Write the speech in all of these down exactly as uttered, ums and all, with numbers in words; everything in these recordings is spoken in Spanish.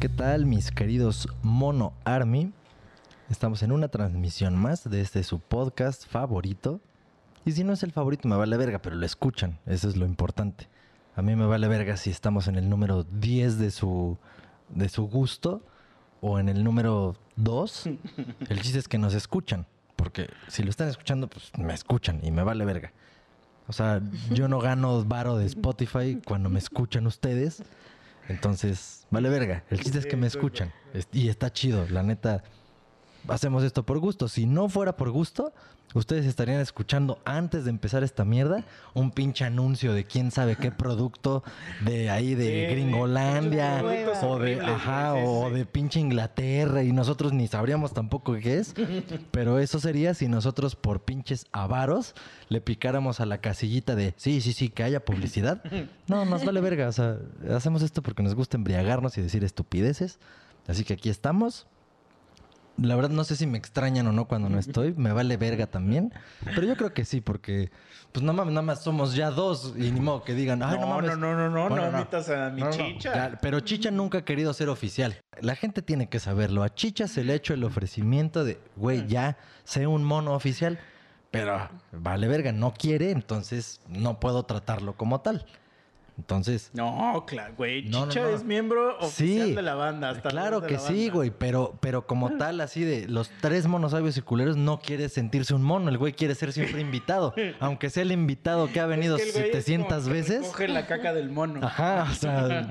¿Qué tal, mis queridos Mono Army? Estamos en una transmisión más de este su podcast favorito. Y si no es el favorito, me vale verga, pero lo escuchan. Eso es lo importante. A mí me vale verga si estamos en el número diez de su, de su gusto o en el número dos. El chiste es que nos escuchan. Porque si lo están escuchando, pues me escuchan y me vale verga. O sea, yo no gano varo de Spotify cuando me escuchan ustedes. Entonces, vale verga. El chiste es que me escuchan. Y está chido, la neta. Hacemos esto por gusto. Si no fuera por gusto, ustedes estarían escuchando antes de empezar esta mierda un pinche anuncio de quién sabe qué producto de ahí de sí, Gringolandia o de ajá o de pinche Inglaterra y nosotros ni sabríamos tampoco qué es. Pero eso sería si nosotros por pinches avaros le picáramos a la casillita de sí, sí, sí, que haya publicidad. No, nos vale verga. O sea, hacemos esto porque nos gusta embriagarnos y decir estupideces. Así que aquí estamos. La verdad no sé si me extrañan o no cuando no estoy. Me vale verga también. Pero yo creo que sí, porque pues nada más, nada más somos ya dos. Y ni modo que digan, ay, no, no mames. No, no, no, no, bueno, no invitas a mi no, Chicha. No. Ya, pero Chicha nunca ha querido ser oficial. La gente tiene que saberlo. A Chicha se le ha hecho el ofrecimiento de, güey, ya sé un mono oficial. Pero vale verga, no quiere, entonces no puedo tratarlo como tal. Entonces... No, claro, güey. Chicha no, no, no. es miembro oficial sí, de la banda. Hasta claro de que la sí, banda. güey. Pero, pero como tal, así de los tres monosabios y culeros, no quiere sentirse un mono. El güey quiere ser siempre invitado. Aunque sea el invitado que ha venido es que setecientas veces. Coge la caca del mono. Ajá, o sea...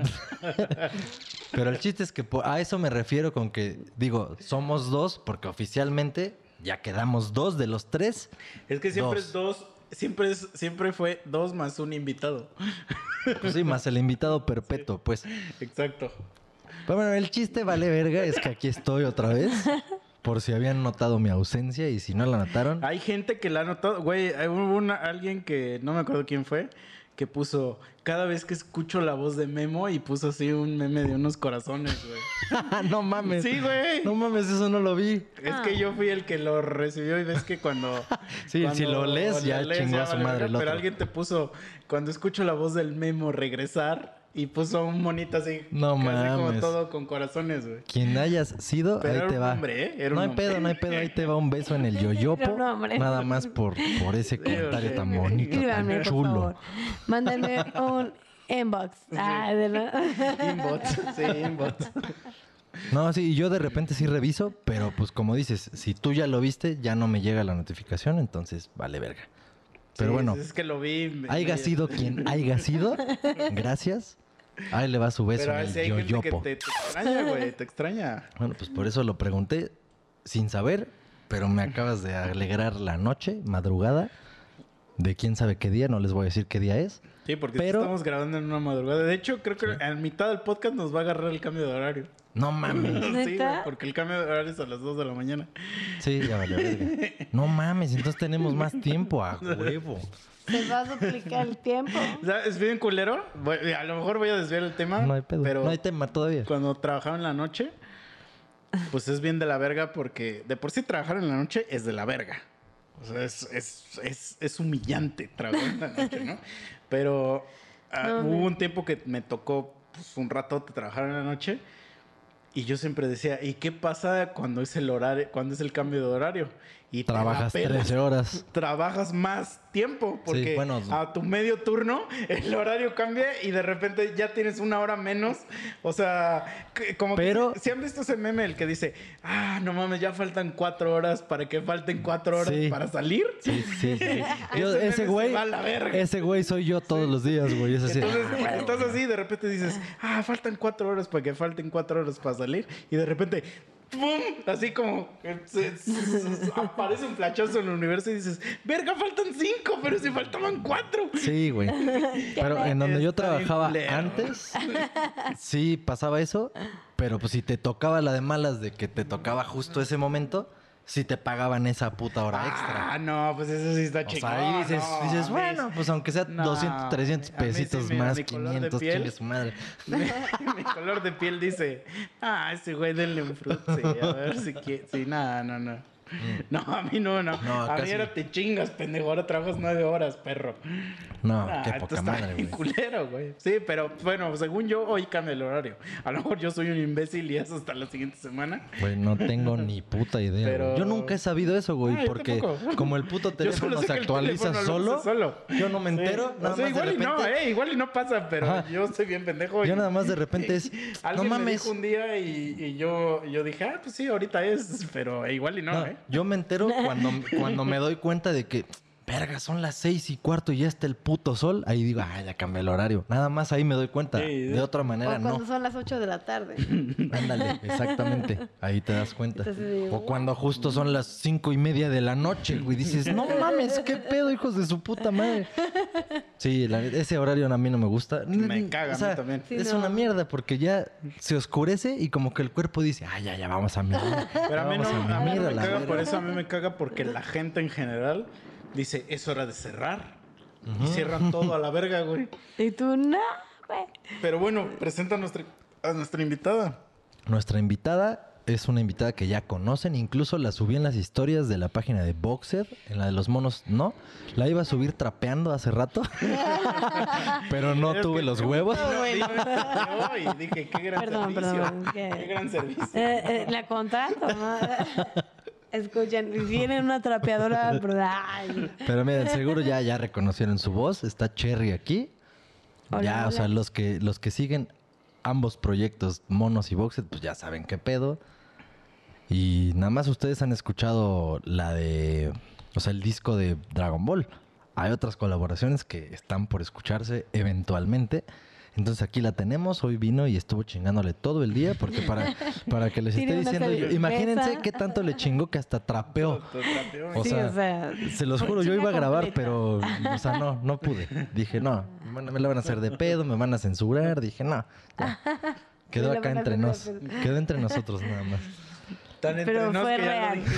Pero el chiste es que a eso me refiero con que, digo, somos dos porque oficialmente ya quedamos dos de los tres. Es que siempre dos. es dos... Siempre, es, siempre fue dos más un invitado. Pues sí, más el invitado perpetuo, sí. Pues. Exacto. Pero bueno, el chiste vale verga, es que aquí estoy otra vez. Por si habían notado mi ausencia y si no la notaron. Hay gente que la ha notado. Güey, hubo una, alguien que no me acuerdo quién fue, que puso, cada vez que escucho la voz de Memo, y puso así un meme de unos corazones, güey. No mames. Sí, güey. No mames, eso no lo vi. Es ah. que yo fui el que lo recibió y ves que cuando... sí, cuando si lo lees ya lees, chingó ya a su madre el otro. Pero alguien te puso, cuando escucho la voz del Memo regresar... Y puso un monito así. No casi mames. como todo con corazones, güey. Quien hayas sido, pero ahí era te un va. Hombre, ¿eh? Era no un hay hombre. pedo, no hay pedo. Ahí te va un beso en el yoyopo. Nada más por, por ese comentario sí, tan bonito, Dígame, tan chulo. Mándenme un inbox. Sí. Ah, de la... Inbox, sí, inbox. No, sí, yo de repente sí reviso, pero pues como dices, si tú ya lo viste, ya no me llega la notificación, entonces vale verga. Pero sí, bueno, es que lo vi. Haya sido quien haya sido, gracias. Ahí le va su beso pero en el si hay yoyopo. gente que te, te extraña, güey, te extraña. Bueno, pues por eso lo pregunté sin saber, pero me acabas de alegrar la noche, madrugada, de quién sabe qué día, no les voy a decir qué día es. Sí, porque pero... estamos grabando en una madrugada. De hecho, creo que sí. En mitad del podcast nos va a agarrar el cambio de horario. No mames. Sí, güey, porque el cambio de horario es a las dos de la mañana. Sí, ya vale, verga. No mames, entonces tenemos más tiempo a huevo. Se va a duplicar el tiempo. O sea, es bien culero. A lo mejor voy a desviar el tema. No hay pedo. Pero no hay tema todavía. Cuando trabajaba en la noche, pues es bien de la verga porque de por sí trabajar en la noche es de la verga. O sea, es, es, es, es humillante trabajar en la noche, ¿no? Pero uh, no, hubo un tiempo que me tocó pues, un rato trabajar en la noche. Y yo siempre decía, ¿y qué pasa cuando es el horario, cuando es el cambio de horario? Y trabajas trece horas. Trabajas más tiempo, porque sí, bueno, a tu medio turno el horario cambia y de repente ya tienes una hora menos. O sea, como pero, que si han visto ese meme el que dice, ah, no mames, ya faltan cuatro horas para que falten cuatro horas sí. para salir. Sí, sí, sí. yo, ese güey, ese güey soy yo todos sí. los días, güey. Es así. Entonces, ah, estás así y de repente dices, ah, faltan cuatro horas para que falten cuatro horas para salir. Y de repente... ¡pum! Así como se, se, se, aparece un flachazo en el universo y dices, verga, faltan cinco, pero si faltaban cuatro. Sí, güey. Pero en donde yo trabajaba antes, sí pasaba eso, pero pues si te tocaba la de malas de que te tocaba justo ese momento, sí te pagaban esa puta hora extra. Ah, no, pues eso sí está chingón. O sea, ahí dices, no, dices bueno, pues aunque sea no, doscientos, trescientos pesitos sí, más, quinientos, chingue su madre. Mi, mi color de piel dice, ah, ese güey denle un fruto, sí, a ver si quiere. Sí, nada, no, no. No, a mí no, no. No, a casi. mí era te chingas, pendejo. Ahora trabajas nueve horas, perro. No, Ah, qué esto poca está madre, bien güey. culero, güey. Sí, pero bueno, según yo, hoy cambia el horario. A lo mejor yo soy un imbécil y eso hasta la siguiente semana. Güey, no tengo ni puta idea, Pero- güey. Yo nunca he sabido eso, güey, Ah, yo porque tampoco. como el puto Yo teléfono solo sé se que el actualiza teléfono lo solo, hace solo. yo no me Sí. entero, O nada sea, más igual de y no, repente. eh, igual y no pasa, pero Ajá. yo estoy bien pendejo. Yo y- nada más de repente es, no Alguien me mames. dijo un día y, y yo, yo dije, ah, pues sí, ahorita es, pero igual y no, No, ¿eh? yo me entero cuando, cuando me doy cuenta de que, verga, son las seis y cuarto y ya está el puto sol. Ahí digo, ah, ya cambié el horario. Nada más ahí me doy cuenta. Sí, sí. De otra O manera, cuando no. son las ocho de la tarde. Ándale, exactamente. Ahí te das cuenta. Entonces digo, O cuando justo son las cinco y media de la noche, güey. Dices, no mames, qué pedo, hijos de su puta madre. Sí, la neta, ese horario a mí no me gusta. Me caga a mí también. Sí, es no. una mierda porque ya se oscurece y como que el cuerpo dice, ah, ya, ya vamos a mimir. Pero a mí no, Vamos a mí mimir no a me la caga verga. por eso, a mí me caga porque la gente en general dice, es hora de cerrar. Y cierran todo a la verga, güey. Y tú, no, güey. Pero bueno, presenta a nuestra, a nuestra invitada. Nuestra invitada es una invitada que ya conocen, incluso la subí en las historias de la página de Boxed, en la de los monos, no. La iba a subir trapeando hace rato, pero no Es tuve que- los huevos. No, dime, yo, y dije, qué gran Perdón, servicio. perdón, ¿qué? Qué gran servicio. Eh, eh, la contrato, ¿no? Escuchen, tienen una trapeadora, pero ay. Pero miren, seguro ya, ya reconocieron su voz. Está Cherry aquí. Hola, ya, o hola. sea, los que, los que siguen ambos proyectos, Monos y Boxed, pues ya saben qué pedo. Y nada más ustedes han escuchado la de, o sea, el disco de Dragon Ball. Hay otras colaboraciones que están por escucharse eventualmente. Entonces aquí la tenemos, hoy vino y estuvo chingándole todo el día porque para, para que les Tiene esté una diciendo, yo- cerveza. imagínense qué tanto le chingó que hasta trapeó. Te trapeó. O Sí, sea, o sea, se los juro, yo chinga iba a grabar, completa. pero, o sea, no, no pude. Dije, no, me van- me la van a hacer de pedo, me van a censurar. Dije, no, ya. Quedó Me la acá van a entre hacer de nos. pedo. Quedó entre nosotros nada más. Tan entre Pero nos fue que ya lo real. dijiste.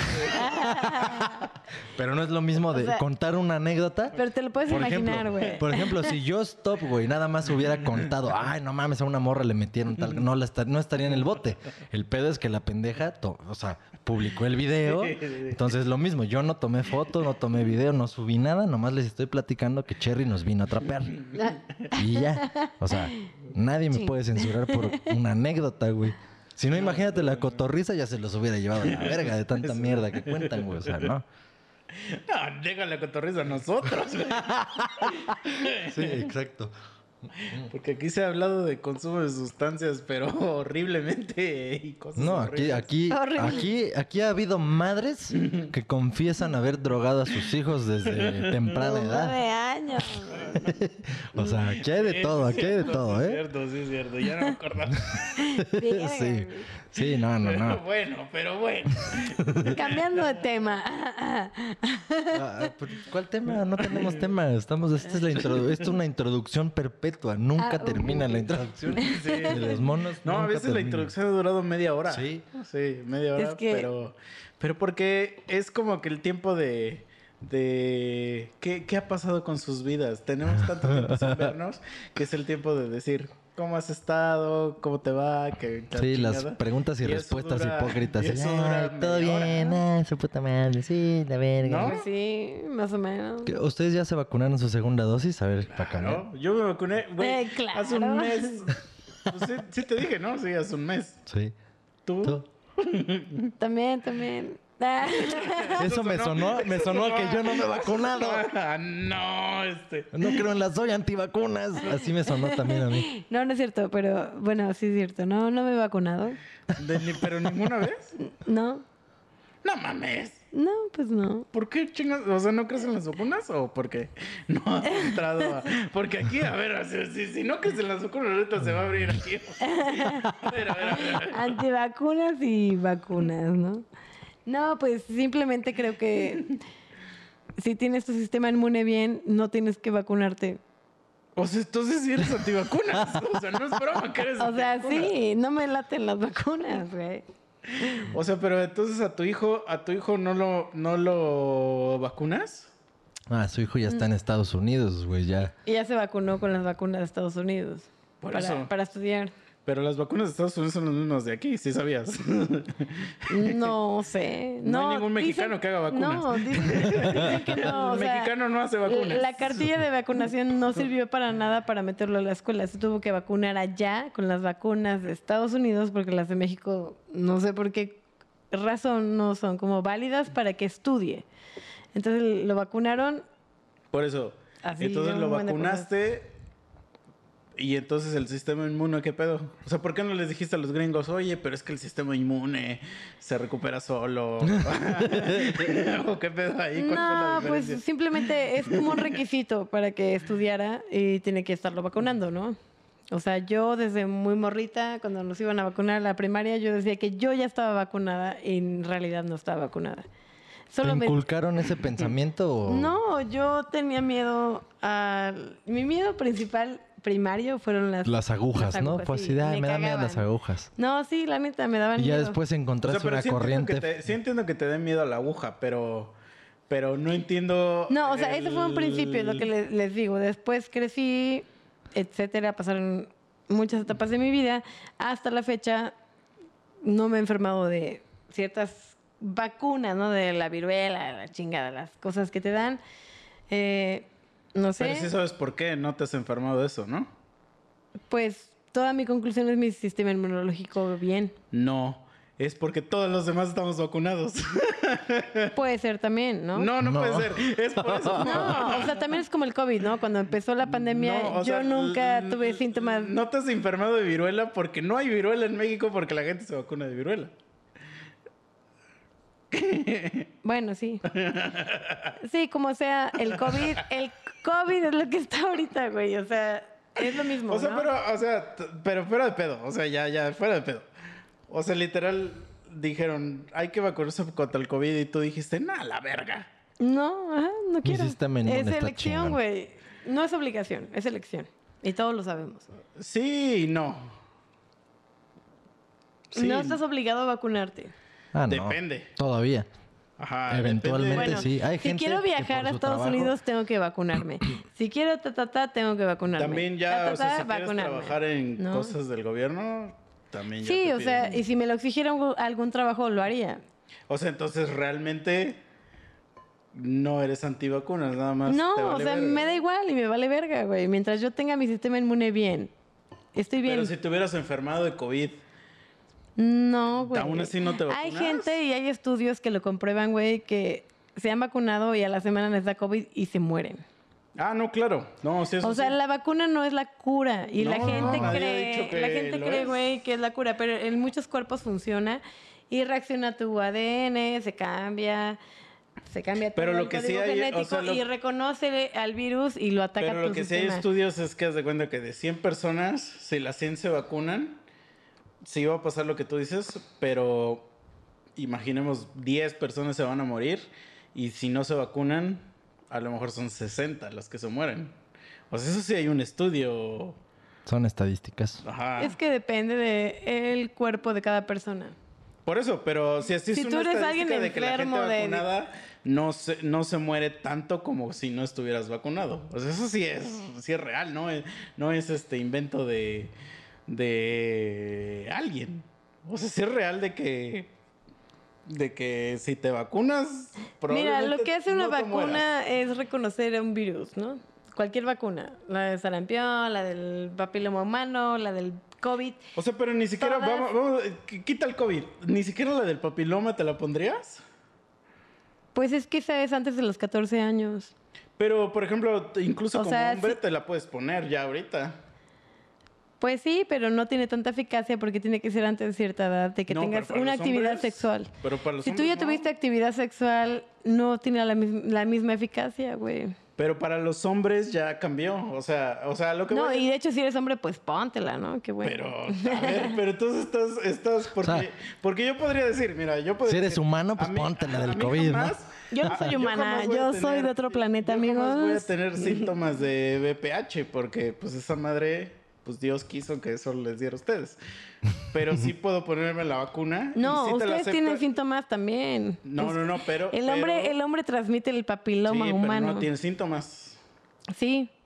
Pero no es lo mismo de O sea, contar una anécdota. pero te lo puedes Por imaginar, ejemplo, güey. Por ejemplo, si yo stop, güey, nada más hubiera contado, ay, no mames, a una morra le metieron tal, no, la esta- no estaría en el bote. El pedo es que la pendeja, to- o sea, publicó el video. Entonces, lo mismo, yo no tomé foto, no tomé video, no subí nada, nomás les estoy platicando que Cherry nos vino a trapear. Y ya. O sea, nadie me Sí. puede censurar por una anécdota, güey. Si no, imagínate la cotorriza, ya se los hubiera llevado a la verga de tanta mierda que cuentan, güey. O sea, ¿no? No, déjale a cotorriza a nosotros, güey. Sí, exacto. Porque aquí se ha hablado de consumo de sustancias, pero horriblemente y cosas No, aquí, horribles. aquí, Horrible. aquí, aquí ha habido madres que confiesan haber drogado a sus hijos desde temprana edad. Nueve años. O sea, aquí hay de Sí, todo, sí aquí es hay de cierto, todo, sí es ¿eh? cierto, sí es cierto. Ya no me acordaba. Sí, sí, no, no, Pero no. bueno, pero bueno. Cambiando de tema. Ah, pero ¿cuál tema? No tenemos tema. Estamos, esta es la introdu- esto es una introducción perpetua. Nunca Ah, termina ok. la introducción de los monos. No, a nunca veces la termina. introducción ha durado media hora. Sí. Sí, media hora, Es que- pero, pero porque es como que el tiempo de... de ¿qué, qué ha pasado con sus vidas? Tenemos tanto tiempo sin vernos que es el tiempo de decir ¿cómo has estado? ¿Cómo te va? ¿Qué, la Sí, las chingada? preguntas y, Y eso respuestas dura- hipócritas. y eso Ay, dura todo media hora, bien, ¿no? ay, su puta madre, sí, la verga. ¿No? Pues sí, más o menos. ¿Qué, ¿Ustedes ya se vacunaron su segunda dosis? A ver, para cambiar. Claro, yo me vacuné, güey, Eh, claro. hace un mes. Pues sí, sí te dije, ¿no? Sí, hace un mes. Sí. ¿Tú? ¿Tú? También, también. Ah, Eso me sonó, me sonó a que yo no me he vacunado. Ah, no, este. No creo en las soy antivacunas. Así me sonó también a mí. No, no es cierto, pero bueno, sí es cierto. No, no me he vacunado. De ni- pero ninguna vez. No, No mames. no, pues no. ¿Por qué chingas? O sea, ¿no crees en las vacunas o porque no has entrado a...? Porque aquí, a ver, si, si, si no crees en las vacunas, ahorita se va a abrir aquí. A ver, a ver, a ver. a ver. Antivacunas y vacunas, ¿no? No, pues simplemente creo que si tienes tu sistema inmune bien, no tienes que vacunarte. O sea, entonces sí eres antivacunas. O sea, no es broma que eres O sea, antivacunas. sí, no me laten las vacunas, güey. O sea, pero entonces a tu hijo, a tu hijo no lo, no lo vacunas. Ah, su hijo ya está en Estados Unidos, güey, ya. Y ya se vacunó con las vacunas de Estados Unidos. Por para, eso. para estudiar. Pero las vacunas de Estados Unidos son las mismas de aquí, ¿sí sabías? No sé. No, No, hay ningún mexicano dicen- que haga vacunas. No, dicen, dicen que no. El o sea, mexicano no hace vacunas. La cartilla de vacunación no sirvió para nada para meterlo a la escuela. Se tuvo que vacunar allá con las vacunas de Estados Unidos porque las de México, no sé por qué razón, no son como válidas para que estudie. Entonces lo vacunaron. Por eso. Así, entonces un lo buen de vacunaste. Y entonces el sistema inmune, ¿qué pedo? O sea, ¿por qué no les dijiste a los gringos, oye, pero es que el sistema inmune se recupera solo? ¿O qué pedo ahí? ¿Cuál fue la No, pues diferencia? simplemente es como un requisito para que estudiara y tiene que estarlo vacunando, ¿no? O sea, yo desde muy morrita, cuando nos iban a vacunar a la primaria, yo decía que yo ya estaba vacunada y en realidad no estaba vacunada. ¿Te Solo me... inculcaron ese pensamiento o...? No, yo tenía miedo a... Mi miedo principal primario fueron las... Las agujas, las ¿no? agujas, Pues sí, sí, de, "Ay, me da miedo cagaban. las agujas. No, sí, la neta, me daban Y ya miedo. después O sea, encontraste pero una sí entiendo, corriente. que te, sí entiendo que te dé miedo a la aguja, pero, pero no entiendo... No, o sea, ese fue un el- principio, lo que le- les digo. Después crecí, etcétera, pasaron muchas etapas de mi vida. Hasta la fecha no me he enfermado de ciertas vacunas, ¿no? De la viruela, la chingada, las cosas que te dan. Eh, no sé. Pero sí sabes por qué no te has enfermado de eso, ¿no? Pues toda mi conclusión es mi sistema inmunológico bien. No, es porque todos los demás estamos vacunados. Puede ser también, ¿no? No, no, No. puede ser. Es por eso. No, o sea, también es como el COVID, ¿no? Cuando empezó la pandemia, No, o yo sea, nunca l- tuve síntomas. No te has enfermado de viruela porque no hay viruela en México porque la gente se vacuna de viruela. Bueno, sí. Sí, como sea, el COVID, el COVID es lo que está ahorita, güey. O sea, es lo mismo. O sea, ¿no? pero, o sea, t- pero fuera de pedo. O sea, ya, ya, fuera de pedo. O sea, literal, dijeron, hay que vacunarse contra el COVID y tú dijiste, nah, la verga. No, ajá, no quiero. sistema inmune es está elección, chingón. güey. No es obligación, es elección. Y todos lo sabemos. Sí y no. Sí. No estás obligado a vacunarte. Ah, no. Depende. Todavía. Ajá, Eventualmente depende. Bueno, sí. Hay si gente quiero que viajar por a su Estados trabajo- Unidos, tengo que vacunarme. Si quiero ta, ta, ta, tengo que vacunarme. También ya, Ta, ta, o sea, ta, si quieres vacunarme. trabajar en ¿No? cosas del gobierno, también ya Sí, te o sea, piden. y si me lo exigiera un- algún trabajo, lo haría. O sea, entonces realmente no eres antivacunas, nada más. No, te o vale sea, verga. me da igual y me vale verga, güey. Mientras yo tenga mi sistema inmune bien, estoy bien. Pero si te hubieras enfermado de COVID, No, güey. ¿Aún así no te Hay vacunas? gente y hay estudios que lo comprueban, güey, que se han vacunado y a la semana les da COVID y se mueren. ah, no, claro, no, sí, eso O sea, sí. la vacuna no es la cura y la No, gente no, nadie ha cree, dicho que la gente lo cree, es. güey, que es la cura, pero en muchos cuerpos funciona y reacciona tu A D N, se cambia, se cambia Pero todo lo el que sí código hay- o genético sea, lo- y reconoce al virus y lo ataca Pero a tu lo que sí hay sistema. estudios es que haz de cuenta que de cien personas, si las cien se vacunan, sí va a pasar lo que tú dices, pero imaginemos diez personas se van a morir y si no se vacunan, a lo mejor son sesenta las que se mueren. O sea, eso sí hay un estudio. Son estadísticas. Ajá. Es que depende del cuerpo de cada persona. Por eso, pero si así Si es tú una eres alguien estadística de que la gente enfermo de- vacunada no se, no se muere tanto como si no estuvieras vacunado. O sea, eso sí es, sí es real, ¿no? Es- No es este invento de, de alguien. O sea, sí es real de que, de que si te vacunas, Mira, probablemente lo que hace una no te mueras. vacuna es reconocer a un virus, ¿no? Cualquier vacuna. La de sarampión, la del papiloma humano, la del COVID. O sea, pero ni siquiera, Todas- vamos, vamos, qu- quita el COVID. Ni siquiera la del papiloma te la pondrías. Pues es que esa es antes de los catorce años. Pero, por ejemplo, incluso O como sea, hombre sí- te la puedes poner ya ahorita. Pues sí, pero no tiene tanta eficacia porque tiene que ser antes de cierta edad, de que No, pero tengas para una los actividad hombres- sexual. Pero para los Si tú hombres ya no. tuviste actividad sexual, no tiene la, mis- la misma eficacia, güey. Pero para los hombres ya cambió. O sea, o sea, lo que No, voy a- y de hecho si eres hombre, pues póntela, ¿no? Qué bueno. Pero, a ver, pero entonces estás, estás porque, O sea, porque yo podría decir, mira, yo podría si eres decir, humano, pues a mí- ponte la del a mí COVID, ¿no? jamás- Yo no a- soy humana, jamás voy a yo soy de otro planeta, yo jamás voy a amigos. tener síntomas de V P H porque, pues, esa madre, pues, Dios quiso que eso les diera a ustedes. Pero sí puedo ponerme la vacuna. y No, sí te la ustedes acepto. tienen síntomas también. No, no, no, pero... El hombre, pero- el hombre transmite el papiloma sí, humano. pero no tiene síntomas. Sí.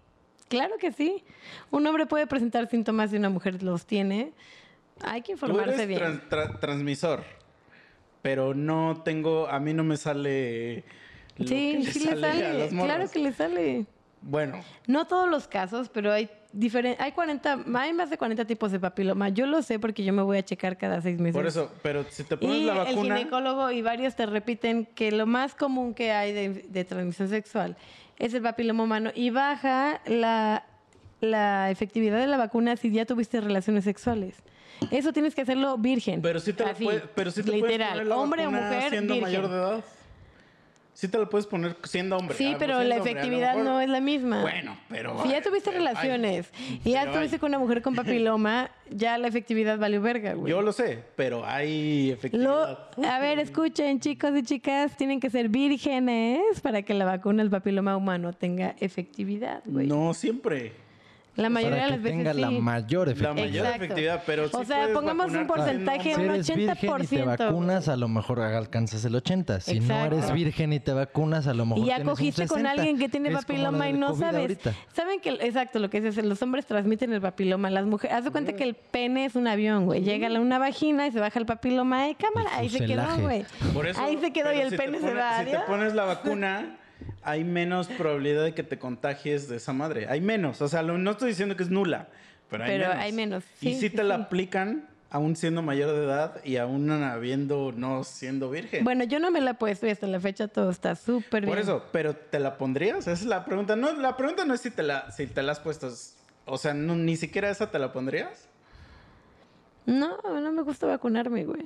Claro que sí. Un hombre puede presentar síntomas y una mujer los tiene. Hay que Tú informarse eres bien. tran- tra- transmisor, pero no tengo, a mí no me sale lo que Sí, le sí le sale a sale. las morras. Claro que le sale. Bueno, No todos los casos, pero hay diferen- hay cuarenta, hay más de cuarenta tipos de papiloma. Yo lo sé porque yo me voy a checar cada seis meses. por eso, pero si te pones Y la el vacuna, ginecólogo y varios te repiten que lo más común que hay de, de transmisión sexual es el papiloma humano y baja la, la efectividad de la vacuna si ya tuviste relaciones sexuales. Eso tienes que hacerlo virgen. pero sí te, la así, puede- pero sí te puedes literal. poner la Hombre o vacuna mujer, siendo virgen. mayor de edad. Sí te lo puedes poner siendo hombre. Sí, a lo pero mejor la siendo hombre, a lo efectividad mejor- no es la misma. Bueno, pero... Si ya tuviste pero relaciones hay- y ya pero estuviste hay- con una mujer con papiloma, ya la efectividad valió verga, güey. Yo lo sé, pero hay Lo- efectividad. a ver, escuchen, chicos y chicas, tienen que ser vírgenes para que la vacuna del papiloma humano tenga efectividad, güey. No siempre. La mayoría Para de que las veces tenga sí. la mayor La efectividad. mayor Exacto. efectividad, pero sí O sea, puedes pongamos un vacunarte porcentaje, siendo Si un hombre. eres virgen y te ochenta por ciento, vacunas, a lo mejor alcanzas el ochenta. Si no Exacto. eres virgen y te vacunas, a lo mejor Y ya tienes un cogiste con sesenta, alguien que tiene es como papiloma la y del no COVID sabes. ahorita. ¿Saben que exacto lo que dices? Los hombres transmiten el papiloma, las mujeres. Haz de cuenta que el pene es un avión, güey. Llega a una vagina y se baja el papiloma, ¡ay, cámara! El Ahí se quedó, fuselaje. güey. Por eso, Ahí se quedó y pero el si te pene se pones- va. Si te adiós. pones la vacuna, hay menos probabilidad de que te contagies de esa madre. Hay menos. O sea, lo- no estoy diciendo que es nula, pero hay Pero menos. hay menos, Y sí, si sí, te la sí. aplican aún siendo mayor de edad y aún habiendo no siendo virgen. Bueno, yo no me la he puesto y hasta la fecha todo está súper bien. Por eso, pero ¿te la pondrías? Esa es la pregunta. No, la pregunta no es si te la, si te la has puesto. es- O sea, no- ni siquiera esa te la pondrías. No, no me gusta vacunarme, güey.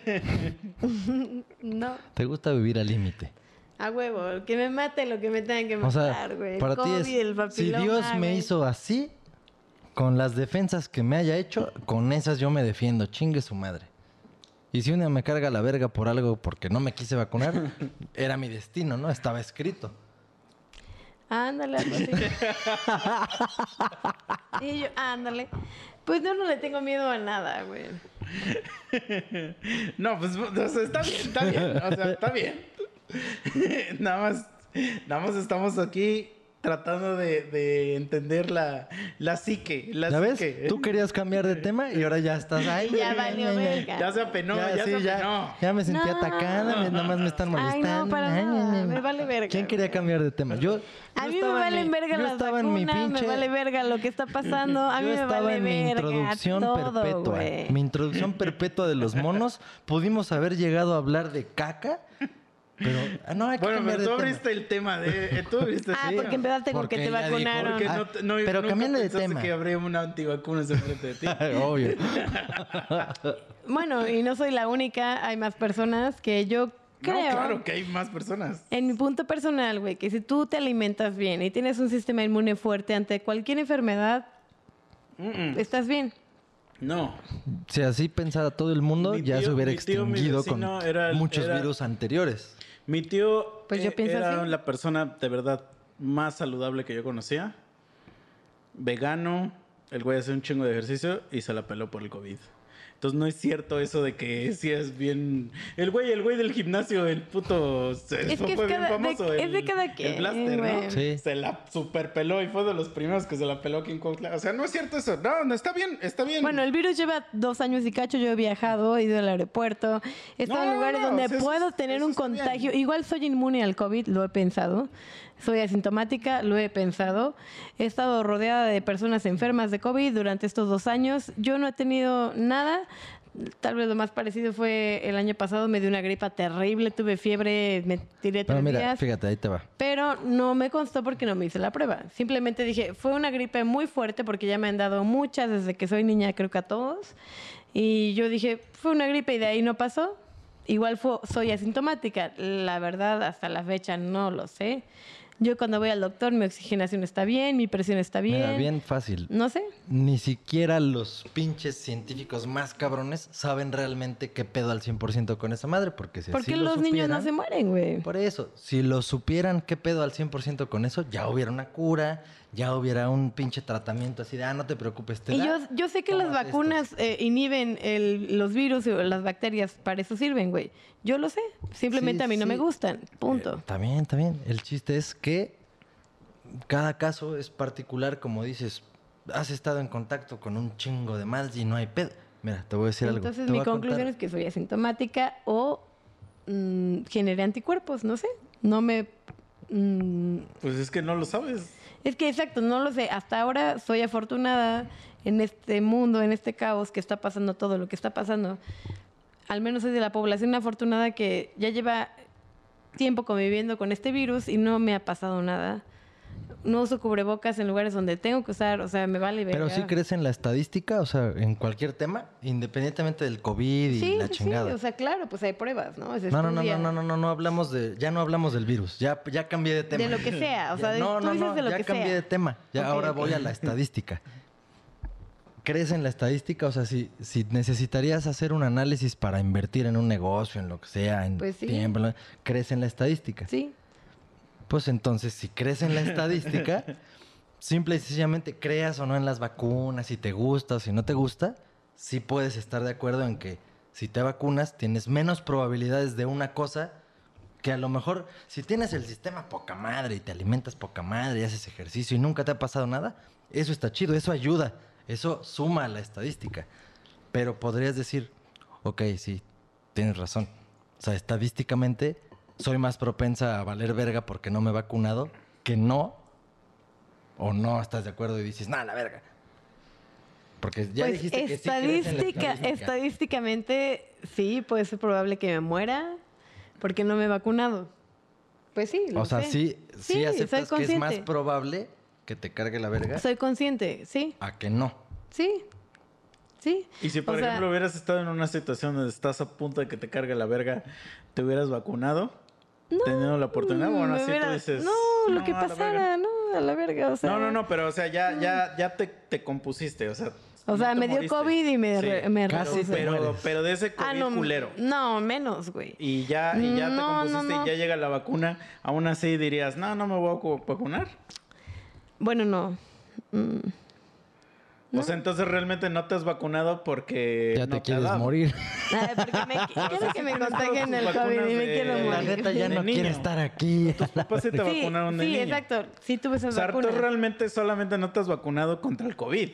no. Te gusta vivir al límite. A huevo, que me mate lo que me tengan que O sea, matar, güey. El para ti es, COVID, el si papiloma, Dios me güey. hizo así, con las defensas que me haya hecho, con esas yo me defiendo, chingue su madre. Y si una me carga la verga por algo porque no me quise vacunar, era mi destino, ¿no? Estaba escrito. Ándale, algo así. Y yo, ándale. Pues yo no le tengo miedo a nada, güey. No, pues o sea, está bien, está bien. O sea, está bien. Nada más, nada más estamos aquí tratando de, de entender la, la psique. La ¿Ya ves? psique. Tú querías cambiar de tema y ahora ya estás ahí. Ya valió verga. Ya se apenó, ya, sí, se ya, apenó. ya me sentí No. atacada, me- nada más me están Ay, molestando. no, para Ay, nada, ay, ay. me vale verga, ¿Quién quería güey. cambiar de tema? Yo, A yo mí me estaba en valen mi- verga yo las estaba en mi vacunas, me pinche- vale verga lo que está pasando. A mí Yo me estaba vale en mi verga introducción todo, perpetua. güey. Mi introducción perpetua de los monos. Pudimos haber llegado a hablar de caca, pero ah, no hay que Bueno, cambiar pero tú de tema. abriste el tema de... eh, Tú abriste el Ah, tema. porque empezaste con Porque que te ella dijo, vacunaron. Porque Ah, no, te- no, pero nunca cambiando de pensaste tema. que habría una antivacunas enfrente de ti. Obvio. Bueno, y no soy la única, hay más personas que yo creo. No, claro que hay más personas. En mi punto personal, güey, que si tú te alimentas bien y tienes un sistema inmune fuerte ante cualquier enfermedad, Mm-mm. estás bien. No. Si así pensara todo el mundo, Mi ya tío- se hubiera mi tío, mi extinguido vecino con era el- muchos era- virus anteriores. Mi tío Pues yo eh, pienso era así. la persona de verdad más saludable que yo conocía. Vegano, el güey hace un chingo de ejercicio y se la peló por el COVID. Entonces no es cierto eso de que sí es bien... El güey, el güey del gimnasio, el puto... Se, Es eso que es fue bien cada- de- famoso. es el, de cada el quien, Blaster, ¿no? güey. Sí. Se la super peló y fue de los primeros que se la peló aquí en Cuautla. O sea, no es cierto eso. No, no, está bien, está bien. Bueno, el virus lleva dos años y cacho. Yo he viajado, he ido al aeropuerto, he estado No, en lugares no, donde o sea, eso puedo es- tener eso un está bien. contagio. Igual soy inmune al COVID, lo he pensado. Soy asintomática, lo he pensado. He estado rodeada de personas enfermas de COVID durante estos dos años. Yo no he tenido nada. Tal vez lo más parecido fue el año pasado. Me dio una gripa terrible, tuve fiebre, me tiré Pero tres mira, días. fíjate, ahí te va. Pero no me constó porque no me hice la prueba. Simplemente dije, fue una gripe muy fuerte porque ya me han dado muchas desde que soy niña, creo que a todos. Y yo dije, fue una gripe y de ahí no pasó. Igual fue, soy asintomática. La verdad, hasta la fecha no lo sé. Yo cuando voy al doctor, mi oxigenación está bien, mi presión está bien. Mira, bien fácil. No sé. Ni siquiera los pinches científicos más cabrones saben realmente qué pedo al cien por ciento con esa madre, porque si Porque así lo los niños no supieran- se mueren, güey. Por eso, si lo supieran qué pedo al cien por ciento con eso, ya hubiera una cura, ya hubiera un pinche tratamiento así de, ah, no te preocupes, te Y da, yo, yo sé que las tómate esto". vacunas eh, inhiben el- los virus o las bacterias, para eso sirven, güey. Yo lo sé, simplemente Sí, a mí no sí. me gustan, punto. Eh, está bien, está bien. El chiste es que cada caso es particular, como dices, has estado en contacto con un chingo de más y no hay pedo. Mira, te voy a decir algo. Entonces Te mi voy a conclusión contar- es que soy asintomática o mm, generé anticuerpos, no sé. No me... mm, Pues es que no lo sabes. es que exacto, no lo sé. Hasta ahora soy afortunada en este mundo, en este caos que está pasando todo lo que está pasando. Al menos soy de la población afortunada que ya lleva tiempo conviviendo con este virus y no me ha pasado nada. No uso cubrebocas en lugares donde tengo que usar, o sea, me vale verga. Pero sí crees en la estadística, o sea, en cualquier tema, independientemente del COVID y Sí, la sí, chingada. sí, o sea, claro, pues hay pruebas, ¿no? Se No, no, no, no, estudia. no, no, no, no hablamos de, ya no hablamos del virus, ya, ya cambié de tema. De lo que sea, o sea, Ya- de- no, tú no, dices no, de lo ya que cambié sea. de tema, ya Ok, ahora ok. voy a la estadística. ¿Crees en la estadística? O sea, si, si necesitarías hacer un análisis para invertir en un negocio, en lo que sea, en Pues sí. tiempo, ¿no? ¿Crees en la estadística? Sí, Pues entonces, si crees en la estadística, simple y sencillamente creas o no en las vacunas, si te gusta o si no te gusta, sí puedes estar de acuerdo en que si te vacunas tienes menos probabilidades de una cosa que a lo mejor si tienes el sistema poca madre y te alimentas poca madre y haces ejercicio y nunca te ha pasado nada, eso está chido, eso ayuda, eso suma a la estadística. Pero podrías decir, ok, sí, tienes razón. O sea, estadísticamente soy más propensa a valer verga porque no me he vacunado que no. O no estás de acuerdo y dices, no, la verga. Porque ya pues dijiste que sí crees en la estadística, estadística. estadísticamente sí, puede ser probable que me muera porque no me he vacunado. Pues sí, lo O sea, sé. sí, sí, soy aceptas que es más consciente. probable que te cargue la verga Soy consciente, sí, a que no. sí, sí. Y si, por O sea, ejemplo, hubieras estado en una situación donde estás a punto de que te cargue la verga, ¿te hubieras vacunado? Teniendo la oportunidad. Bueno, me así hubiera- tú dices. No, lo que a la pasara, verga". no, a la verga, o sea. No, no, no, pero o sea, ya, ya, ya te, te compusiste, o sea. O no sea, te me dio moriste. COVID y me, Sí, re- me Casi repuse. te pero, mueres. pero de ese COVID Ah, no, culero. no, menos, güey. Y ya, y ya te No, no, compusiste no. y ya llega la vacuna, aún así dirías, no, no me voy a cu- vacunar. Bueno, no. Mm, O sea, entonces realmente no te has vacunado porque Ya no te ha quieres dado. morir. Ay, porque me, quiero que me pones contagien todas el tus COVID y vacunas me de- quiero de La morir. neta ya de no niño. quiere estar aquí. Papás sí te Sí, vacunaron de sí, niño. exacto. Sí tuve esas O sea, tú vacunas. realmente solamente no te has vacunado contra el COVID.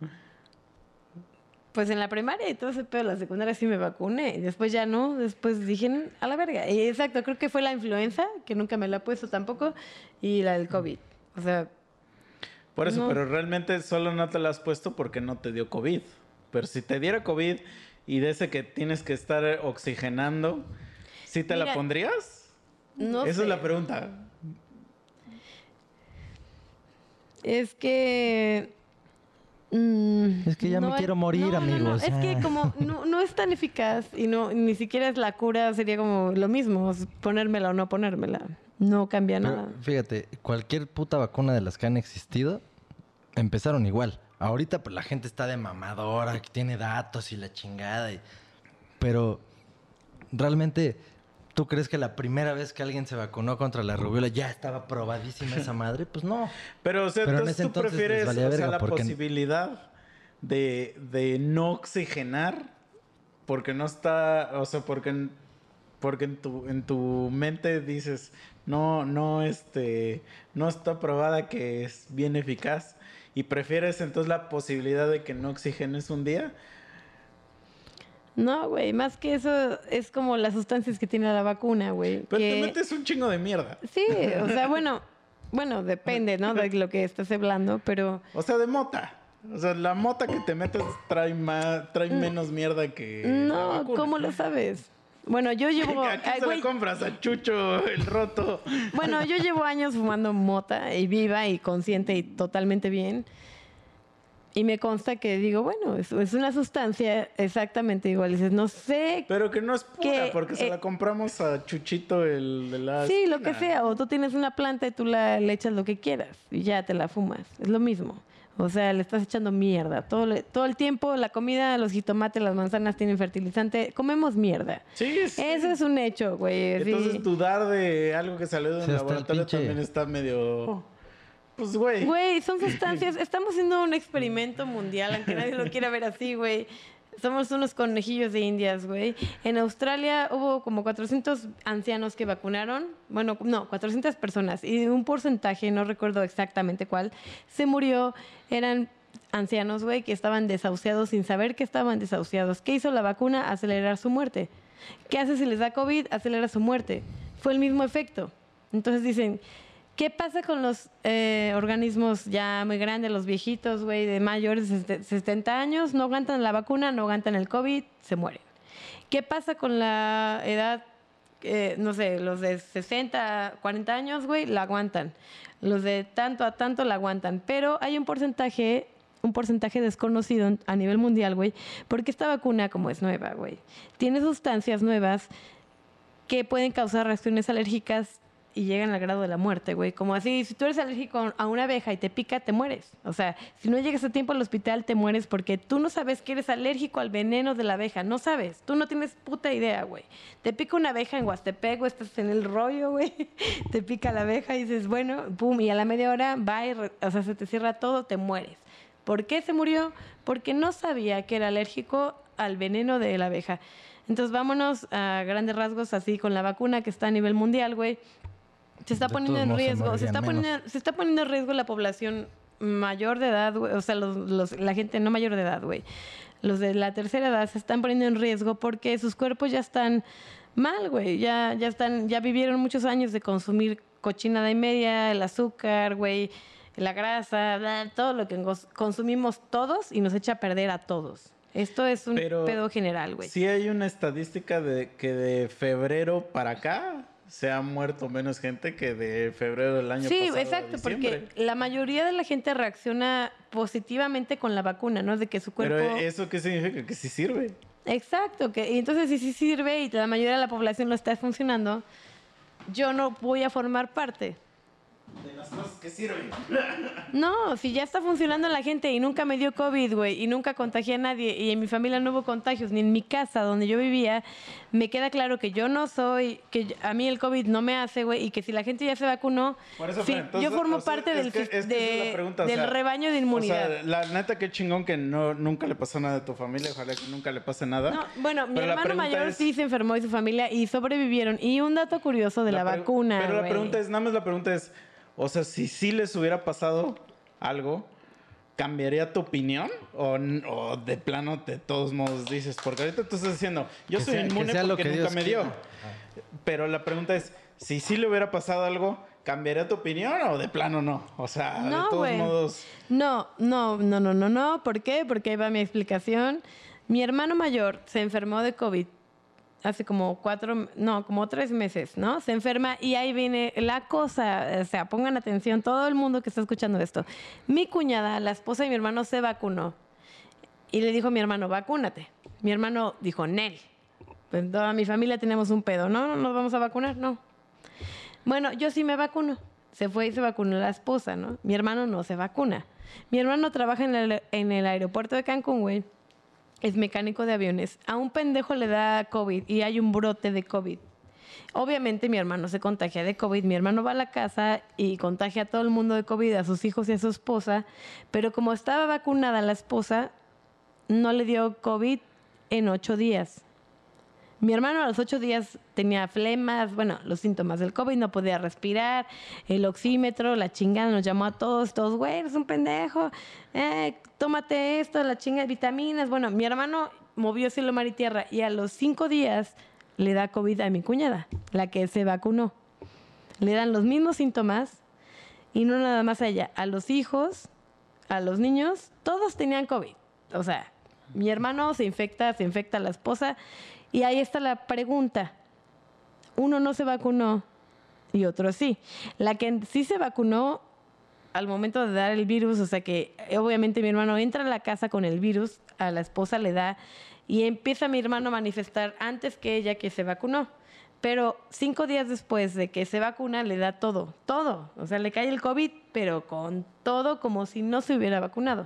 Pues en la primaria y todo ese pedo, la secundaria sí me vacuné. Y después ya no. Después dije, a la verga. Y exacto, creo que fue la influenza, que nunca me la he puesto tampoco, y la del COVID. O sea, Por eso, No. pero realmente solo no te lo has puesto porque no te dio COVID. Pero si te diera COVID y de ese que tienes que estar oxigenando, ¿sí te la Mira, pondrías? no Esa sé. es la pregunta. Es que... mm, Es que ya me es- quiero morir, no, no, no. amigos. Es que Ah. como no, no es tan eficaz y no ni siquiera es la cura, sería como lo mismo, es ponérmela o no ponérmela. No cambia Pero, nada. fíjate, cualquier puta vacuna de las que han existido empezaron igual. Ahorita pues la gente está de mamadora, que tiene datos y la chingada. y- Pero realmente, ¿tú crees que la primera vez que alguien se vacunó contra la rubiola ya estaba probadísima esa madre? Pues no. Pero, o sea, Pero en entonces ese tú entonces les prefieres valía o sea, verga la porque- posibilidad de, de no oxigenar porque no está, o sea, porque en, porque en tu en tu mente dices no no este no está probada que es bien eficaz y prefieres entonces la posibilidad de que no oxigenes un día. No, güey, más que eso es como las sustancias que tiene la vacuna, güey. Pero que- te metes un chingo de mierda. Sí, o sea, bueno, bueno, depende, ¿no? De lo que estás hablando, pero O sea, de mota. O sea, la mota que te metes trae más, trae menos mierda que la Mm. no, vacuna. ¿cómo lo sabes? Bueno, yo llevo, ¿A quién ay, se güey, la compras? ¿A Chucho, el roto? bueno, yo llevo años fumando mota y viva y consciente y totalmente bien. Y me consta que digo, bueno, es, es una sustancia exactamente igual. Dices, no sé. Pero que no es pura, Que, porque se eh, la compramos a Chuchito el de la Sí, lo esquina. que sea. O tú tienes una planta y tú la, le echas lo que quieras y ya te la fumas. Es lo mismo. O sea, le estás echando mierda. Todo, le- todo el tiempo, la comida, los jitomates, las manzanas tienen fertilizante. Comemos mierda. Sí, sí. Eso es un hecho, güey. sí. Entonces dudar de algo que salió de Sí, un hasta el laboratorio pinche- también está medio... Pues, güey. Güey, son sustancias. Estamos haciendo un experimento mundial, aunque nadie lo quiera ver así, güey. Somos unos conejillos de indias, güey. En Australia hubo como cuatrocientos ancianos que vacunaron. Bueno, no, cuatrocientas personas. Y un porcentaje, no recuerdo exactamente cuál, se murió. Eran ancianos, güey, que estaban desahuciados sin saber que estaban desahuciados. ¿Qué hizo la vacuna? Acelerar su muerte. ¿Qué hace si les da COVID? Acelera su muerte. Fue el mismo efecto. Entonces dicen, ¿qué pasa con los eh, organismos ya muy grandes, los viejitos, güey, de mayores de sesenta años? No aguantan la vacuna, no aguantan el COVID, se mueren. ¿Qué pasa con la edad, eh, no sé, los de sesenta, cuarenta años, güey, la aguantan? Los de tanto a tanto la aguantan. Pero hay un porcentaje, un porcentaje desconocido a nivel mundial, güey, porque esta vacuna, como es nueva, güey, tiene sustancias nuevas que pueden causar reacciones alérgicas y llegan al grado de la muerte, güey. Como así, si tú eres alérgico a una abeja y te pica, te mueres. O sea, si no llegas a tiempo al hospital, te mueres porque tú no sabes que eres alérgico al veneno de la abeja. No sabes. Tú no tienes puta idea, güey. Te pica una abeja en Huastepec o estás en el rollo, güey. Te pica la abeja y dices, bueno, pum, y a la media hora va y, re- o sea, se te cierra todo, te mueres. ¿Por qué se murió? Porque no sabía que era alérgico al veneno de la abeja. Entonces, vámonos a grandes rasgos así con la vacuna que está a nivel mundial, güey. Se está De poniendo todos en modos se riesgo, se morirían está menos. poniendo, se está poniendo en riesgo la población mayor de edad, güey, o sea, los, los- la gente no mayor de edad, güey. Los de la tercera edad se están poniendo en riesgo porque sus cuerpos ya están mal, güey. Ya, ya están, ya vivieron muchos años de consumir cochinada y media, el azúcar, güey, la grasa, bla, todo lo que cons- consumimos todos y nos echa a perder a todos. Esto es un Pero pedo general, güey. sí hay una estadística de que de febrero para acá se ha muerto menos gente que de febrero del año Sí, pasado a exacto, diciembre. porque la mayoría de la gente reacciona positivamente con la vacuna, ¿no? De que su cuerpo... Pero ¿eso qué significa? Que sí sirve. Exacto, que y entonces si sí sirve y la mayoría de la población lo está funcionando, yo no voy a formar parte. De las cosas que sirven. No, si ya está funcionando la gente y nunca me dio COVID, güey, y nunca contagié a nadie, y en mi familia no hubo contagios, ni en mi casa donde yo vivía, me queda claro que yo no soy, que yo- a mí el COVID no me hace, güey, y que si la gente ya se vacunó, Por eso, sí, pero entonces, yo formo o sea, parte es del, que- sis- es que esa de- es la pregunta, o del sea, rebaño de inmunidad. O sea, la neta, qué chingón que no, nunca le pasó nada a tu familia. Ojalá que nunca le pase nada. No, bueno, mi Pero la hermano pregunta mayor es- sí se enfermó y su familia y sobrevivieron. Y un dato curioso de la, pre- vacuna, Pero la güey. pregunta es, nada más la pregunta es, o sea, si sí les hubiera pasado algo, ¿cambiaría tu opinión? O, n- o de plano, de todos modos, dices, porque ahorita tú estás diciendo, yo Que soy sea- que inmune sea lo porque que nunca Dios me dio. quiera. Pero la pregunta es, si sí le hubiera pasado algo, ¿cambiaría tu opinión o de plano no? O sea, de No, todos güey. modos... No, no, no, no, no, no. ¿Por qué? Porque ahí va mi explicación. Mi hermano mayor se enfermó de COVID hace como cuatro, no, como tres meses, ¿no? Se enferma y ahí viene la cosa. O sea, pongan atención todo el mundo que está escuchando esto. Mi cuñada, la esposa de mi hermano, se vacunó y le dijo a mi hermano, vacúnate. Mi hermano dijo, Nel. Pues toda mi familia tenemos un pedo, ¿no? ¿No nos vamos a vacunar? No. Bueno, yo sí me vacuno. Se fue y se vacunó la esposa, ¿no? Mi hermano no se vacuna. Mi hermano trabaja en el, en el aeropuerto de Cancún, güey. Es mecánico de aviones. A un pendejo le da COVID y hay un brote de COVID. Obviamente mi hermano se contagia de COVID. Mi hermano va a la casa y contagia a todo el mundo de COVID, a sus hijos y a su esposa. Pero como estaba vacunada la esposa, no le dio COVID en ocho días. Mi hermano a los ocho días tenía flemas, bueno, los síntomas del COVID, no podía respirar, el oxímetro, la chingada, nos llamó a todos, todos, güey, eres un pendejo, eh, tómate esto, la chinga de vitaminas. Bueno, mi hermano movió cielo, mar y tierra y a los cinco días le da COVID a mi cuñada, la que se vacunó. Le dan los mismos síntomas y no nada más a ella, a los hijos, a los niños, todos tenían COVID. O sea, mi hermano se infecta, se infecta a la esposa. Y ahí está la pregunta. Uno no se vacunó y otro sí. La que sí se vacunó al momento de dar el virus, o sea que eh, obviamente mi hermano entra a la casa con el virus, a la esposa le da y empieza mi hermano a manifestar antes que ella que se vacunó. Pero cinco días después de que se vacuna le da todo, todo. O sea, le cae el COVID, pero con todo como si no se hubiera vacunado.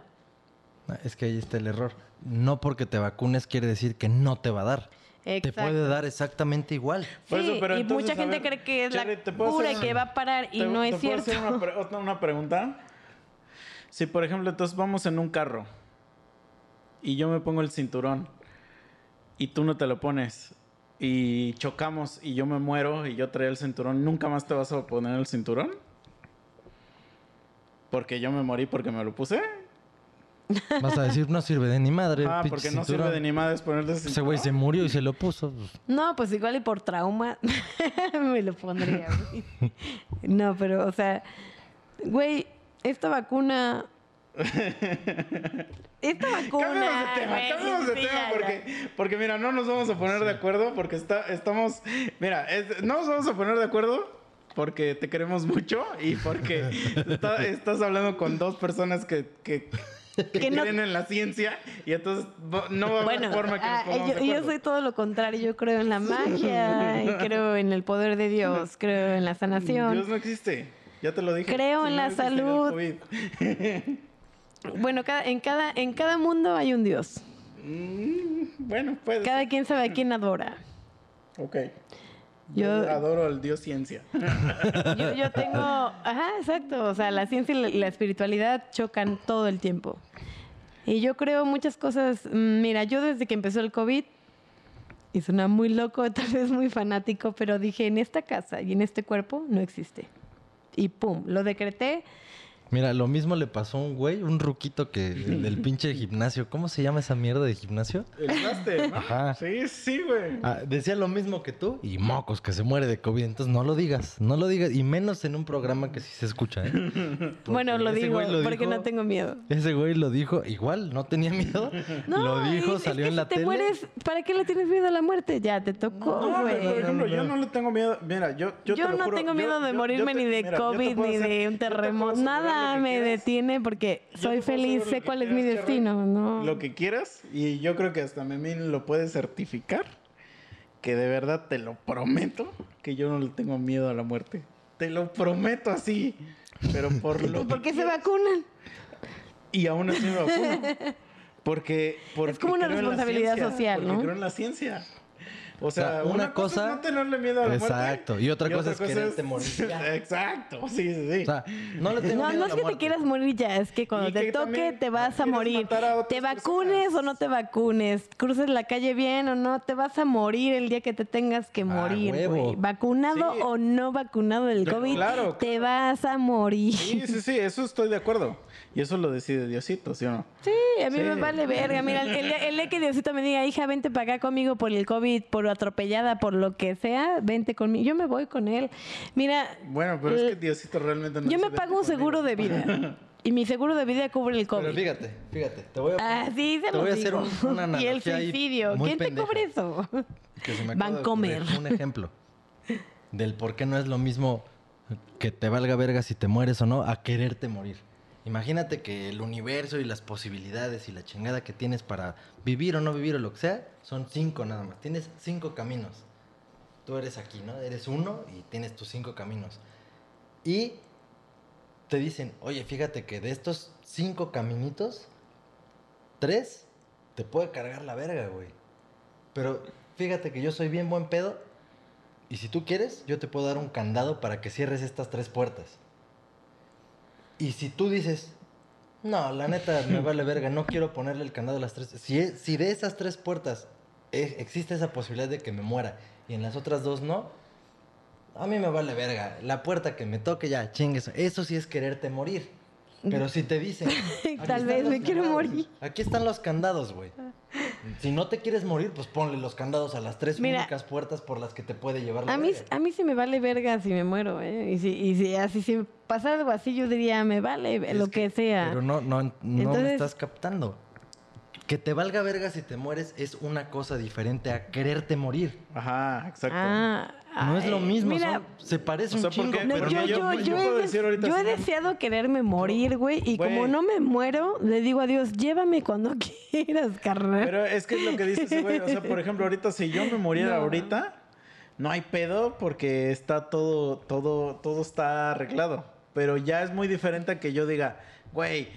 Es que ahí está el error. No porque te vacunes quiere decir que no te va a dar. Te Exacto. puede dar exactamente igual. Por Sí, eso, pero y entonces, mucha a gente ver, cree que es Cherry, la ¿te puedo cura hacer y que una- va a parar y te- no te es puedo cierto. hacer una, pre- otra- una pregunta? Si, por ejemplo, entonces vamos en un carro y yo me pongo el cinturón y tú no te lo pones y chocamos y yo me muero y yo traía el cinturón, ¿nunca más te vas a poner el cinturón? Porque yo me morí porque me lo puse. Vas a decir, no sirve de ni madre. Ah, pinche porque no cinturón. sirve de ni madre ponerte ese Ese güey se murió y se lo puso. No, pues igual y por trauma me lo pondría, güey. No, pero, o sea, güey, esta vacuna... Esta vacuna... Cambiamos de tema, güey, cambiamos de sí, tema ya, ya. porque, porque mira, no nos vamos a poner de acuerdo porque está, estamos... Mira, es- no nos vamos a poner de acuerdo porque te queremos mucho y porque está- estás hablando con dos personas que... que que Que no- creen en la ciencia y entonces va- no va a haber Bueno, forma que nos ah, pongamos yo, de yo acuerdo. soy todo lo contrario. Yo creo en la magia, y creo en el poder de Dios, creo en la sanación. Dios no existe, ya te lo dije. Creo Si en no la existiera el salud. COVID. Bueno, cada, en, cada, en cada mundo hay un Dios. Mm, bueno, pues. Cada quien sabe a quién adora. Ok. Yo- Yo adoro al Dios ciencia. Yo, yo tengo... Ajá, exacto. O sea, la ciencia y la, la espiritualidad chocan todo el tiempo. Y yo creo muchas cosas... mm, Mira, yo desde que empezó el COVID, y suena muy loco, tal vez muy fanático, pero dije, en esta casa y en este cuerpo no existe. Y pum, lo decreté. Mira, lo mismo le pasó a un güey, un ruquito que el del pinche gimnasio. ¿Cómo se llama esa mierda de gimnasio? El máster, ¿no? Ajá. Sí, sí, güey. Ah, decía lo mismo que tú y mocos que se muere de COVID. Entonces no lo digas, no lo digas. Y menos en un programa que sí se escucha, ¿eh? Porque Bueno, lo ese digo güey lo porque dijo- no tengo miedo. Ese güey lo dijo, igual, no tenía miedo. No, lo dijo, es- salió es que en la si te tele. mueres, ¿para qué le tienes miedo a la muerte? Ya te tocó, No, güey. pero por ejemplo, no, yo no. no le tengo miedo. Mira, yo, yo, Yo, te lo no juro, tengo yo- miedo de yo- morirme yo te- ni de mira, yo te COVID puedo ni hacer- de yo un te puedo terremoto. asegurar Nada lo que me quieras. detiene porque Yo soy te puedo feliz, asegurar sé lo que cuál es mi quieras, Charlie. destino. No. Lo que quieras y yo creo que hasta Memín lo puede certificar que de verdad te lo prometo que yo no le tengo miedo a la muerte. Te lo prometo así, pero por lo ¿Y por que qué se quieras. vacunan? Y aún así me vacuno. Porque, porque Es como una creo en la responsabilidad ciencia, social, porque ¿no? creo en la ciencia. O sea, O sea, una, una cosa, cosa- es no tenerle miedo a la muerte. Exacto, y otra cosa es quererte morir ya. Exacto, sí, sí, sí. O sea, no le tengo No, miedo no a es la que te muerte. quieras morir ya, es que cuando Y te que toque también te vas a quieres morir. matar a otras Te vacunes personas. o no te vacunes, cruces la calle bien o no, te vas a morir el día que te tengas que morir, huevo. güey. Vacunado Sí. o no vacunado del Ya, COVID, claro, te vas a morir. Sí, sí, sí, eso estoy de acuerdo. Y eso lo decide Diosito, ¿sí o no? Sí, a mí Sí. me vale verga. Mira, el, el- el día que Diosito me diga, hija, vente para acá conmigo por el COVID, por atropellada, por lo que sea, vente conmigo. Yo me voy con él. Mira, Bueno, pero es l- que Diosito realmente no yo se me vete pago un conmigo. seguro de vida. Y mi seguro de vida cubre el Pero COVID. fíjate, fíjate, te voy a, Ah, sí, se te lo voy a hacer digo. un- una Y el analogía ahí suicidio. muy ¿Quién te pendeja. cubre eso? que se me acaba de Vancomer. ocurrir un ejemplo del por qué no es lo mismo que te valga verga si te mueres o no a quererte morir. Imagínate que el universo y las posibilidades y la chingada que tienes para vivir o no vivir o lo que sea son cinco nada más. Tienes cinco caminos. Tú eres aquí, ¿no? Eres uno y tienes tus cinco caminos. Y te dicen, oye, fíjate que de estos cinco caminitos, tres te puede cargar la verga, güey. Pero fíjate que yo soy bien buen pedo y si tú quieres, yo te puedo dar un candado para que cierres estas tres puertas. Y si tú dices, no, la neta me vale verga, no quiero ponerle el candado a las tres. Si, es- si de esas tres puertas eh, existe esa posibilidad de que me muera y en las otras dos no, a mí me vale verga. La puerta que me toque ya, chingues. Eso sí es quererte morir. Pero si te dicen, aquí Tal están vez los me quiero candados, morir. Aquí están los candados, güey. Si no te quieres morir, pues ponle los candados a las tres Mira, únicas puertas por las que te puede llevar la A mí, verga. a mí sí me vale verga si me muero, ¿eh? Y si, y si así, si pasara algo así, yo diría, me vale Es lo que, sea. Pero no, no, no me Entonces- estás captando. Que te valga verga si te mueres es una cosa diferente a quererte morir. Ajá, exacto. Ah, No es lo ay, mismo. Mira, son- se parece O sea, un chingo, porque- no, pero yo, no yo, yo, yo, puedo he, decir des- ahorita yo he sí, deseado quererme morir, güey. Y Güey. como no me muero, le digo a Dios, llévame cuando quieras, carnal. Pero es que es lo que dice ese güey. O sea, por ejemplo, ahorita si yo me muriera No. ahorita, no hay pedo porque está todo, todo, todo está arreglado. Pero ya es muy diferente a que yo diga, güey,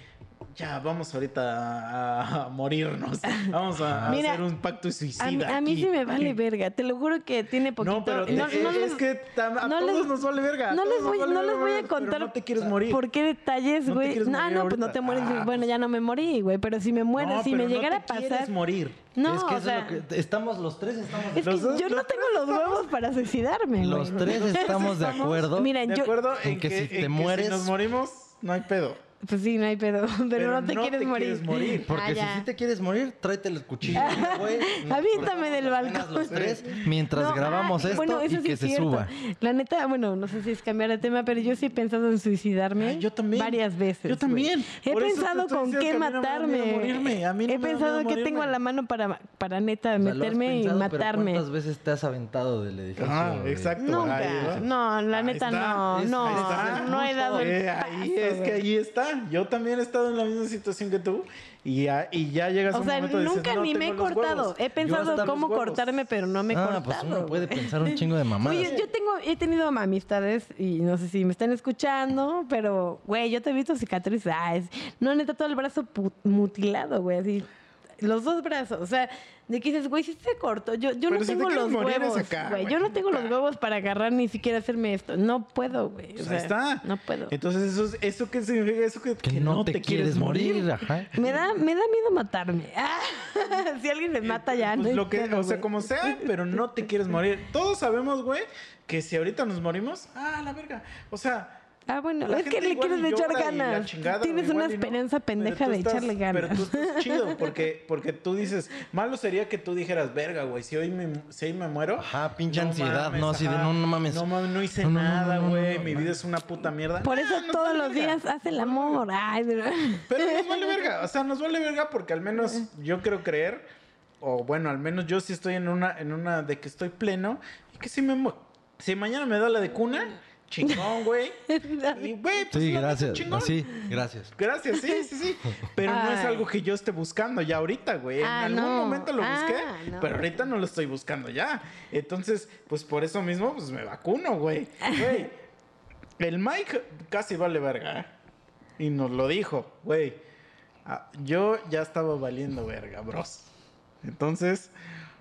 ya, vamos ahorita a, a morirnos. Vamos a, a Mira, hacer un pacto suicida. A mí, a mí aquí. sí me vale verga. Te lo juro que tiene poquito. No, pero te- no, no es les- que tam- a no todos les- nos vale verga. a No todos les nos voy, vale no les verga, voy a pero contar no te quieres morir. por qué detalles, No te güey. quieres No, morir no, pues no ahorita. te mueres. Ah, bueno, pues- ya no me morí, güey. Pero si me muero, No, si pero me llegara no te a pasar. quieres morir. No, es que o eso sea, es lo que... Estamos los tres, estamos... es que Los dos- yo no los tengo tres los huevos para suicidarme, güey. Los tres estamos de acuerdo. Mira, ¿De yo- acuerdo? en que si en te que mueres- si nos morimos, no hay pedo. Pues sí, no hay pedo. Pero, Pero no te no quieres te morir. quieres morir. Porque Ah, si ya. sí te quieres morir, tráete el cuchillo, güey. Nos Avíntame del cortamos las venas balcón. los tres mientras No, grabamos ah, esto bueno, eso y sí que es se cierto. suba. La neta, bueno, no sé si es cambiar de tema, pero yo sí he pensado en suicidarme. Ay, yo también. Varias veces. Yo también. güey. He Por eso te pensado estoy con diciendo qué que a mí no me da matarme. miedo morirme. A mí no He me da pensado miedo que tengo a morirme. la mano para, para neta O sea, lo has meterme pensado, y pero matarme. ¿cuántas veces te has aventado del edificio? Ah, güey? exacto. Nunca. Ahí va. No, la Ahí neta está. no. Es- no, ahí está. no he dado el Eh, ahí paso, es que güey. ahí está. Yo también he estado en la misma situación que tú y ya, y ya llegas a O un sea, momento y dices, nunca no ni me he tengo los cortado. huevos. He Yo pensado hasta cómo los huevos. cortarme, pero no me he Ah, cortado. pues uno puede güey. pensar un chingo de mamadas. Oye, yo tengo, he tenido amistades y no sé si me están escuchando, pero, güey, yo te he visto cicatrices. Ah, es- no, neta, todo el brazo pu- mutilado, güey, así. Los dos brazos, o sea, de que dices, güey, si se cortó. Yo, yo Pero no si te tengo quieres los morir es huevos, acá, güey. güey, Yo no tengo acá. los huevos para agarrar ni siquiera hacerme esto. No puedo, güey. O Pues sea, ahí está. No puedo. Entonces, ¿eso, es- ¿eso qué significa? Eso que, que, no te, quieres morir. Ajá. Me da, me da miedo matarme. Ah, si alguien me mata ya, Pues no lo hay que, pedo, o sea, güey. como sea, pero no te quieres morir. Todos sabemos, güey, que si ahorita nos morimos, ah, la verga. O sea, Ah, bueno, la es que gente le igual quieres y echar llora y la ganas. chingada, Tienes o una igual y no, esperanza pero pendeja tú de estás- echarle ganas. Pero tú estás chido, porque, porque tú dices, malo sería que tú dijeras, verga, güey, si hoy me, si hoy me muero. Ajá, pinche ansiedad, ¿no? Así de, ajá, no, no mames. No mames, no hice No, no, no, nada, no, no, güey, no, mi no. vida es una puta mierda. Por Nah, eso nos todos vale los verga. días hace el amor. Ay, de verdad. Pero nos vale verga, o sea, nos vale verga porque al menos yo quiero creer, o bueno, al menos yo sí estoy en una, en una de que estoy pleno y que si me mu- si mañana me da la de cuna, chingón, güey. Y güey, pues Sí, la neta, gracias. chingón. Sí, gracias. Gracias, sí, sí, sí. Pero no es Ay. algo que yo esté buscando ya ahorita, güey. En Ah, algún no. momento lo busqué, Ah, no. pero ahorita no lo estoy buscando ya. Entonces, pues por eso mismo, pues me vacuno, güey. Güey, el Mike casi vale verga, ¿eh? Y nos lo dijo, güey. Ah, yo ya estaba valiendo verga, bros. Entonces,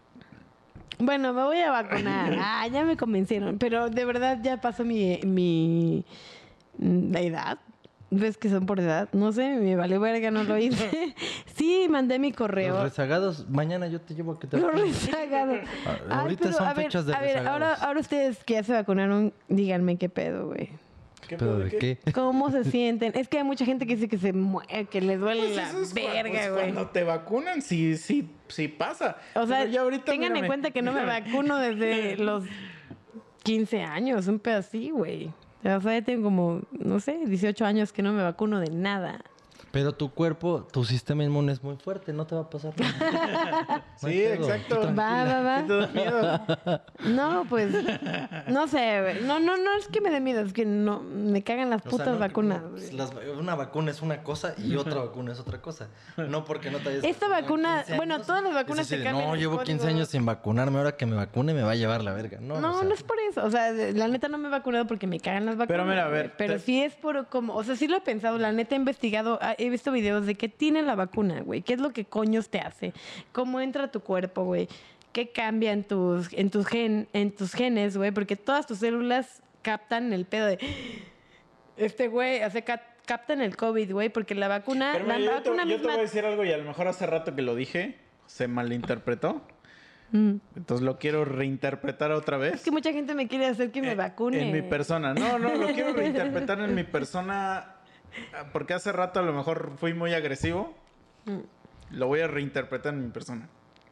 Bueno, me voy a vacunar. Ah, ya me convencieron. Pero de verdad ya pasó mi, mi mm, la edad. ¿Ves que son por edad? No sé, me vale verga, no lo hice. Sí, mandé mi Los correo. rezagados, mañana yo te llevo a que te Los vacunes. rezagados. Ah, Ay, ahorita pero, son a ver, fechas de A ver, rezagados. ahora, ahora ustedes que ya se vacunaron, díganme qué pedo, güey. ¿qué ¿Pero pedo de qué? ¿Cómo se sienten? Es que hay mucha gente que dice que se muere, que le duele Pues la eso es cua- verga, pues güey. cuando te vacunan, sí, sí, sí pasa. O sea, Pero ya ahorita, tengan en mírame, cuenta que no me mírame. vacuno desde los quince años, un pedo así, güey. O sea, ya tengo como, no sé, dieciocho años que no me vacuno de nada. Pero tu cuerpo, tu sistema inmune es muy fuerte, no te va a pasar nada. No hay Sí, pedo, exacto. tú tranquila. Va, va, va. ¿Te da miedo? No, pues, no sé, güey. No, no, no es que me dé miedo, es que no, me cagan las O sea, putas no- vacunas. no, güey. pues, las- una vacuna es una cosa y otra vacuna es otra cosa. No porque no te hayas Esta vacunado en vacuna- quince bueno, años, todas las es vacunas así te de, cambian No, el llevo quince código". años sin vacunarme, ahora que me vacune me va a llevar la verga. No, No, o sea, no es por eso. O sea, de- la neta no me he vacunado porque me cagan las vacunas. Pero mira, a güey. ver, Pero te- sí es por como... O sea, sí lo he pensado. La neta he investigado. ah, He visto videos de qué tiene la vacuna, güey. ¿Qué es lo que coños te hace? ¿Cómo entra a tu cuerpo, güey? ¿Qué cambia en tus, en tus, gen, en tus genes, güey? Porque todas tus células captan el pedo de... Este güey, o sea, cap- captan el COVID, güey. Porque la vacuna... Pero la mira, yo, te, vacuna yo te misma... voy a decir algo y a lo mejor hace rato que lo dije, se malinterpretó. Mm. Entonces lo quiero reinterpretar otra vez. Es que mucha gente me quiere hacer que me Eh, vacune. En mi persona. No, no, lo quiero reinterpretar en mi persona. ah, Porque hace rato a lo mejor fui muy agresivo. Mm. Lo voy a reinterpretar en mi persona.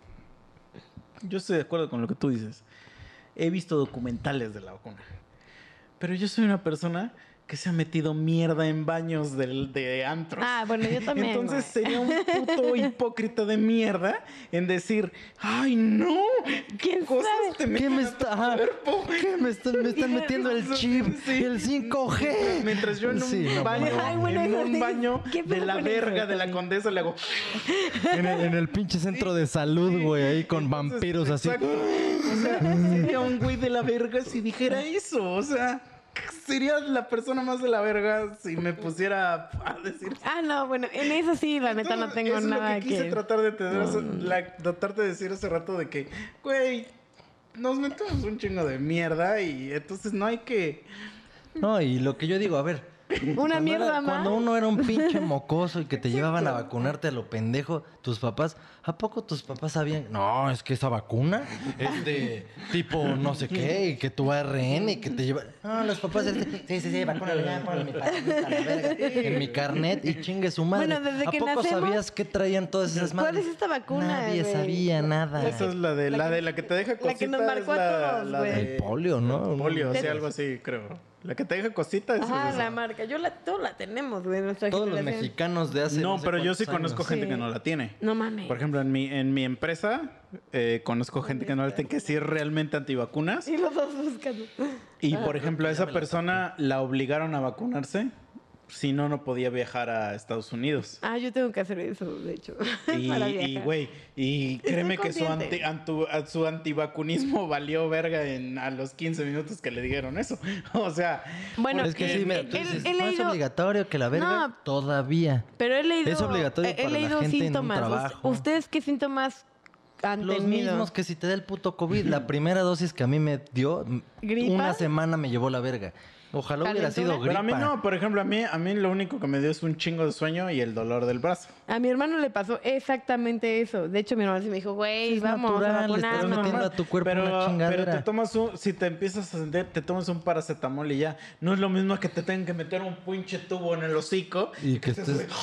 Yo estoy de acuerdo con lo que tú dices. He visto documentales de la vacuna. Pero yo soy una persona que se ha metido mierda en baños del, de antros. Ah, bueno, yo también, Entonces güey. sería un puto hipócrita de mierda en decir, ¡ay, no! ¿Quién cosas sabe? te ¿Qué meten me a tu está, ajá, cuerpo? ¿qué me, está- me están metiendo el chip, Sí. el cinco G? Mientras yo en un Sí, no, baño, no, Ay, bueno, en hijo, un sí. baño ¿Qué de pedo la con eso, verga de la güey? condesa le hago... En el, en el pinche centro de salud, güey, ahí con Entonces, vampiros así. exacto. O sea, sería un güey de la verga si dijera eso. O sea, sería la persona más de la verga si me pusiera a decir... Ah, no, bueno, en eso sí, la neta no tengo Eso es nada lo que quise que... tratar de tener, No, eso- no, no. la- tratar de decir hace rato de que, güey, nos metemos un chingo de mierda y entonces no hay que... No, y lo que yo digo, a ver. Una cuando mierda era- más. Cuando uno era un pinche mocoso y que te llevaban a vacunarte a lo pendejo, tus papás, ¿a poco tus papás sabían? No, es que esa vacuna es de tipo no sé qué, y que tu A R N y que te lleva. No, los papás, sí, sí, sí, vacúnalo ya, ponle mi palomita a la verga, en mi carnet y chingue su madre. Bueno, desde ¿A que poco nacemos- sabías qué traían todas esas madres? ¿Cuál es esta vacuna, Nadie güey? sabía nada. Esa es la de la, de la que te deja cosita. la que nos es marcó a la- todos, la güey. de- El polio, ¿no? Polio, Te- sí, algo así, creo. La que te deja cosita. esa Ajá, es la esa. marca. Yo la, todos la tenemos, güey, nuestra Todos los generación. mexicanos de hace No, sé pero yo sí cuántos conozco años. gente Sí. que no la tiene. No mames. Por ejemplo, en mi, en mi empresa eh, conozco gente que no la tiene, que sí es realmente antivacunas. Y los dos buscando. Y, por ejemplo, a esa persona la obligaron a vacunarse. Si no, no podía viajar a Estados Unidos. Ah, yo tengo que hacer eso, de hecho. Y, para y, viajar. güey, y créeme que su, consciente. anti, antu- a- su antivacunismo valió verga en, a los quince minutos que le dijeron eso. O sea, Bueno, Es que eh, sí, mira, eh, tú he- dices, he no es leído- obligatorio que la verga No. todavía. Pero he leído. Es obligatorio he, he para la leído gente en un síntomas. trabajo. ¿Ustedes qué síntomas han Los tenido? mismos que si te da el puto COVID. La primera dosis que a mí me dio, m- ¿Gripa? una semana me llevó la verga. Ojalá hubiera ¿Calentura? sido gripa. pero a mí no, por ejemplo, a mí, a mí lo único que me dio es un chingo de sueño y el dolor del brazo. A mi hermano le pasó exactamente eso. De hecho, mi hermano sí me dijo, güey, Es vamos natural, a le estás vacunarnos. metiendo a tu cuerpo pero, una chingadera. pero te tomas un, si te empiezas a sentir, te tomas un paracetamol y ya. No es lo mismo que te tengan que meter un pinche tubo en el hocico. Y que estés, estés...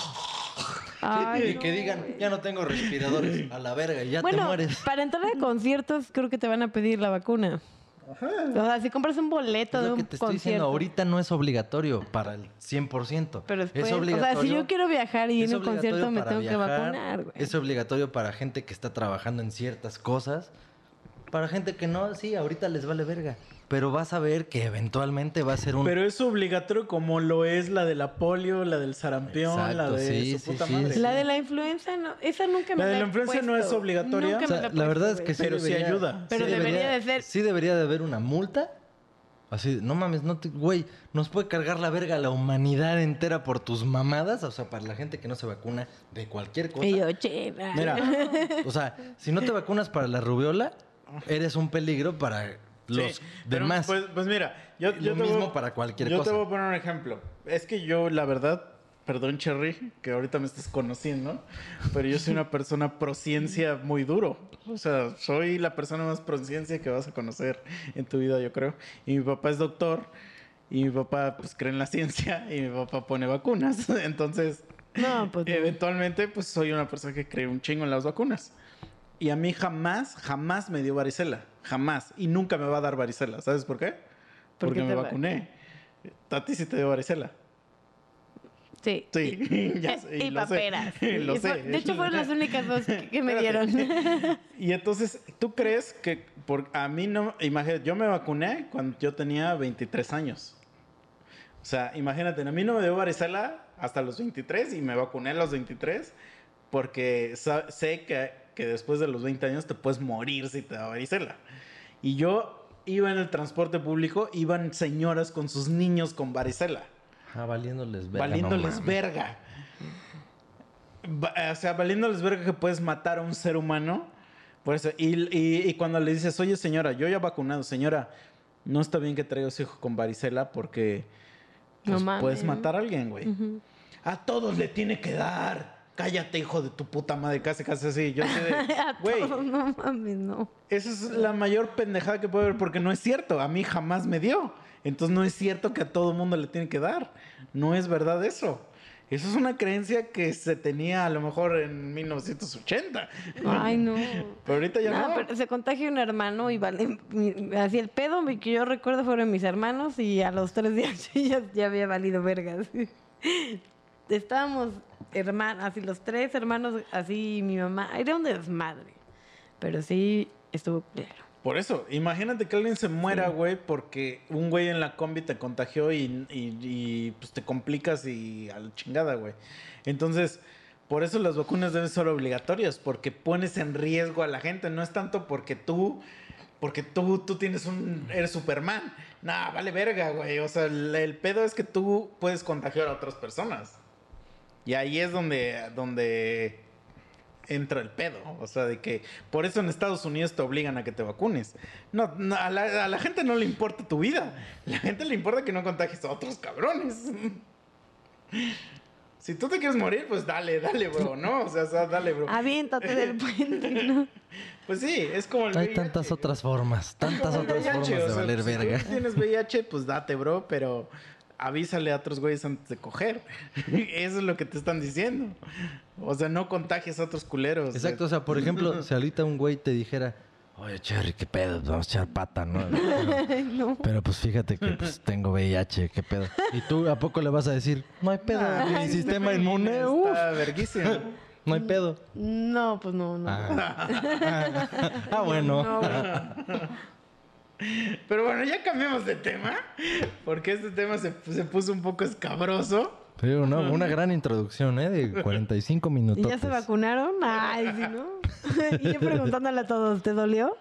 Ay, y que no, digan, güey. ya no tengo respiradores. A la verga, y ya te Bueno, mueres. para entrar a conciertos creo que te van a pedir la vacuna. O sea, si compras un boleto Es de lo un que te estoy concierto. diciendo, ahorita no es obligatorio para el cien por ciento. Pero después, es o obligatorio. sea, si yo quiero viajar y ir es a un concierto obligatorio me para tengo viajar, que vacunar, güey. Es obligatorio para gente que está trabajando en ciertas cosas. Para gente que no, sí, ahorita les vale verga. Pero vas a ver que eventualmente va a ser un... Pero es obligatorio como lo es la de la polio, la del sarampión, la Exacto, de sí, su sí, puta sí, madre. sí. La de la influenza, no, esa nunca me La de he la influenza no puesto. es obligatoria. Nunca O sea, me la he la verdad es puesto, que sí Pero sí debería- ayuda. Pero debería de ser- Sí debería de haber una multa. Así, no mames, no te... Güey, nos puede cargar la verga la humanidad entera por tus mamadas. O sea, para la gente que no se vacuna de cualquier cosa. güey. Y yo, chera. Mira, O sea, si no te vacunas para la rubiola, eres un peligro para los sí, pero, demás. Pues, pues mira, yo, Y yo lo te mismo voy- para cualquier yo cosa. te voy a poner un ejemplo. Es que yo, la verdad, perdón, Cherry, que ahorita me estás conociendo, pero yo soy una persona pro ciencia muy duro. O sea, soy la persona más pro ciencia que vas a conocer en tu vida, yo creo. Y mi papá es doctor, y mi papá pues cree en la ciencia, y mi papá pone vacunas. Entonces, No, pues no. eventualmente, pues soy una persona que cree un chingo en las vacunas. Y a mí jamás, jamás me dio varicela. Jamás. Y nunca me va a dar varicela. ¿Sabes por qué? ¿Por Porque qué me te va- vacuné. A ti sí te dio varicela. Sí. Sí, ya sé, y lo paperas. sé. Lo Y fue- sé. De hecho, fueron las únicas dos que, que me Espérate. dieron. Y entonces, ¿tú crees que por, a mí no... Imagínate, yo me vacuné cuando yo tenía veintitrés años. O sea, imagínate, a mí no me dio varicela hasta los veintitrés y me vacuné a los veintitrés porque sa- sé que, que después de los veinte años te puedes morir si te da varicela. Y yo iba en el transporte público, iban señoras con sus niños con varicela. Ah, valiéndoles verga. Valiéndoles no mames. verga. Va- O sea, valiéndoles verga que puedes matar a un ser humano. Por eso, y, y- y cuando le dices, oye señora, yo ya vacunado, señora, no está bien que traiga a su hijo con varicela porque No pues, mames. puedes matar a alguien, güey. Ujú. A todos le tiene que dar. Cállate, hijo de tu puta madre, casi casi así. Yo sé de, A güey, todos, no mames, no. esa es la mayor pendejada que puede haber porque no es cierto. A mí jamás me dio. Entonces no es cierto que a todo mundo le tiene que dar. No es verdad eso. Eso es una creencia que se tenía a lo mejor en mil novecientos ochenta. Ay, no. Pero ahorita ya No, no. pero se contagia un hermano y vale, mi- así el pedo mi- que yo recuerdo fueron mis hermanos y a los tres días yo ya, ya había valido vergas. Estábamos hermanos, así los tres hermanos, así y mi mamá, era un desmadre, pero sí estuvo claro. Por eso, imagínate que alguien se muera, güey, porque un güey en la combi te contagió y, y- y, pues te complicas y a la chingada, güey. Entonces, por eso las vacunas deben ser obligatorias, porque pones en riesgo a la gente. No es tanto porque tú, porque tú, tú tienes un, eres Superman Nah, vale verga, güey. O sea, el, el pedo es que tú puedes contagiar a otras personas. Y ahí es donde, donde entra el pedo. O sea, de que por eso en Estados Unidos te obligan a que te vacunes. No, no, a, la, a la gente no le importa tu vida. A la gente le importa que no contagies a otros cabrones. Si tú te quieres morir, pues dale, dale, bro, ¿no? O sea, o sea, dale, bro. Aviéntate del puente, ¿no? Pues sí, es como el Hay V I H. tantas otras formas, tantas Como el otras V I H, formas o de sea, valer si verga. tú tienes V I H, pues date, bro, pero avísale a otros güeyes antes de coger. Eso es lo que te están diciendo. O sea, no contagies a otros culeros. Exacto, o sea, por ejemplo, si ahorita un güey te dijera, oye, Cherry, qué pedo, vamos a echar pata, ¿no? Pero, No. pero, pues fíjate que pues, tengo V I H, qué pedo. Y tú, ¿a poco le vas a decir, no hay pedo, Ah, mi este sistema güey inmune, uff, Está verguísimo. no hay pedo? No, pues no, no. Ah, ah, bueno. No, güey. Pero bueno, ya cambiamos de tema. Porque este tema se, se puso un poco escabroso. Pero no, una gran introducción, ¿eh? De cuarenta y cinco ¿Y minutos. ya se vacunaron? Ay, sí, ¿no? Y yo preguntándole a todos, ¿te dolió?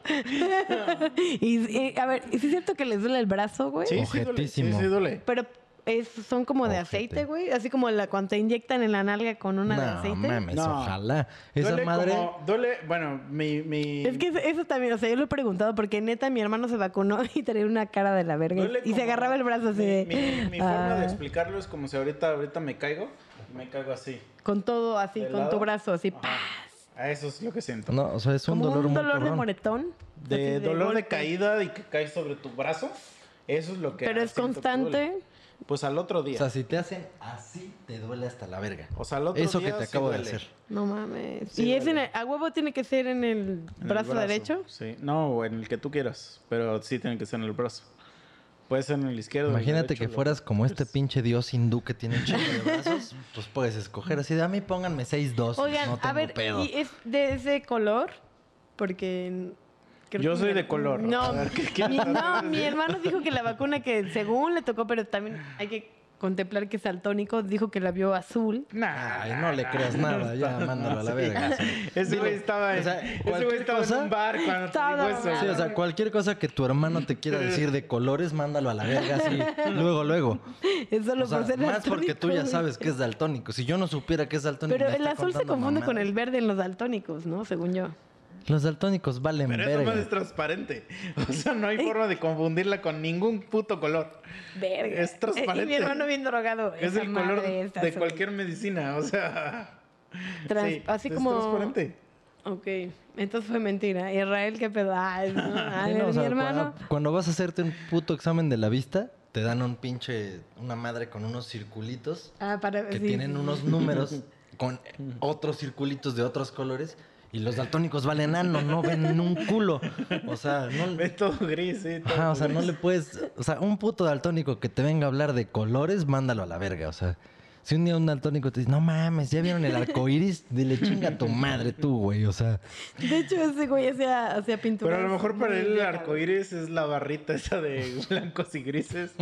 y, y, a ver, ¿y si es cierto que les duele el brazo, güey? Sí, sí duele. Sí, Ojetísimo. sí duele. Pero es, son como de Ojete. aceite, güey. Así como la, cuando te inyectan en la nalga con una de No aceite. mames, No. ojalá. Esa Duele madre... como- duele, bueno, mi... mi Es que eso, eso también, o sea, yo lo he preguntado porque neta mi hermano se vacunó y tenía una cara de la verga. duele Y se como- agarraba el brazo así mi, de... Mi, mi forma ah, de explicarlo es como si ahorita, ahorita me caigo. Y me caigo así. Con todo así, ¿De con lado? tu brazo así. Ajá. A eso es lo que siento. No, o sea, es un Como dolor un muy dolor de cabrón. moretón. De así dolor de golpe. caída y que caes sobre tu brazo. Eso es lo que... Pero es siento que duele. constante. Pues al otro O día. sea, si te hacen así, te duele hasta la verga. O sea, al otro Eso día que te sí acabo de duele. hacer. No mames. Sí, ¿Y es en duele. el, a huevo tiene que ser en el En el brazo, derecho? Sí. No, o en el que tú quieras. Pero sí tiene que ser en el brazo. Puede ser en el izquierdo. o en el Imagínate derecho, que lo fueras como este quieras. pinche dios hindú que tiene un chingo de brazos, pues puedes escoger así de a mí pónganme seis dos, Oigan, no tengo a ver, pedo. ¿y es de ese color? Porque... creo Yo que soy mi- de color. No, A ver, ¿qué mi, quieres no, hacer? mi hermano dijo que la vacuna que según le tocó, pero también hay que contemplar que es daltónico, dijo que la vio azul. Nah, Ay, nah, no le nah, creas nada, ya no, mándalo a la sí. verga. o sea. Ese güey Dile, estaba, en, o sea, ese cualquier güey estaba cosa- en un bar cuando te Estaba dijo eso. Sí, o sea, cualquier cosa que tu hermano te quiera decir de colores, mándalo a la verga así, luego, luego. Es solo O sea, por ser más porque tú ya daltónico, sabes que es daltónico. Si yo no supiera que es daltónico, Pero me el está azul se contando confunde con mamadas. el verde en los daltónicos, ¿no? Según yo. Los daltónicos valen Pero esa verga. madre es transparente. O sea, no hay forma de confundirla con ningún puto color. Verga. Es transparente. Y mi hermano bien drogado. Es esa el color madre está de azul. cualquier medicina. O sea. Trans- sí, así es como... transparente. Ok, entonces fue mentira. Israel, qué pedo. Ay, no, a Sí, ver, no, o sea, mi hermano. Cuando, cuando vas a hacerte un puto examen de la vista, te dan un pinche, una madre con unos circulitos Ah, para que sí, tienen sí. unos números con otros circulitos de otros colores. Y los daltónicos valen ano, no ven un culo. O sea, no, Ve todo gris, sí. todo ajá, o sea, no gris. le puedes... O sea, un puto daltónico que te venga a hablar de colores, mándalo a la verga. O sea, si un día un daltónico te dice, no mames, ¿ya vieron el arco iris? Dile, chinga a tu madre tú, güey. O sea, De hecho, ese güey hacía, hacía pintura. Pero a lo mejor para él el arco iris es la barrita esa de blancos y grises.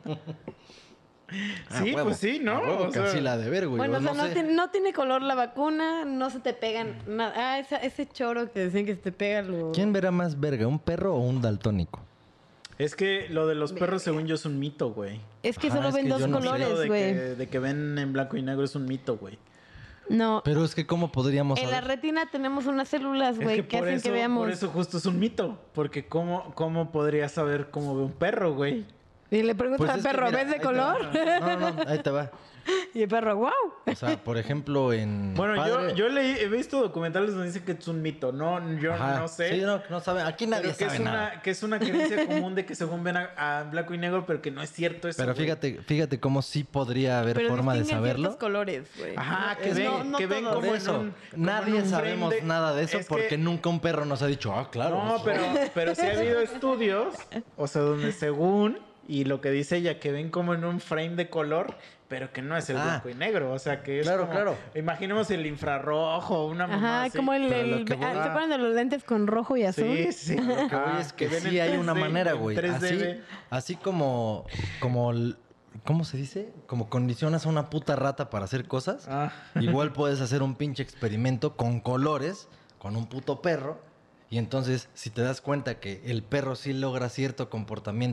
a Sí, huevo, pues sí, ¿no? a huevo O que sea, así la de ver, güey. Bueno, o sea, no, sé. tiene, no tiene color la vacuna, no se te pegan nada. Ah, esa- ese choro que decían que se te pega lo... ¿Quién verá más verga, un perro o un daltónico? Es que lo de los perros, según yo, es un mito, güey. Es que Ajá, solo es ven que dos yo no sé. Lo colores, de güey. que, de que ven en blanco y negro es un mito, güey. No, Pero es que, ¿cómo podríamos en la saber? retina tenemos unas células, Es güey, que que, por hacen eso, que veamos. por eso justo es un mito. Porque ¿cómo, cómo podría saber cómo ve un perro, güey? Y le preguntas Pues al es que, perro, mira, ¿ves de ahí te color? va. No, no, ahí te va. Y el perro, wow. O sea, por ejemplo, en. Bueno, Padre- yo, yo leí, he visto documentales donde dicen que es un mito. No, yo Ajá. no sé. Sí, no, no sabe. Aquí nadie pero que sabe es, nada. una, que es una creencia común de que según ven a, a blanco y negro, pero que no es cierto eso. Pero güey. fíjate, fíjate cómo sí podría haber Pero forma de distinguen saberlo. ciertos colores, güey. Ajá, que Es- ven, no, no que ven todos. como Por en eso, un- como nadie en un sabemos frame de- nada de eso es que- porque nunca un perro nos ha dicho, ah, claro. No, pero, pero sí ha habido estudios, o sea, donde según, y lo que dice ella, que ven como en un frame de color, pero que no es el Ah. blanco y negro, o sea, que es Claro, como, claro. imaginemos el infrarrojo, una mamá Ajá, así. como el... Pero lo el- que voy- ah, ¿se acuerdan de los lentes con rojo y azul? Sí, sí. Lo que voy Ah, es que ven sí en hay una tres D, manera, en güey. tres D Así, ven. así como, como, el- ¿cómo se dice? Como condicionas a una puta rata para hacer cosas. Ah. Igual puedes hacer un pinche experimento con colores, con un puto perro. Y entonces, si te das cuenta que el perro sí logra cierto comportamiento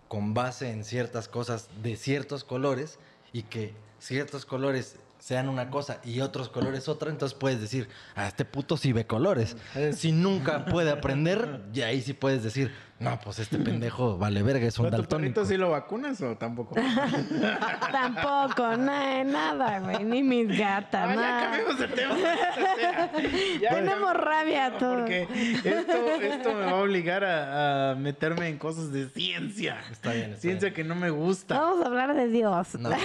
con base en ciertas cosas de ciertos colores y que ciertos colores sean una cosa y otros colores otra, entonces puedes decir, ah, este puto sí ve colores. Si nunca puede aprender, ya ahí sí puedes decir, no, pues este pendejo vale verga, es un ¿A tu daltónico. perrito sí lo vacunas o tampoco? Tampoco, nada, nada, güey. Ni mis gatas, Ah, ya nada. cambiamos de tema. Ya Tenemos cambiamos de rabia tema, todos. Porque esto, esto me va a obligar a, a meterme en cosas de ciencia. Está bien, está Ciencia bien. que no me gusta. Vamos a hablar de Dios. No.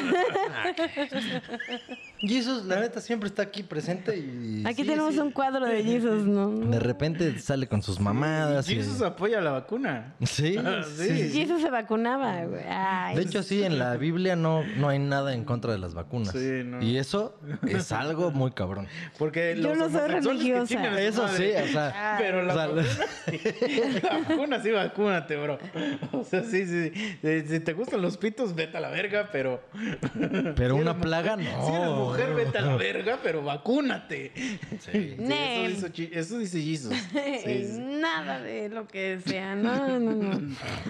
Jesus, la neta, siempre está aquí presente y... Aquí sí, tenemos sí. un cuadro de Jesus, ¿no? De repente sale con sus mamadas. Y y- eso apoya la vacuna. Sí, Ah, sí, sí. sí. Jesus se vacunaba, güey. Ay, De hecho, sí, en la Biblia no, no hay nada en contra de las vacunas. Sí, no. Y eso es algo muy cabrón. Porque Yo los no soy homosexuales que religiosa. chingan a su Eso sí, madre. o sea... Pero la, o sea, vacuna, sí. La vacuna sí, vacúnate, bro. O sea, sí, sí. Eh, Si te gustan los pitos, vete a la verga, pero... Pero Si una eres plaga, mujer- no. Si eres mujer, vete a la verga, pero vacúnate. Sí. Sí, Nem. eso, dice, Chi- eso dice Jesus. Sí, sí. Nada de lo que sea. No, no, no.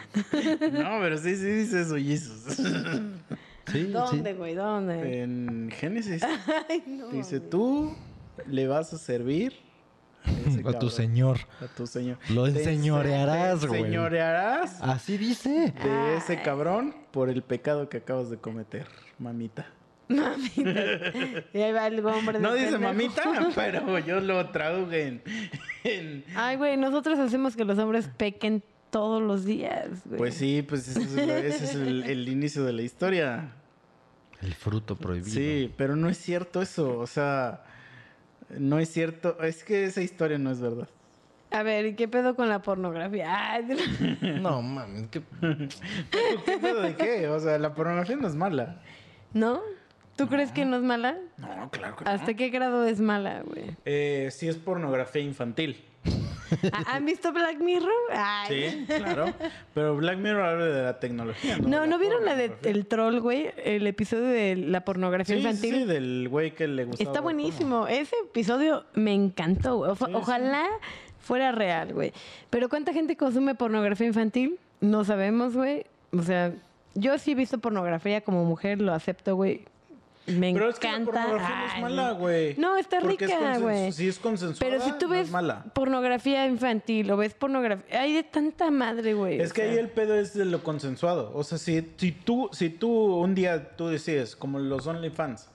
No, pero sí, sí dice eso Jesus. Sí, ¿Dónde, sí. güey? ¿Dónde? En Génesis Ay, no. dice, tú le vas a servir a, ese A tu cabrón, señor. a tu señor. Lo Te enseñorearás, te güey. enseñorearás Así dice. de ese cabrón por el pecado que acabas de cometer, mamita. Mamita. Y ahí va el hombre. de No dice pendejo. mamita, pero yo lo traduje en... en- Ay, güey, nosotros hacemos que los hombres pequen todos los días, güey. Pues sí, pues ese es, el, ese es el- el inicio de la historia. El fruto prohibido. Sí, pero no es cierto eso, o sea, no es cierto, es que esa historia no es verdad. A ver, ¿y qué pedo con la pornografía? Ay, No, mames, que... ¿Qué pedo de qué? O sea, la pornografía no es mala. ¿No? ¿Tú crees que no es mala? No, claro que no. ¿Hasta qué grado es mala, güey? Eh, sí es pornografía infantil. ¿Ha- ¿Han visto Black Mirror? Ay. Sí, claro. Pero Black Mirror habla de la tecnología. No, de ¿no la vieron la de pornografía. El Troll, güey? El episodio de la pornografía Sí, sí, infantil. sí, del güey que le gustaba. Está ver buenísimo. Ese episodio me encantó, güey. Ofa- Sí, Ojalá fuera real, güey. Pero ¿cuánta gente consume pornografía infantil? No sabemos, güey. O sea, yo sí he visto pornografía como mujer, lo acepto, güey. Me Pero es que la encanta. pornografía no es Ay, mala, güey. No, está Porque es rica, consen- güey. Si es consensuada, Pero si tú no es ves mala. pornografía infantil o ves pornografía... Hay de tanta madre, güey. Es o que sea. ahí el pedo es de lo consensuado. O sea, si, si, tú, si tú un día tú decides, como los OnlyFans,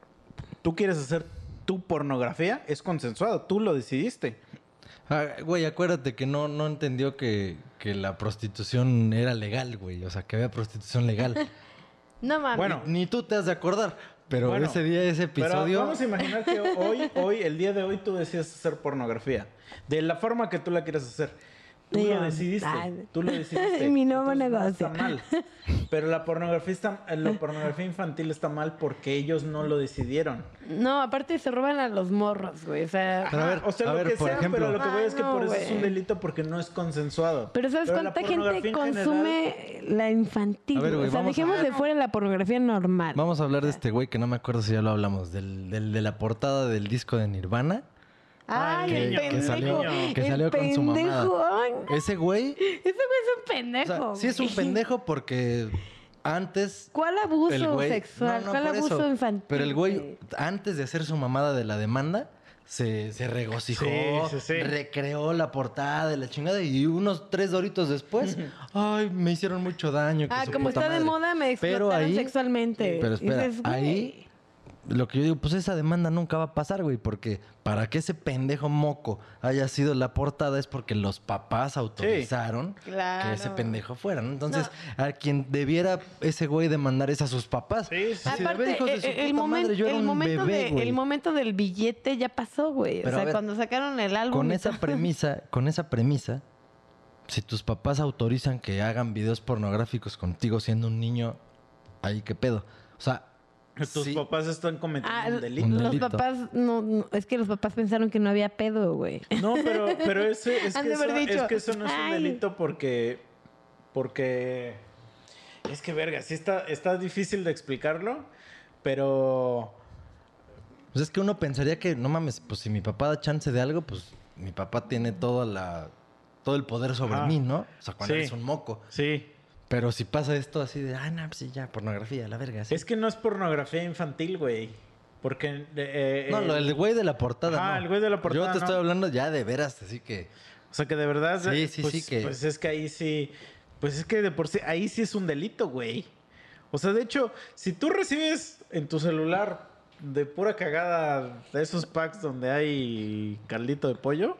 tú quieres hacer tu pornografía, es consensuado. Tú lo decidiste. Ah, güey, acuérdate que no, no entendió que, que la prostitución era legal, güey. O sea, que había prostitución legal. No mames. Bueno, Ni tú te has de acordar. Pero Bueno, ese día, ese Pero episodio... vamos a imaginar que hoy, hoy, el día de hoy, tú decides hacer pornografía. De la forma que tú la quieres hacer. Tú Digo, lo decidiste. ay. Tú lo decidiste. Mi nuevo Entonces, no negocio. está mal. Pero la pornografía, está, la pornografía infantil está mal porque ellos no lo decidieron. No, aparte se roban a los morros, güey. O sea... Pero a ver, Ajá, o sea, a lo ver, que por sea, ejemplo- pero lo que voy Ay, es que no, por eso es un güey. delito porque no es consensuado. Pero ¿sabes la cuánta gente pornografía en general- consume la infantil? A ver, güey, o sea, vamos a- dejemos de fuera la pornografía normal. Vamos a hablar de este güey que no me acuerdo si ya lo hablamos. Del, del- de la portada del disco de Nirvana. Ay, que- el que pendejo. salió- que el salió con su mamada. pendejo. Ay, Ese güey... ese güey es un O pendejo. sea, sí es un güey. pendejo porque antes... ¿Cuál abuso el güey- sexual? No, no, ¿Cuál por abuso eso. infantil? Pero el güey, antes de hacer su mamada de la demanda, se, se regocijó, Sí, sí, sí. recreó la portada de la chingada y unos tres doritos después, ay, me hicieron mucho daño. que Ah, su como puta está de madre". moda, me Pero explotaron ahí- sexualmente. Pero Y espera, dices, güey, ahí lo que yo digo, pues esa demanda nunca va a pasar, güey, porque para que ese pendejo moco haya sido la portada es porque los papás autorizaron Claro. que ese pendejo fuera, ¿no? Entonces, a quien debiera ese güey demandar es a sus papás. Sí, sí. Así de, a ver, Aparte, hijos de su eh, el, puta momento, madre, yo era el, un momento bebé, de- güey. el momento del billete ya pasó, güey. O Pero a sea, ver, cuando sacaron el álbum. Con y esa todo. premisa, con esa premisa, si tus papás autorizan que hagan videos pornográficos contigo siendo un niño, ahí qué pedo. O sea, Tus sí, papás están cometiendo Ah, un delito. Un los delito. papás, no, no, es que los papás pensaron que no había pedo, güey. No, pero, pero ese, es, Han que de eso, haber dicho, es que eso no es un "Ay". delito porque. Porque. Es que verga, sí está, está difícil de explicarlo, pero. pues es que uno pensaría que, no mames, pues si mi papá da chance de algo, pues mi papá tiene toda la, todo el poder sobre Ajá. mí, ¿no? O sea, cuando Sí. eres un moco. Sí. Pero si pasa esto así de, ah, no, pues sí, ya, pornografía, la verga. Sí. Es que no es pornografía infantil, güey. Porque... eh, No, lo del güey de la portada, Ajá, no. el güey de la portada, Yo te no. estoy hablando ya de veras, así que... O sea, que de verdad... Sí, sí, pues, sí, que- Pues es que ahí sí... Pues es que de por sí... Ahí sí es un delito, güey. O sea, de hecho, si tú recibes en tu celular de pura cagada de esos packs donde hay caldito de pollo...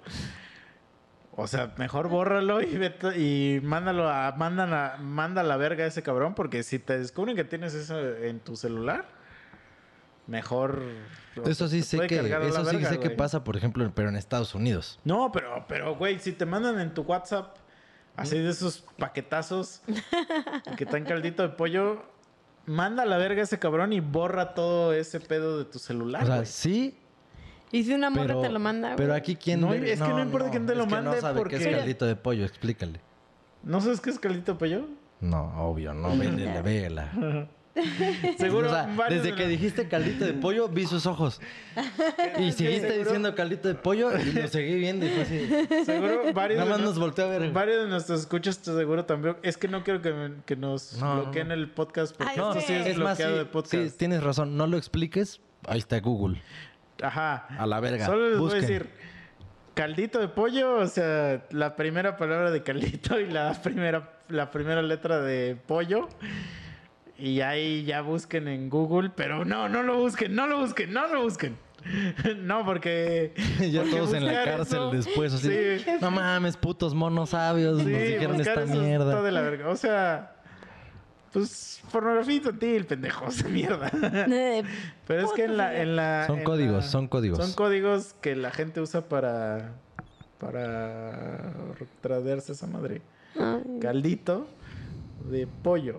O sea, mejor bórralo y vete, y mándalo a... Mandan a manda a la verga a ese cabrón. Porque si te descubren que tienes eso en tu celular... Mejor... Eso sí te sé puede que, cargar a la eso sí verga, sé que güey. pasa, por ejemplo, pero en Estados Unidos. No, pero, pero, güey, si te mandan en tu WhatsApp así de esos paquetazos que están caldito de pollo, manda a la verga a ese cabrón y borra todo ese pedo de tu celular, O sea, güey. sí, Y si una morra pero... te lo manda, Pero güey. aquí quién... No, ve- es que no importa quién te lo es que mande no sabe porque- qué es caldito de pollo, explícale. ¿No sabes qué es caldito de pollo? No, obvio, no, vélela, véela. Seguro O sea, varios desde de que los- dijiste caldito de pollo, vi sus ojos. Y seguiste seguro- diciendo caldito de pollo y lo seguí viendo y fue así. Seguro varios Nada de más nos- nos volteó a ver. Varios de nuestros escuchas seguro también. Es que no quiero que, que nos No, no, bloqueen no. el podcast porque Ay, No, esto sí es, es más, sí, bloqueado de podcast. sí, tienes razón. No lo expliques. Ahí está Google. Ajá. A la verga. Solo les voy a Busquen. decir, caldito de pollo, o sea, la primera palabra de caldito y la primera, la primera letra de pollo. Y ahí ya busquen en Google, pero no, no lo busquen, no lo busquen, no lo busquen. No, porque... Ya porque todos en la buscar cárcel eso- después. Así, Sí. no mames, putos monos sabios. Sí, nos dijeron buscar esta eso está mierda. de la verga. O sea, pues pornografía infantil, pendejos, mierda. Eh, Pero es que en la, en la Son en códigos, la- son códigos. Son códigos que la gente usa para para traerse esa madre. ay. Caldito de pollo.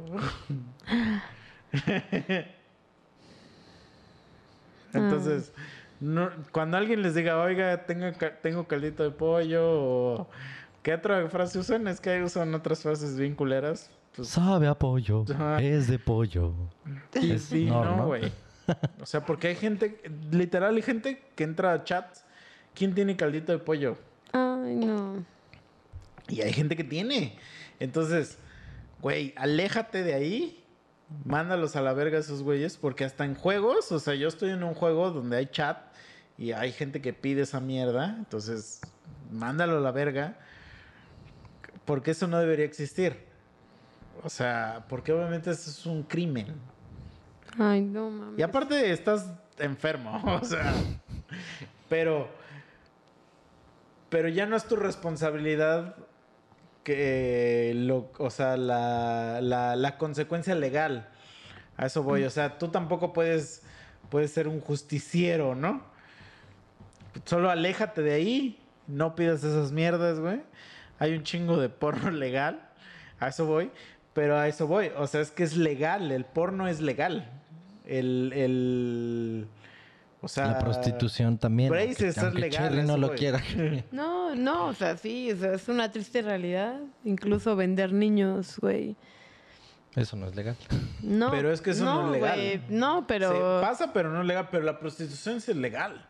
Entonces, no, cuando alguien les diga, oiga, tengo, ca- tengo caldito de pollo, o ¿qué otra frase usan? Es que ahí usan otras frases bien culeras. Pues, Sabe a pollo. Ajá. Es de pollo. y Es sí, Nor, no, ¿no? güey. O sea, porque hay gente, literal, hay gente que entra a chats. ¿Quién tiene caldito de pollo? Ay, no. Y hay gente que tiene. Entonces, güey, aléjate de ahí. Mándalos a la verga a esos güeyes. Porque hasta en juegos, o sea, yo estoy en un juego donde hay chat y hay gente que pide esa mierda. Entonces, mándalo a la verga. Porque eso no debería existir. O sea, porque obviamente eso es un crimen. Ay, no, mames. Y aparte estás enfermo, o sea, pero pero ya no es tu responsabilidad que lo, o sea, la, la, la consecuencia legal. A eso voy, o sea, tú tampoco puedes puedes ser un justiciero, ¿no? Solo aléjate de ahí, no pidas esas mierdas, güey. Hay un chingo de porno legal. A eso voy. Pero a eso voy. O sea, es que es legal. El porno es legal. El... el o sea... La prostitución también. Braces aunque, es aunque legal, Cherry no eso lo voy. quiera. No, no, o sea, sí, o sea, es una triste realidad. Incluso vender niños, güey. Eso no es legal. No. Pero es que eso no es legal. güey, no, pero. Se pasa, pero no es legal. Pero la prostitución sí es legal.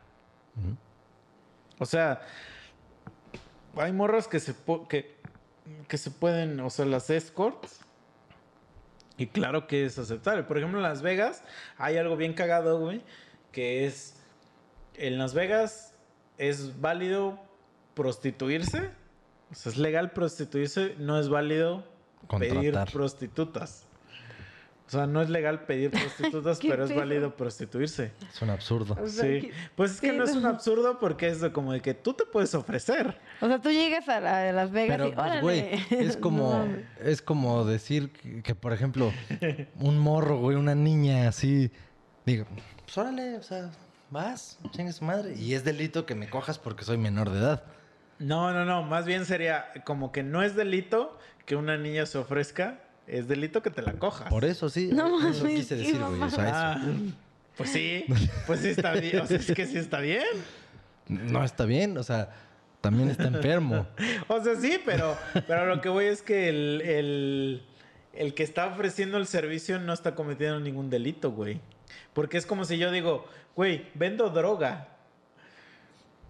O sea... Hay morras que se, pu- que, que se pueden... O sea, las escorts... Y claro que es aceptable. Por ejemplo, en Las Vegas hay algo bien cagado, güey, que es... En Las Vegas es válido prostituirse. O sea, es legal prostituirse. No es válido pedir Contratar. prostitutas. O sea, no es legal pedir prostitutas, ¿Qué pero es pedo? válido prostituirse. Es un absurdo. O sea, Sí. ¿qué Pues es que no es un pedo? absurdo porque es de como de que tú te puedes ofrecer. O sea, tú llegas a, la- a Las Vegas Pero, y. pues, órale. güey, es No como, mames. es como decir que, que, por ejemplo, un morro, güey, una niña así, digo, pues órale, o sea, vas, chingue su madre. Y es delito que me cojas porque soy menor de edad. No, no, no. Más bien sería como que no es delito que una niña se ofrezca. Es delito que te la cojas. Por eso sí, No eso mames, quise qué decir, güey. O sea, Ah, pues sí. Pues sí está bien. O sea, es que sí está bien. eso no está bien, o sea, también está enfermo. O sea, sí, pero, pero lo que voy es que el, el, el que está ofreciendo el servicio no está cometiendo ningún delito, güey. Porque es como si yo digo, güey, vendo droga.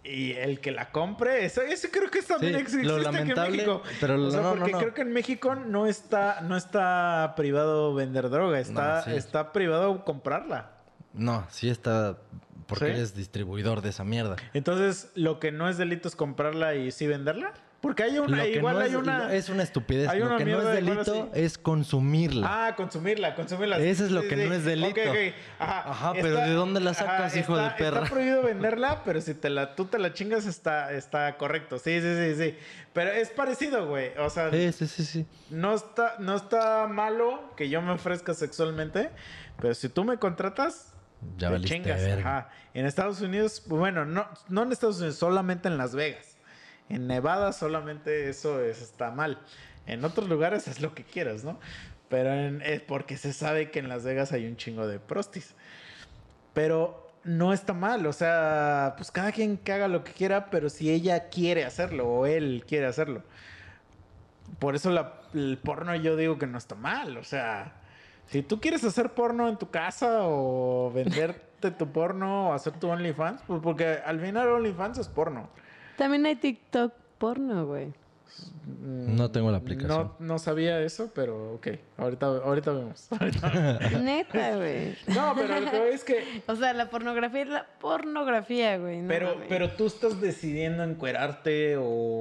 Y el que la compre, eso, eso creo que también Sí, existe lo aquí lamentable, en México. pero o sea, no, no, porque no. creo que en México no está, no está privado vender droga, está, No, sí. está privado comprarla. No, sí está... Porque ¿Sí? eres distribuidor de esa mierda. Entonces, lo que no es delito es comprarla y sí venderla. Porque hay una, Lo que igual no hay es, una. es una estupidez. hay Lo una que no es mierda igual delito así. es consumirla. Ah, consumirla, consumirla. Eso es lo Sí, que sí. no es delito. Ok, ok. Ajá, Ajá, pero ¿de dónde la sacas, ajá, hijo está- de perra? Está prohibido venderla, pero si te la, tú te la chingas está, está correcto. Sí, sí, sí, sí. Pero es parecido, güey. O sea, Sí, sí, sí, sí. no está, no está malo que yo me ofrezca sexualmente, pero si tú me contratas, Ya te valiste chingas. verga. Ajá. En Estados Unidos, bueno, no, no en Estados Unidos, solamente en Las Vegas. En Nevada solamente eso es, está mal. En otros lugares es lo que quieras, ¿no? Pero en- es porque se sabe que en Las Vegas hay un chingo de prostis. Pero no está mal, o sea, pues cada quien que haga lo que quiera, pero si ella quiere hacerlo o él quiere hacerlo. Por eso la- el porno yo digo que no está mal, o sea, si tú quieres hacer porno en tu casa o venderte tu porno o hacer tu OnlyFans, pues porque al final OnlyFans es porno. También hay TikTok porno, güey. No tengo la aplicación. No, no sabía eso, pero ok, ahorita, ahorita vemos. Ahorita vemos. Neta, güey. No, pero lo que voy es que O sea, la pornografía es la pornografía, güey. no Pero, mames. pero tú estás decidiendo encuerarte o,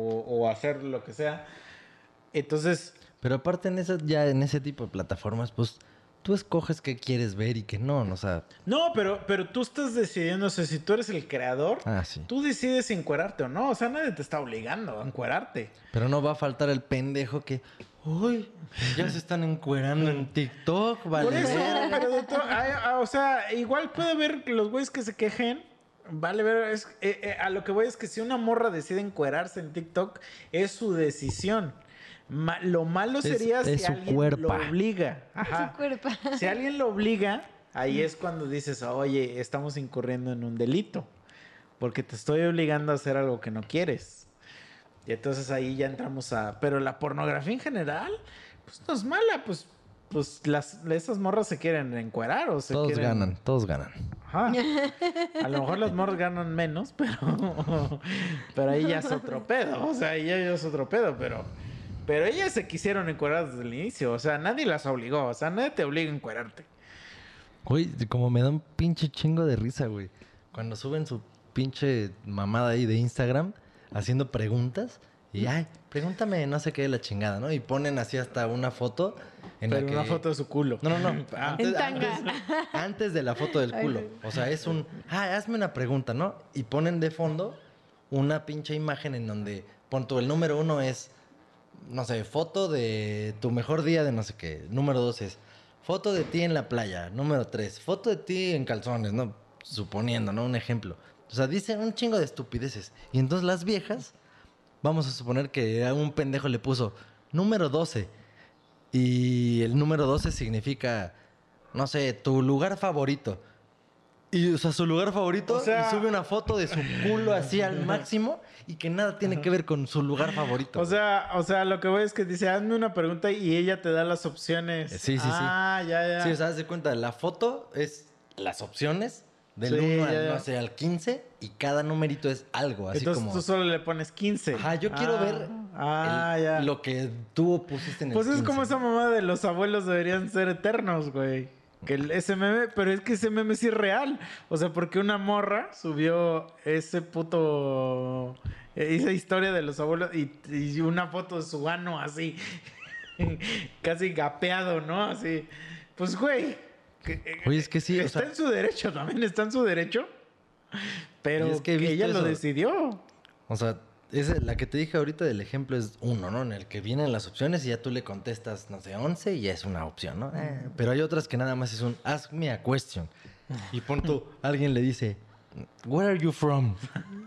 o hacer lo que sea. Entonces, Pero aparte en esa, ya en ese tipo de plataformas, pues tú escoges qué quieres ver y qué no, ¿no? O sea, no, pero, pero tú estás decidiendo, o sea, si tú eres el creador, ah, sí. tú decides si encuerarte o no. O sea, nadie te está obligando a encuerarte. Pero no va a faltar el pendejo que, uy, ya se están encuerando en TikTok, vale. Por eso, verga". pero de to- ay, ah, o sea, igual puede haber los güeyes que se quejen. Vale, ver, es, eh, eh, a lo que voy es que si una morra decide encuerarse en TikTok, es su decisión. Ma- lo malo Es- sería es si su alguien cuerpo. lo obliga. Ajá. Su cuerpo. Si alguien lo obliga, ahí es cuando dices, oye, estamos incurriendo en un delito. Porque te estoy obligando a hacer algo que no quieres. Y entonces ahí ya entramos a... Pero la pornografía en general, pues no es mala. Pues, pues las, esas morras se quieren encuerar o se Todos quieren... ganan, todos ganan. Ajá. A lo mejor las morras ganan menos, pero... Pero ahí ya es otro pedo. O sea, ahí ya es otro pedo, pero... Pero ellas se quisieron encuerar desde el inicio. O sea, nadie las obligó. O sea, nadie te obliga a encuerarte. Güey, como me da un pinche chingo de risa, güey. Cuando suben su pinche mamada ahí de Instagram haciendo preguntas y, ay, pregúntame no sé qué de la chingada, ¿no? Y ponen así hasta una foto en Pero la que... una foto de su culo. No, no, no. Antes, En tanga. antes- antes de la foto del culo. O sea, es un... Ah, hazme una pregunta, ¿no? Y ponen de fondo una pinche imagen en donde... Pon tú, el número uno es... No sé, foto de tu mejor día de no sé qué. Número dos es... Foto de ti en la playa. Número tres. Foto de ti en calzones, ¿no? Suponiendo, ¿no? Un ejemplo. O sea, dicen un chingo de estupideces. Y entonces las viejas... Vamos a suponer que a un pendejo le puso... Número doce. Y el número doce significa, no sé, tu lugar favorito. Y, o sea, su lugar favorito, O sea- y sube una foto de su culo así al máximo y que nada tiene que ver con su lugar favorito. O sea, o sea, lo que voy es que dice, hazme una pregunta y ella te da las opciones. Eh, sí, sí, sí. Ah, ya, ya. Sí, o sea, haz de cuenta, la foto es las opciones del Sí, uno ya, al, ya. no sé, al quince y cada numerito es algo, así Entonces como... tú solo le pones quince. Ajá, yo quiero Ah, ver Ah, el- ya. lo que tú pusiste en el Pues es quince. como esa mamá de los abuelos deberían ser eternos, güey. Que el- ese meme, pero es que ese meme sí es real. O sea, porque una morra subió ese puto... Esa historia de los abuelos y, y una foto de su ano así. Casi gapeado, ¿no? Así. Pues, güey. que- Oye, es que sí, o Está sea- en su derecho, también está en su derecho. Pero Y es que he que ella visto lo eso. decidió. O sea, ese- la que te dije ahorita del ejemplo es uno, ¿no? En el que vienen las opciones y ya tú le contestas, no sé, once y ya es una opción, ¿no? Eh, pero hay otras que nada más es un ask me a question. Y pon tú, alguien le dice, where are you from?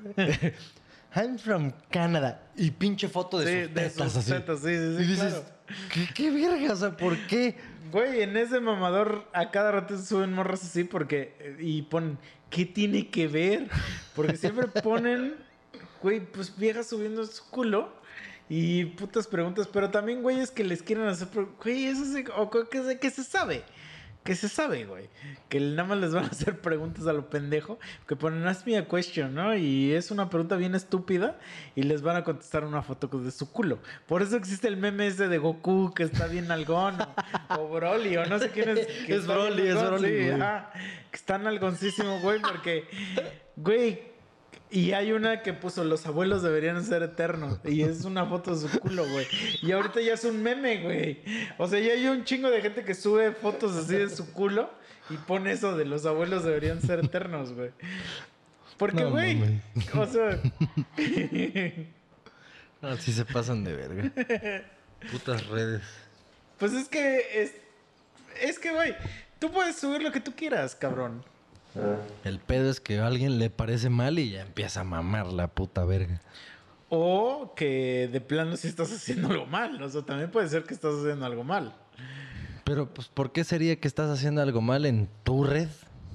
I'm from Canada. Y pinche foto de Sí, sus de tetas sus así. tetas, sí, sí, sí, Y dices, claro. ¿qué, qué verga? O sea, ¿por qué? Güey, en ese mamador a cada rato se suben morras así porque... Y ponen, ¿qué tiene que ver? Porque siempre ponen, güey, pues viejas subiendo su culo y putas preguntas. Pero también, güey, es que les quieren hacer... pre- Güey, eso se... O, ¿qué, se- qué se sabe? que se sabe, güey. Que nada más les van a hacer preguntas a lo pendejo. Que ponen, ask me a question, ¿no? Y es una pregunta bien estúpida. Y les van a contestar una foto de su culo. Por eso existe el meme ese de Goku que está bien algón. O, o Broly, o no sé quién es. Que Es está Broly, bien es algón, Broly, sí, güey. ajá. Que está algoncísimo, güey. Porque, güey... Y hay una que puso, los abuelos deberían ser eternos. Y es una foto de su culo, güey. Y ahorita ya es un meme, güey. O sea, ya hay un chingo de gente que sube fotos así de su culo y pone eso de los abuelos deberían ser eternos, güey. Porque, No, güey, mames. o sea... No, sí se pasan de verga. Putas redes. Pues es que... Es, es que, güey, tú puedes subir lo que tú quieras, cabrón. El pedo es que a alguien le parece mal y ya empieza a mamar la puta verga. O que de plano sí estás haciendo algo mal. O sea, también puede ser que estás haciendo algo mal. Pero, pues, ¿por qué sería que estás haciendo algo mal en tu red?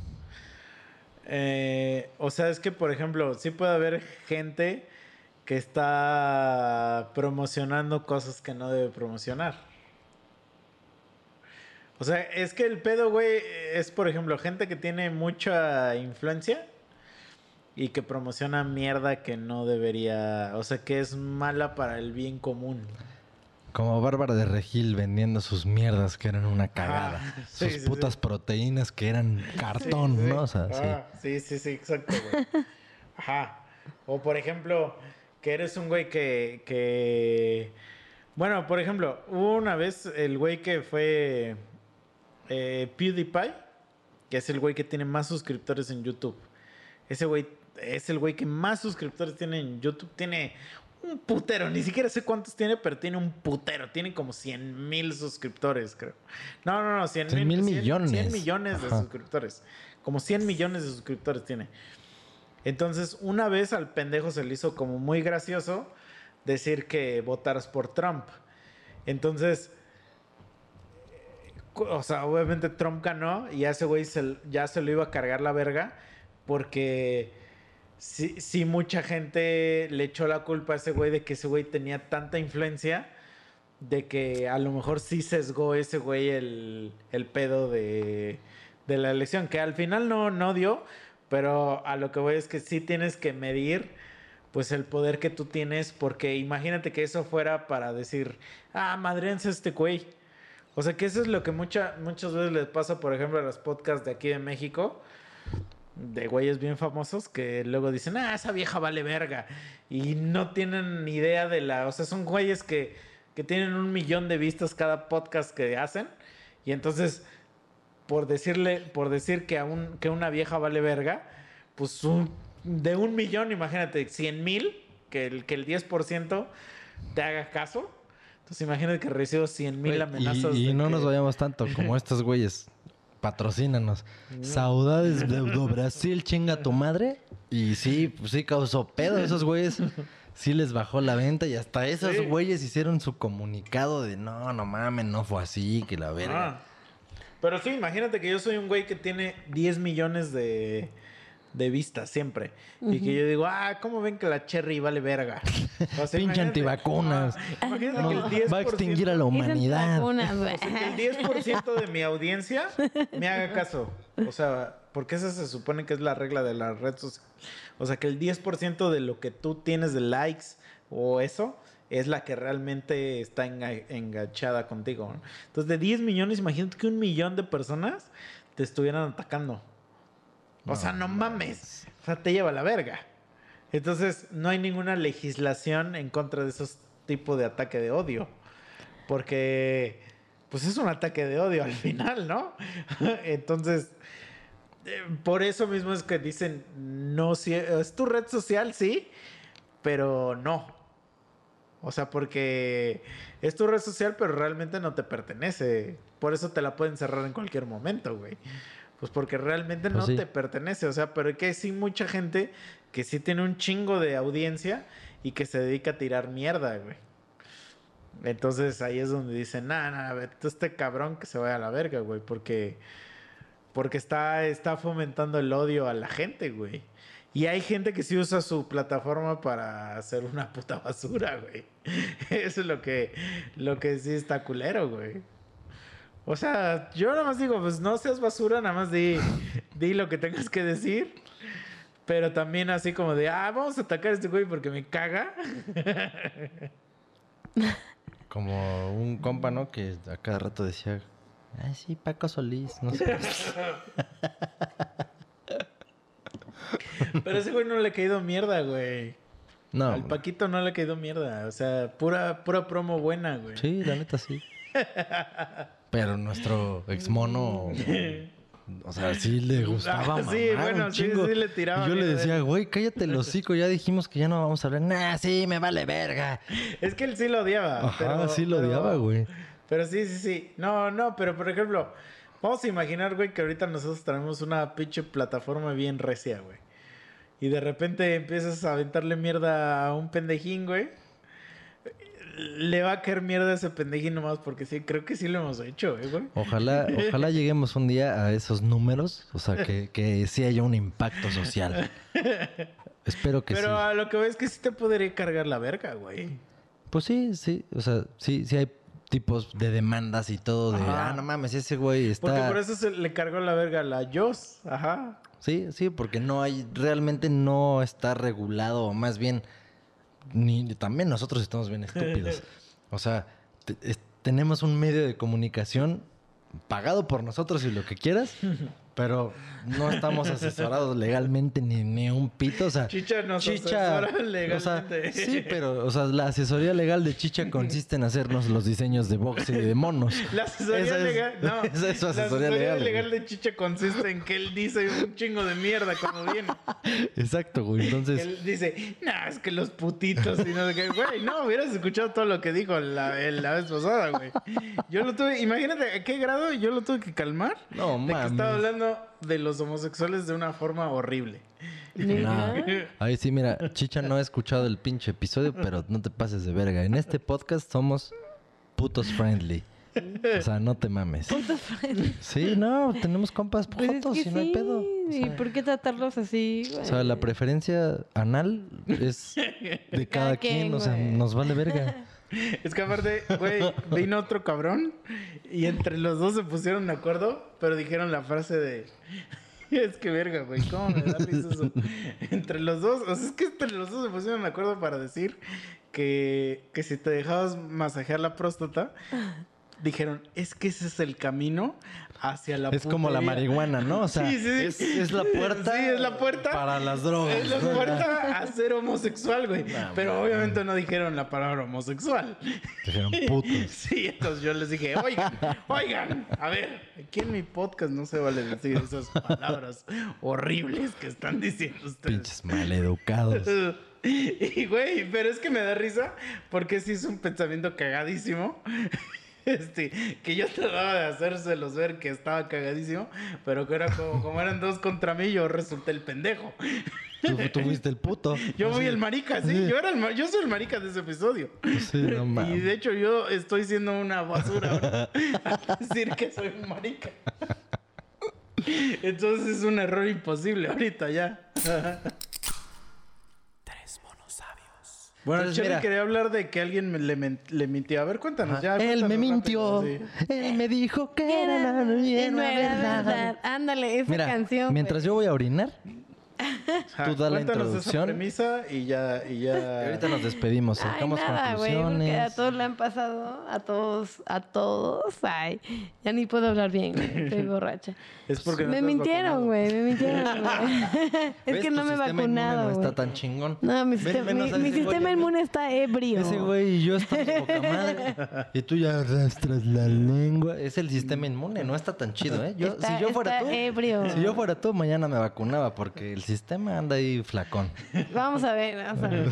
Eh, o sea, es que, por ejemplo, sí puede haber gente que está promocionando cosas que no debe promocionar. O sea, es que el pedo, güey, es, por ejemplo, gente que tiene mucha influencia y que promociona mierda que no debería... O sea, que es mala para el bien común. Como Bárbara de Regil vendiendo sus mierdas que eran una cagada. Ah, sí, sus sí, putas sí. proteínas que eran cartón, Sí, sí. ¿no? O sea, sí. Ah, sí, sí, sí, exacto, güey. Ajá. O por ejemplo, que eres un güey que, que... Bueno, por ejemplo, hubo una vez el güey que fue eh, PewDiePie, que es el güey que tiene más suscriptores en YouTube. Ese güey es el güey que más suscriptores tiene en YouTube. Tiene un putero, ni siquiera sé cuántos tiene, pero tiene un putero. Tiene como cien mil suscriptores, creo. No, no, no, cien cien mil cien millones. cien millones de Ajá. suscriptores. Como cien millones de suscriptores tiene. Entonces, una vez al pendejo se le hizo como muy gracioso decir que votaras por Trump. Entonces, o sea, obviamente Trump ganó y a ese güey se, ya se lo iba a cargar la verga porque sí, sí mucha gente le echó la culpa a ese güey de que ese güey tenía tanta influencia de que a lo mejor sí sesgó ese güey el, el pedo de, de la elección, que al final no, no dio, pero a lo que voy es que sí tienes que medir pues el poder que tú tienes, porque imagínate que eso fuera para decir, ah, madrense este güey. O sea, que eso es lo que mucha, muchas veces les pasa, por ejemplo, a los podcasts de aquí de México, de güeyes bien famosos, que luego dicen, ah, esa vieja vale verga. Y no tienen ni idea de la... O sea, son güeyes que, que tienen un millón de vistas cada podcast que hacen. Y entonces, por decirle, por decir que, a un, que una vieja vale verga, pues un, de un millón, imagínate, cien mil, que el, que el diez por ciento te haga caso. Entonces imagínate que recibo cien mil Güey, amenazas. Y, y de no que... nos vayamos tanto como estos güeyes. Patrocínanos. Saudades de, de Brasil, chinga tu madre. Y sí, pues sí causó pedo. Esos güeyes sí les bajó la venta. Y hasta esos Sí. güeyes hicieron su comunicado de no, no mames, no fue así, que la verga. Ah. Pero sí, imagínate que yo soy un güey que tiene diez millones de, de vistas siempre. Y que yo digo, ah, ¿cómo ven que la Cherry vale verga? O sea, Pinche imagínate- antivacunas. Ah, imagínate No, que el diez por ciento, va a extinguir a la Esas humanidad. vacunas, güey. o sea, que el diez por ciento de mi audiencia me haga caso. O sea, porque esa se supone que es la regla de la red social. O sea, que el diez por ciento de lo que tú tienes de likes o eso es la que realmente está enga- enganchada contigo, ¿no? Entonces, de diez millones, imagínate que un millón de personas te estuvieran atacando. O No sea, no mames. O sea, te lleva a la verga. Entonces, no hay ninguna legislación en contra de esos tipos de ataque de odio. Porque, pues es un ataque de odio al final, ¿no? Entonces, eh, por eso mismo es que dicen, no, si es tu red social, sí, pero no. O sea, porque es tu red social, pero realmente no te pertenece. Por eso te la pueden cerrar en cualquier momento, güey. Pues porque realmente Pues no sí. te pertenece. O sea, pero es que hay sí mucha gente que sí tiene un chingo de audiencia y que se dedica a tirar mierda, güey. Entonces ahí es donde dicen, nah, nah, vete este cabrón que se vaya a la verga, güey. Porque, porque está, está fomentando el odio a la gente, güey. Y hay gente que sí usa su plataforma para hacer una puta basura, güey. Eso es lo que, lo que sí está culero, güey. O sea, yo nada más digo, pues no seas basura, nada más di, di lo que tengas que decir. Pero también así como de, ah, vamos a atacar a este güey porque me caga. Como un compa, ¿no? Que a cada rato decía, ay, sí, Paco Solís, no sé. Pero a ese güey no le ha caído mierda, güey. No. Al Paquito no le ha caído mierda. O sea, pura, pura promo buena, güey. Sí, la neta sí. Pero nuestro ex mono, o sea, sí le gustaba Ah, sí, mamar bueno, un sí, chingo. sí le tiraba Y yo le mierda. decía, güey, cállate el hocico, ya dijimos que ya no vamos a hablar. Nah, sí, me vale verga. Es que él sí lo odiaba. Ajá, pero, sí lo pero- odiaba, güey. Pero sí, sí, sí. No, no, pero por ejemplo, vamos a imaginar, güey, que ahorita nosotros tenemos una pinche plataforma bien recia, güey. Y de repente empiezas a aventarle mierda a un pendejín, güey. Le va a caer mierda a ese pendejín nomás porque sí, creo que sí lo hemos hecho, ¿eh, güey. Ojalá, ojalá lleguemos un día a esos números, o sea, que, que sí haya un impacto social. Espero que Pero sí. a lo que ves es que sí te podría cargar la verga, güey. Pues sí, sí, o sea, sí, sí hay tipos de demandas y todo de, Ajá. ah, no mames, ese güey está... Porque por eso se le cargó la verga a la Joss. Ajá. Sí, sí, porque no hay, realmente no está regulado, o más bien, ni también nosotros estamos bien estúpidos. O sea, te- es- tenemos un medio de comunicación pagado por nosotros y lo que quieras, pero no estamos asesorados legalmente ni, ni un pito. O sea, Chicha nos asesora legalmente. O sea, sí, pero o sea, la asesoría legal de Chicha consiste en hacernos los diseños de box y de monos. La asesoría Esa es- legal. No, esa es su la asesoría asesoría legal, legal güey. de Chicha consiste en que él dice un chingo de mierda cuando viene. Exacto, güey. Entonces, Él dice, no, es que los putitos y no sé qué. Güey, no, hubieras escuchado todo lo que dijo la, el- la vez pasada, güey. Yo lo tuve, imagínate a qué grado yo lo tuve que calmar. No, de que mames. estaba hablando de los homosexuales de una forma horrible. no. Ahí sí, mira, Chicha no ha escuchado el pinche episodio, pero no te pases de verga. En este podcast somos putos friendly. O sea, no te mames. Sí, no, tenemos compas Pues es putos que y no hay sí, pedo. O ¿y sea, por qué tratarlos así, güey? o sea, la preferencia anal es de cada Cada quien, quien, o sea, güey. nos vale verga. Es que aparte, güey, vino otro cabrón y entre los dos se pusieron de acuerdo, pero dijeron la frase de... Es que verga, güey, ¿cómo me da risa eso? Entre los dos, o sea, es que entre los dos se pusieron de acuerdo para decir que, que si te dejabas masajear la próstata, dijeron, es que ese es el camino hacia la Es como la putería". marihuana, ¿no? O sea, Sí, sí, es, sí. es la puerta, Sí, es la puerta. para las drogas. Es la ¿no? puerta a ser homosexual, güey. No, Pero mames. obviamente no dijeron la palabra homosexual. Dijeron putos. Sí, entonces yo les dije, oigan, oigan, a ver, aquí en mi podcast no se vale decir esas palabras horribles que están diciendo ustedes. Pinches maleducados. Y güey, pero es que me da risa porque sí es un pensamiento cagadísimo. Este, que yo trataba de hacérselos ver que estaba cagadísimo, pero que era como, como eran dos contra mí, yo resulté el pendejo. Tú, tú fuiste el puto. Yo Así. fui el marica, sí, Sí. yo era el ma- yo soy el marica de ese episodio. Sí, no Y mames. de hecho yo estoy siendo una basura ahora al decir que soy un marica. Entonces es un error imposible ahorita ya. Bueno, Entonces, Cherry mira. quería hablar de que alguien me- le, men- le mintió. A ver, cuéntanos ya. Él me cuéntanos mintió. rápido, sí. Él me dijo que era la no llena era verdad. verdad. Ándale, esa Mira, canción. mientras yo voy a orinar, Ajá, tú da la cuéntanos introducción. esa premisa y ya... Y ya... ahorita nos despedimos, Ay, sacamos nada, güey, porque a conclusiones. todos le han pasado, a todos, a todos. Ay, ya ni puedo hablar bien, güey, estoy borracha. Es porque no Me te has mintieron, vacunado. güey, me mintieron, güey. Es ¿Ves? que Tu no me he sistema inmune vacunado, No güey. está tan chingón. No, mi, Ven, sistema, ven, o mi, sea, mi ese sistema güey- inmune está ebrio. Ese güey y yo estamos poca madre. Y tú ya arrastras la lengua. Es el sistema inmune, no está tan chido, ¿eh? Yo, Está- si yo fuera está tú, ebrio. si yo fuera tú, mañana me vacunaba porque el sistema anda ahí flacón. Vamos a ver, vamos a ver.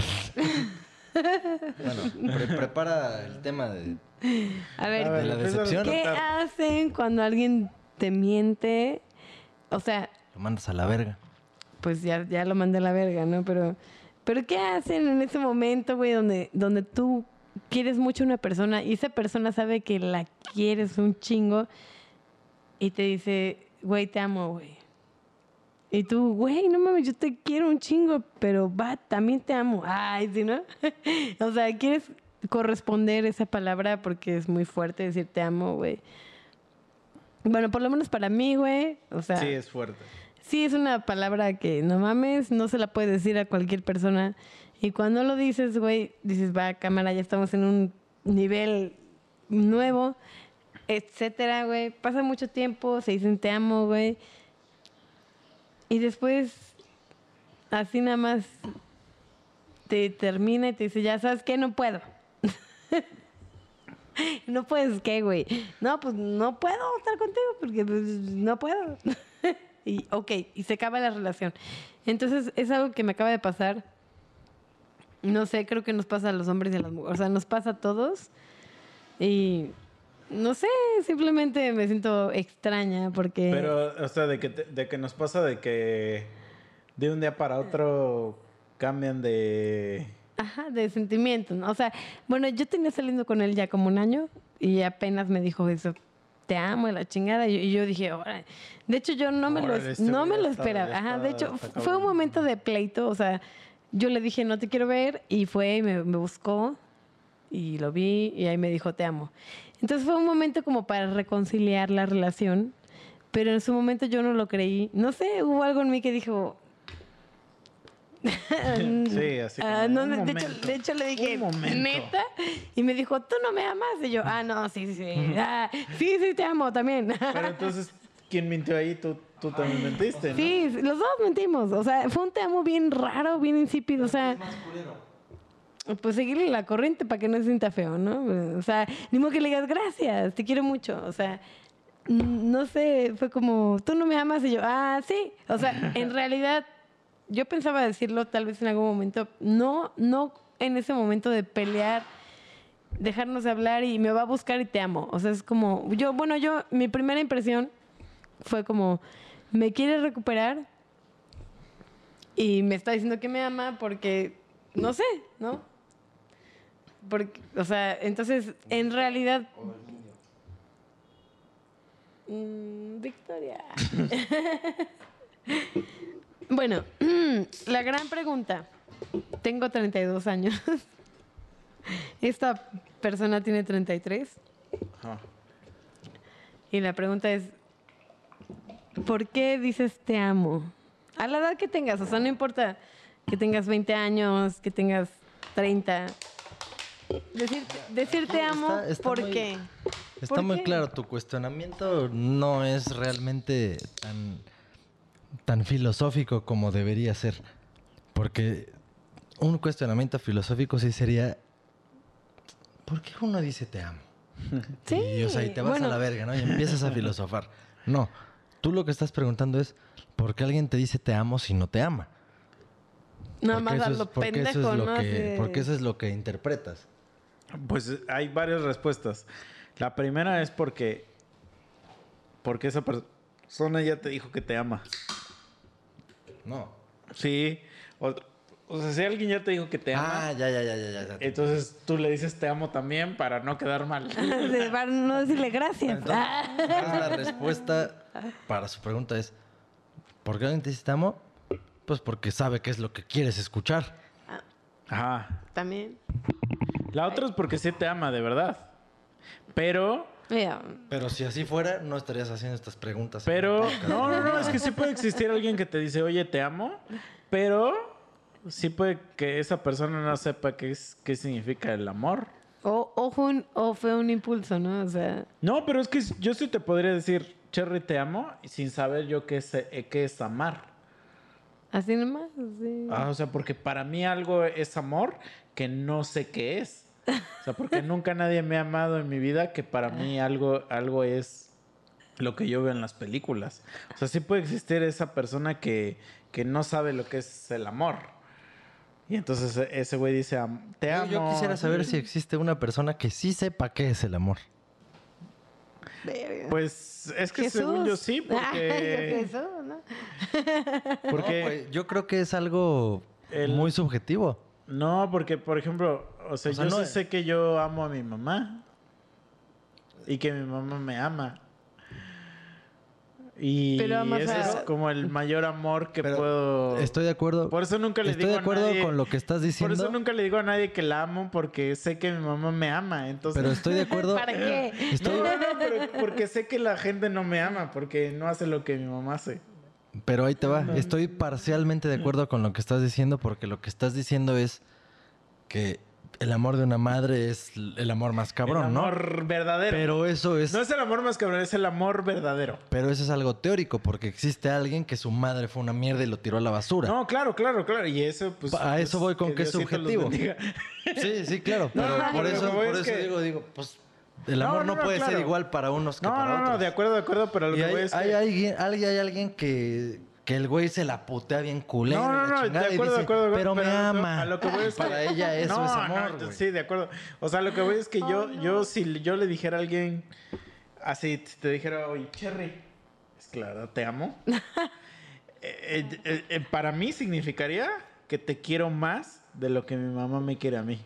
Bueno, pre- prepara el tema de, A ver, A ver, de la empieza a decepción. ¿qué contar. hacen cuando alguien te miente? O sea, Lo mandas a la verga. pues ya, ya lo mandé a la verga, ¿no? Pero, pero ¿qué hacen en ese momento, güey, donde, donde tú quieres mucho a una persona y esa persona sabe que la quieres un chingo y te dice, güey, te amo, güey? Y tú, güey, no mames, yo te quiero un chingo, pero va, también te amo. Ay, ¿sí, no? O sea, quieres corresponder esa palabra porque es muy fuerte decir te amo, güey. Bueno, por lo menos para mí, güey. O sea, Sí, es fuerte. sí es una palabra que no mames, no se la puede decir a cualquier persona. Y cuando lo dices, güey, dices, va, cámara, ya estamos en un nivel nuevo, etcétera, güey. Pasa mucho tiempo, se dicen te amo, güey. Y después, así nada más, te termina y te dice, ya sabes qué, no puedo. No puedes, ¿qué, güey? No, pues no puedo estar contigo porque pues, no puedo. Y, ok, y se acaba la relación. Entonces, es algo que me acaba de pasar. No sé, creo que nos pasa a los hombres y a las mujeres. O sea, nos pasa a todos. Y no sé, simplemente me siento extraña porque... Pero, o sea, de que, te- de que nos pasa de que de un día para otro cambian de... Ajá, de sentimientos, ¿no? O sea, bueno, yo tenía saliendo con él ya como un año y apenas me dijo eso, te amo y la chingada. Y, y yo dije, órale. De hecho, yo no me Órale, lo, este no güey me ya lo está- esperaba. ya Ajá, está- de hecho, está fue un cabrón. momento de pleito. O sea, yo le dije, no te quiero ver y fue y me, me buscó y lo vi y ahí me dijo, te amo. Entonces fue un momento como para reconciliar la relación, pero en su momento yo no lo creí. No sé, hubo algo en mí que dijo... Sí, así como, Ah, no, un de, hecho, momento, de hecho le dije, un momento. ¿neta? Y me dijo, ¿tú no me amas? Y yo, ah, no, sí, sí, sí. Ah, sí, sí, te amo también. Pero entonces, ¿quién mintió ahí? Tú, tú también mentiste, ¿no? Sí, los dos mentimos. O sea, fue un te amo bien raro, bien insípido. O sea, pues seguirle la corriente para que no se sienta feo, ¿no? O sea, ni modo que le digas, gracias, te quiero mucho. O sea, n- no sé, fue como, tú no me amas. Y yo, ah, sí. O sea, en realidad, yo pensaba decirlo tal vez en algún momento. No, no en ese momento de pelear, dejarnos de hablar y me va a buscar y te amo. O sea, es como, yo, bueno, yo, mi primera impresión fue como, me quiere recuperar y me está diciendo que me ama porque, no sé, ¿no? Porque, o sea, entonces, en realidad... Mm, Victoria. Bueno, la gran pregunta. Tengo treinta y dos años. Esta persona tiene treinta y tres. Ajá. Y la pregunta es, ¿por qué dices te amo? A la edad que tengas, o sea, no importa que tengas veinte años, que tengas treinta. Decir, decir te amo, Está- está ¿por muy- qué? Está ¿Por muy qué? claro, tu cuestionamiento no es realmente tan, tan filosófico como debería ser. Porque un cuestionamiento filosófico sí sería, ¿por qué uno dice te amo? Sí, Y, o sea, y te vas bueno. a la verga, ¿no? Y empiezas a filosofar. No, tú lo que estás preguntando es, ¿por qué alguien te dice te amo si no te ama? Nada Porque más eso a es- lo porque eso pendejo, es lo ¿no? que, Así de- porque eso es lo que interpretas. Pues hay varias respuestas. La primera es porque... Porque esa persona ya te dijo que te ama. No. Sí. O, o sea, si alguien ya te dijo que te ama, Ah, ya, ya, ya, ya, ya. ya. entonces tú le dices te amo también para no quedar mal. de- para no decirle gracias. Entonces, Ah. entonces la respuesta para su pregunta es, ¿por qué alguien te dice te amo? Pues porque sabe qué es lo que quieres escuchar. Ajá. También. La otra es porque sí te ama, de verdad. Pero... Mira, Pero si así fuera, no estarías haciendo estas preguntas. Pero, no, no, no, es que sí puede existir alguien que te dice, oye, te amo, pero sí puede que esa persona no sepa qué, es, qué significa el amor. o, o, fue un, o fue un impulso, ¿no? O sea, No, pero es que yo sí te podría decir, Cherry, te amo, sin saber yo qué es, eh, qué es amar. así nomás. Así. Ah, o sea, porque para mí algo es amor que no sé qué es. O sea, porque nunca nadie me ha amado en mi vida que para mí algo, algo es lo que yo veo en las películas. O sea, sí puede existir esa persona que, que no sabe lo que es el amor. Y entonces e- ese güey dice, am- te Yo, amo. yo quisiera saber si existe una persona que sí sepa qué es el amor. Verga. Pues es que Jesús. según yo sí, porque... Jesús, ¿no? porque No, güey, yo creo que es algo El- muy subjetivo. no, porque por ejemplo, o sea, O sea, yo no sí es- sé que yo amo a mi mamá y que mi mamá me ama. Y Pero amas ese a- es como el mayor amor que Pero puedo... Estoy de acuerdo. Por eso nunca le Estoy digo de a acuerdo nadie- con lo que estás diciendo. Por eso nunca le digo a nadie que la amo porque sé que mi mamá me ama. Entonces... Pero estoy de acuerdo. ¿Para qué? Estoy, No, no, no, pero porque sé que la gente no me ama porque no hace lo que mi mamá hace. Pero ahí te va. Estoy parcialmente de acuerdo con lo que estás diciendo porque lo que estás diciendo es que el amor de una madre es el amor más cabrón, el ¿no? amor verdadero. Pero eso es... No es el amor más cabrón, es el amor verdadero. Pero eso es algo teórico porque existe alguien que su madre fue una mierda y lo tiró a la basura. No, claro, claro, claro. Y eso, pues... A eso pues, voy con que es Diosito los subjetivo. bendiga. Sí, sí, claro. No, Pero no, por pero eso, lo que voy por es eso que- digo, digo, pues el No, amor no, no, no, puede ser claro. igual para unos que No, para no, otros. no, de acuerdo, de acuerdo, pero lo Y que hay, voy es hay que... alguien, hay, hay alguien que, que el güey se la putea bien culero. No, y no, la no, de chingada, y acuerdo, de dice, acuerdo, de acuerdo. Pero me a lo- ama. A lo que voy es que... Para ella eso no, es amor, no, güey. sí, de acuerdo. O sea, lo que voy es que yo, Oh, no. yo, si yo le dijera a alguien así, si te dijera, oye, Cherry, es que la verdad te amo. eh, eh, eh, eh, para mí significaría que te quiero más de lo que mi mamá me quiere a mí.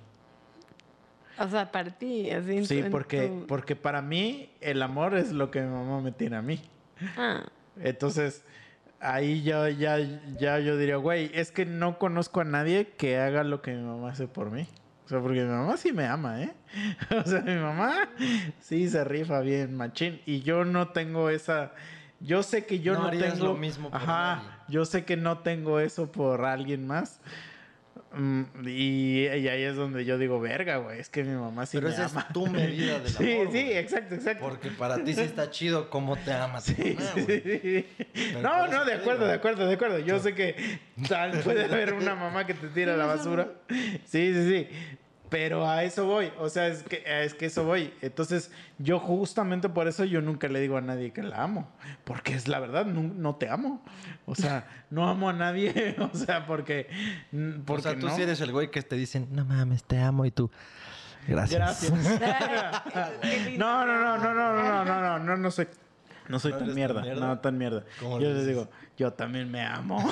O sea, para ti, así. en Sí, tu- en porque, tu- porque para mí el amor es lo que mi mamá me tiene a mí. Ah, Entonces, ahí ya, ya, ya yo diría, güey, es que no conozco a nadie que haga lo que mi mamá hace por mí. O sea, porque mi mamá sí me ama, ¿eh? O sea, mi mamá sí se rifa bien, machín. Y yo no tengo esa... Yo sé que yo No no, harías tengo... lo mismo por Ajá, nadie. yo sé que no tengo eso por alguien más. Mm, y, y ahí es donde yo digo, verga, güey, es que mi mamá sí Pero me esa ama. es tu medida del Sí, amor, sí, güey. exacto, exacto. Porque para ti sí está chido cómo te ama tu Sí, mamá, sí, güey. sí. Pero No, por no, eso de te acuerdo, digo. de acuerdo, de acuerdo. Yo sé que tal puede haber una mamá que te tira a la basura. Sí, sí, sí. Pero a eso voy. O sea, es que, es que eso voy. Entonces, yo justamente por eso yo nunca le digo a nadie que la amo. Porque es la verdad, no, no te amo. O sea, no amo a nadie. O sea, porque... porque O sea, tú no. sí eres el güey que te dicen, no mames, te amo, y tú, gracias. Gracias. No, no, no, no, no, no, no, no, no, no soy, no soy ¿No tan eres tan mierda, mierda? no tan mierda. ¿Cómo Yo le les dices? digo, yo también me amo.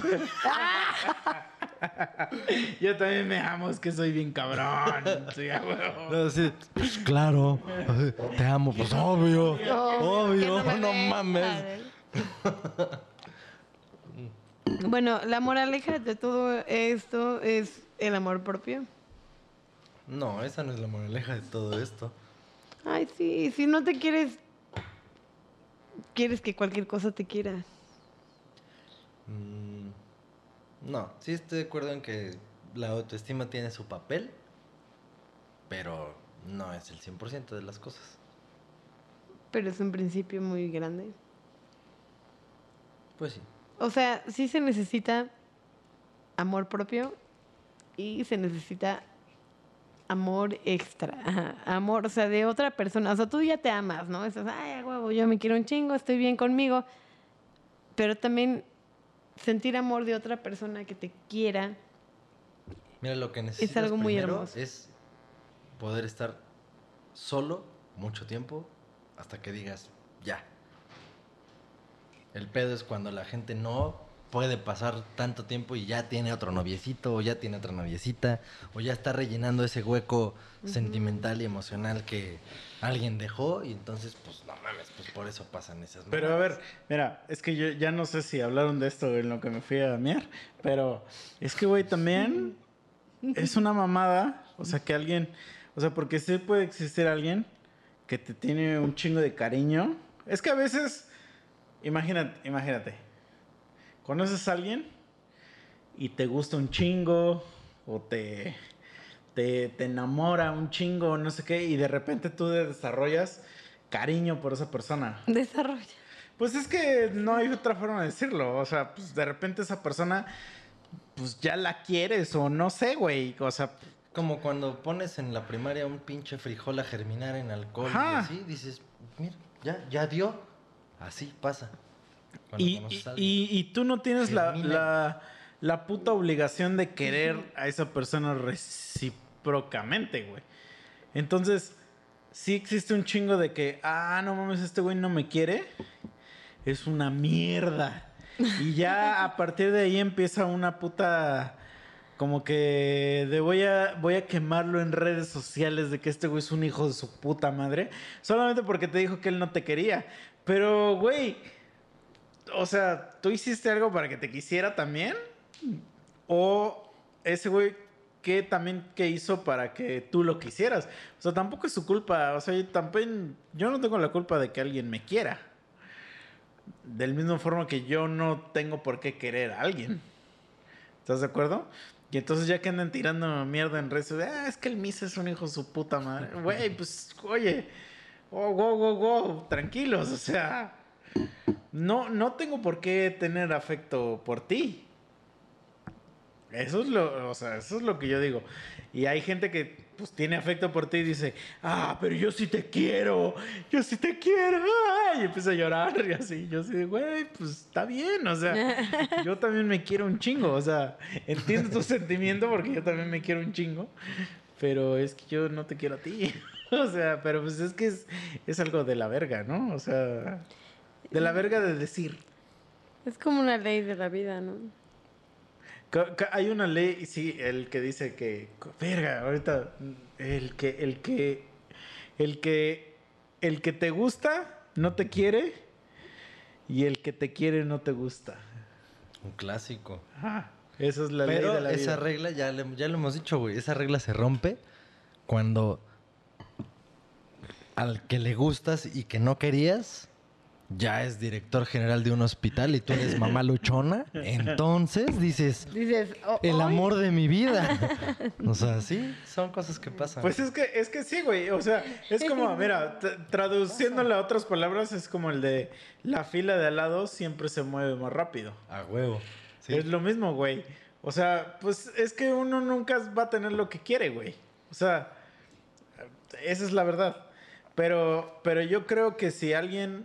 Yo también me amo, es que soy bien cabrón. Sí, a huevo. No, sí, pues claro, te amo, pues obvio, que obvio, me no deja. mames. Bueno, la moraleja de todo esto es el amor propio. No, esa no es la moraleja de todo esto. Ay, sí, si no te quieres, quieres que cualquier cosa te quiera. Mm, no, sí estoy de acuerdo en que la autoestima tiene su papel, pero no es el cien por ciento de las cosas. Pero es un principio muy grande. Pues sí. O sea, sí se necesita amor propio y se necesita amor extra. Ajá, amor, o sea, de otra persona. O sea, tú ya te amas, ¿no? Estás, ay, a huevo, yo me quiero un chingo, estoy bien conmigo. Pero también sentir amor de otra persona que te quiera. Mira, lo que necesitas algo muy primero hermoso. es poder estar solo mucho tiempo hasta que digas, ya. El pedo es cuando la gente no puede pasar tanto tiempo y ya tiene otro noviecito o ya tiene otra noviecita o ya está rellenando ese hueco sentimental y emocional que alguien dejó y entonces, pues, no mames, pues por eso pasan esas Pero a mamadas. ver, mira, es que yo ya no sé si hablaron de esto en lo que me fui a miar, pero es que, güey, también es una mamada, o sea, que alguien, o sea, porque sí puede existir alguien que te tiene un chingo de cariño. Es que a veces, imagínate, imagínate, conoces a alguien y te gusta un chingo o te, te, te enamora un chingo, no sé qué, y de repente tú desarrollas cariño por esa persona. Desarrolla. Pues es que no hay otra forma de decirlo. O sea, pues de repente esa persona, pues ya la quieres o no sé, güey. O sea, Como cuando pones en la primaria un pinche frijol a germinar en alcohol Ajá. y así, dices, mira, ya, ya dio. Así pasa. Cuando y, conoces y, a alguien. y- y tú no tienes la, Germina. la, la puta obligación de querer a esa persona recíprocamente, güey. Entonces, sí existe un chingo de que, ah, no mames, este güey no me quiere. Es una mierda. Y ya a partir de ahí empieza una puta... Como que de voy a, voy a quemarlo en redes sociales de que este güey es un hijo de su puta madre. Solamente porque te dijo que él no te quería. Pero, güey, o sea, ¿tú hiciste algo para que te quisiera también? ¿O ese güey qué también qué hizo para que tú lo quisieras? O sea, tampoco es su culpa. O sea, yo también, yo no tengo la culpa de que alguien me quiera. Del mismo forma que yo no tengo por qué querer a alguien. ¿Estás de acuerdo? Y entonces ya que andan tirando mierda en redes, ah, es que el Misa es un hijo de su puta madre. Güey, pues, oye, oh, wow, wow, wow, tranquilos, o sea, no, no tengo por qué tener afecto por ti. Eso es lo, o sea, eso es lo que yo digo. Y hay gente que pues tiene afecto por ti y dice, ah, pero yo sí te quiero, yo sí te quiero, ay, y empieza a llorar y así. Yo así, güey, pues está bien, o sea, yo también me quiero un chingo, o sea, entiendo tu sentimiento porque yo también me quiero un chingo, pero es que yo no te quiero a ti. O sea, pero pues es que es, es algo de la verga, ¿no? O sea, de la verga de decir. Es como una ley de la vida, ¿no? Hay una ley, sí, el que dice que, verga, ahorita, el que, el que, el que, el que te gusta no te quiere y el que te quiere no te gusta. Un clásico. Ajá, esa es la Pero ley de la vida. esa regla, ya, le- ya lo hemos dicho, güey, esa regla se rompe cuando al que le gustas y que no querías ya es director general de un hospital y tú eres mamá luchona, entonces dices, Dices, oh, el hoy- amor de mi vida. O sea, sí, son cosas que pasan. Pues es que, es que sí, güey. O sea, es como, mira, t- traduciéndole a otras palabras, es como el de la fila de al lado siempre se mueve más rápido. A huevo. Sí. Es lo mismo, güey. O sea, pues es que uno nunca va a tener lo que quiere, güey. O sea, esa es la verdad. Pero, pero yo creo que si alguien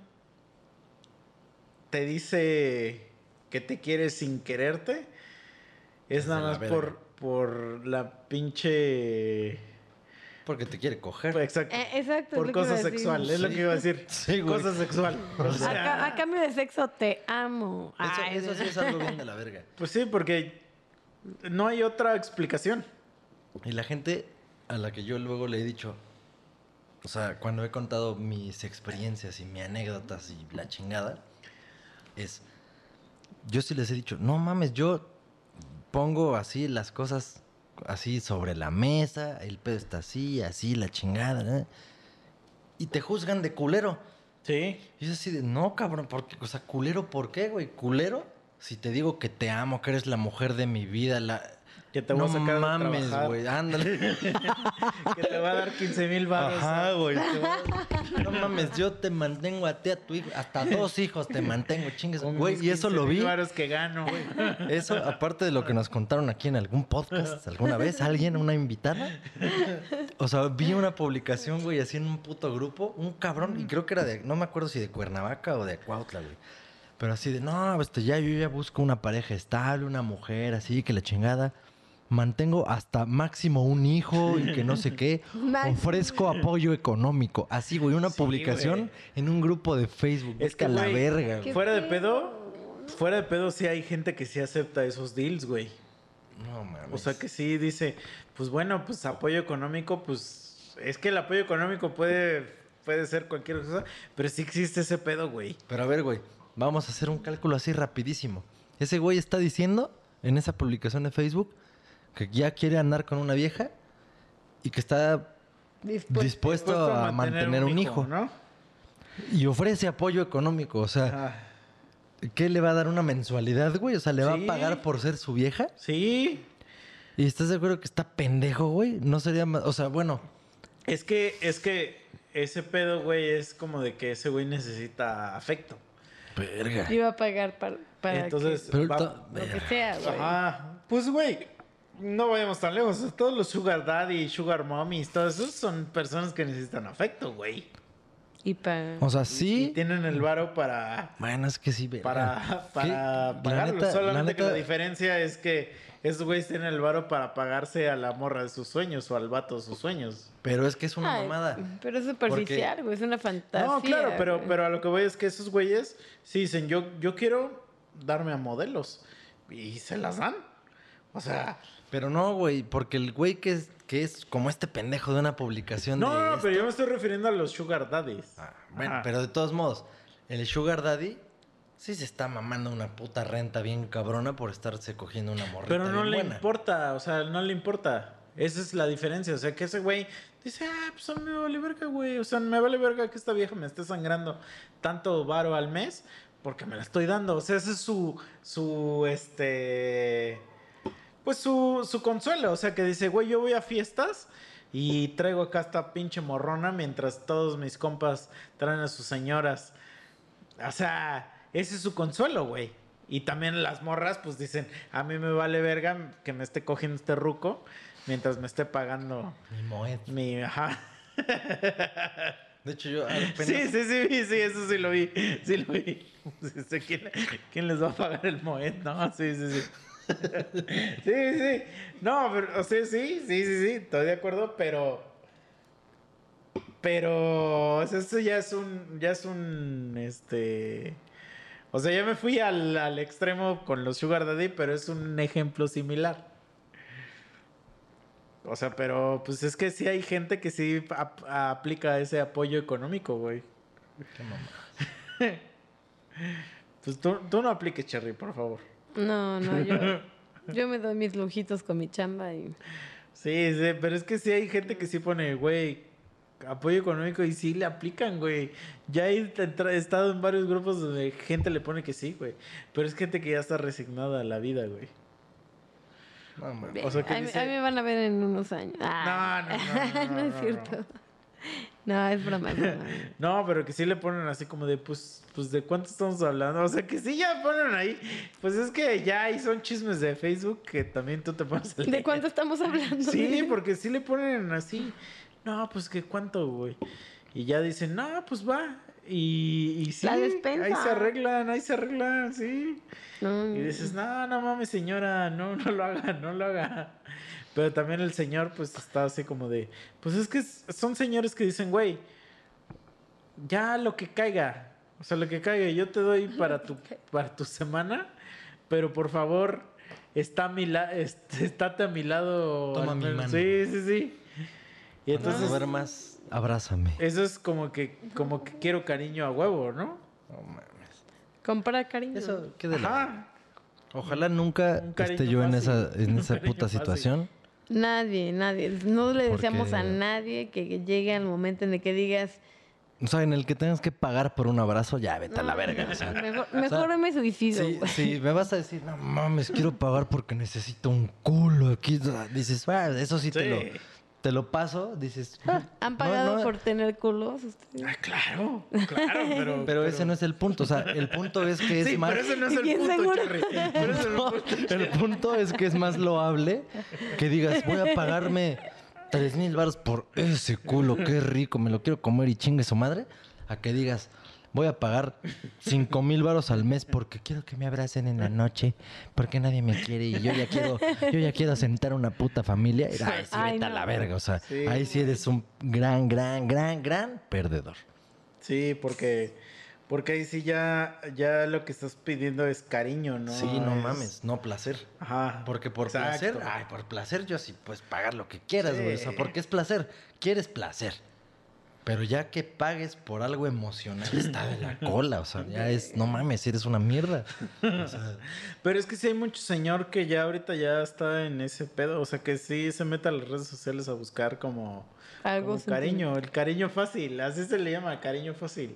te dice que te quiere sin quererte, es, Es nada de la más verga. por, por la pinche... Porque te quiere coger. Pues, exacto. Eh, exacto, es Por lo que iba cosa a decir. sexual, es lo Sí. que iba a decir. Sí, güey. Cosa sexual. O A, sea, ca- a cambio de sexo te amo. Eso, Ay, eso sí es algo bien de la verga. pues sí, porque no hay otra explicación. Y la gente a la que yo luego le he dicho, o sea, cuando he contado mis experiencias y mis anécdotas y la chingada, es, yo sí les he dicho, no mames, yo pongo así las cosas así sobre la mesa, el pedo está así, así, la chingada, ¿eh? Y te juzgan de culero. Sí. Y es así de, no, cabrón, ¿por qué? O sea, culero, ¿por qué, güey? ¿Culero? Si te digo que te amo, que eres la mujer de mi vida, la... Que te voy no a sacar de mames, trabajar. güey, ándale. Que te va a dar quince mil baros. Ajá, güey. te va a- No mames, yo te mantengo a ti, a tu hijo, hasta dos hijos te mantengo, chingues. Güey, y eso lo vi. baros que gano. Eso, aparte de lo que nos contaron aquí en algún podcast, alguna vez, alguien, una invitada. O sea, vi una publicación, güey, así en un puto grupo, un cabrón, y creo que era de, no me acuerdo si de Cuernavaca o de Cuautla, güey. Pero así de, no, este, ya yo ya busco una pareja estable, una mujer, así, que la chingada. Mantengo hasta máximo un hijo y que no sé qué. Máximo. Ofrezco apoyo económico. Así, güey, una Sí, publicación güey. en un grupo de Facebook. Es Es que, que a la güey, verga, güey. ¿Qué Fuera de pedo? pedo, fuera de pedo sí hay gente que sí acepta esos deals, güey. No mames. O sea que sí dice, pues bueno, pues apoyo económico, pues es que el apoyo económico puede, puede ser cualquier cosa, pero sí existe ese pedo, güey. Pero a ver, güey, vamos a hacer un cálculo así rapidísimo. Ese güey está diciendo en esa publicación de Facebook que ya quiere andar con una vieja y que está Dispuesto. dispuesto, a, mantener, un hijo, ¿no? y ofrece apoyo económico. O sea, Ah, ¿qué le va a dar una mensualidad, güey? O sea, ¿le va Sí. a pagar por ser su vieja? sí, ¿Y estás de acuerdo que está pendejo, güey? No sería más... O sea, bueno, es que, es que ese pedo, güey, es como de que ese güey necesita afecto. verga. Iba a pagar para, para Entonces, Pero va- ta- que, lo que sea, güey. Ajá. Pues, güey, no vayamos tan lejos. Todos los sugar daddy, sugar mommies, todos esos son personas que necesitan afecto, güey. Y para... O sea, Y sí... tienen el varo para... Bueno, es que sí, verga. para, para ¿Qué? La pagarlo. neta- Solamente la que la neta- diferencia es que esos güeyes tienen el varo para pagarse a la morra de sus sueños o al vato de sus sueños. Pero es que es una Ay, mamada. pero es superficial, güey. Es una fantasía. No, claro, pero, güey. pero a lo que voy es que esos güeyes sí dicen, yo, yo quiero darme a modelos. Y se las dan. O sea... Pero no, güey, porque el güey que es, que es como este pendejo de una publicación No, de... no, no, pero esto- yo me estoy refiriendo a los sugar daddies. Ah, bueno, Ajá. pero de todos modos, el sugar daddy Sí se está mamando una puta renta bien cabrona por estarse cogiendo una morrita Pero no bien le buena. importa, o sea, no le importa. Esa es la diferencia. O sea, que ese güey dice, ah, pues a mí me vale verga, güey. O sea, me vale verga que esta vieja me esté sangrando tanto varo al mes porque me la estoy dando. O sea, ese es su, su, este, pues su, su consuelo. O sea, que dice, güey, yo voy a fiestas y traigo acá esta pinche morrona mientras todos mis compas traen a sus señoras. O sea, ese es su consuelo, güey. Y también las morras, pues dicen, a mí me vale verga que me esté cogiendo este ruco mientras me esté pagando Mi moed. mi... Ajá. De hecho, yo apenas... Sí, sí, sí, sí, eso sí lo vi. Sí lo vi. ¿Quién, quién les va a pagar el moed? No, sí, sí, sí. Sí, sí. No, pero, o sea, sí, sí, sí, sí. Estoy de acuerdo, pero... Pero... O sea, esto ya es un... Ya es un... Este... O sea, ya me fui al, al extremo con los Sugar Daddy, pero es un ejemplo similar. O sea, pero pues es que sí hay gente que sí ap- aplica ese apoyo económico, güey. Qué mamá. Pues tú, tú no apliques, Cherry, por favor. No, no, yo, yo me doy mis lujitos con mi chamba y... Sí, sí, pero es que sí hay gente que sí pone, güey, apoyo económico y sí le aplican, güey. Ya he entra- he estado en varios grupos donde gente le pone que sí, güey. Pero es gente que ya está resignada a la vida, güey. No, mames. O sea, que a, mí- dice- a mí me van a ver en unos años. Ah. No, no, no, no, no, no es no, cierto. no. No, es broma, es broma. No, pero que sí le ponen así como de, pues, pues, ¿de cuánto estamos hablando? O sea, que sí ya ponen ahí. Pues es que ya ahí son chismes de Facebook que también tú te pones a leer. ¿De cuánto estamos hablando? Sí, porque sí le ponen así. No, pues que cuánto, güey. Y ya dicen, no, pues va. Y, y sí, La despensa. ahí se arreglan, ahí se arreglan, sí. No, Y dices, no, no mames, señora, no, no lo haga, no lo haga. Pero también el señor, pues, está así como de... Pues es que es- son señores que dicen, güey, ya lo que caiga. O sea, lo que caiga, yo te doy para tu, para tu semana, pero por favor, está a mi la, este, estate a mi lado. Toma al mi menos". mano. Sí, sí, sí. Y Cuando entonces, ver más, abrázame. eso es como que, como que quiero cariño a huevo, ¿no? No mames. comprar cariño. Eso, qué de la... Ajá. Ojalá nunca Un cariño esté yo en fácil. esa, en Un esa cariño puta fácil. situación. Nadie, nadie. No le deseamos Porque- a nadie que llegue al momento en el que digas... O sea, en el que tengas que pagar por un abrazo, ya vete a la "No, verga. O sea, mejor mejor me suicido. sí, güey". sí, me vas a decir, no mames, quiero pagar porque necesito un culo aquí. Dices, "Ah, eso sí, Te, Sí. lo, te lo paso. Dices, "Ah, ¿Han no, pagado no". por tener culos ustedes? Ah, claro, claro, pero... Pero ese no es el punto. O sea, el punto es que es Sí, más... pero ese no es el Bien punto, seguro. Charry. Pero ese no es el No, punto. el punto es que es más loable que digas, voy a pagarme tres mil baros por ese culo, qué rico, me lo quiero comer y chingue su madre, a que digas, voy a pagar cinco mil baros al mes porque quiero que me abracen en la noche, porque nadie me quiere y yo ya quiero, yo ya quiero sentar una puta familia. Y, ay, sí, Ay, vete a no. la verga. O sea, Sí. ahí sí eres un gran, gran, gran, gran perdedor. Sí, porque, porque ahí sí ya, ya lo que estás pidiendo es cariño, ¿no? Sí, no Es- mames, no placer. Ajá. Porque por Exacto. placer, ay, por placer yo sí puedes pagar lo que quieras, Sí. güey. O sea, porque es placer, quieres placer. Pero ya que pagues por algo emocional está de la cola, o sea, ya es, no mames, eres una mierda. O sea, Pero es que sí hay mucho señor que ya ahorita ya está en ese pedo. O sea, que sí se mete a las redes sociales a buscar como, Algo como cariño. El cariño fácil. Así se le llama, cariño fácil.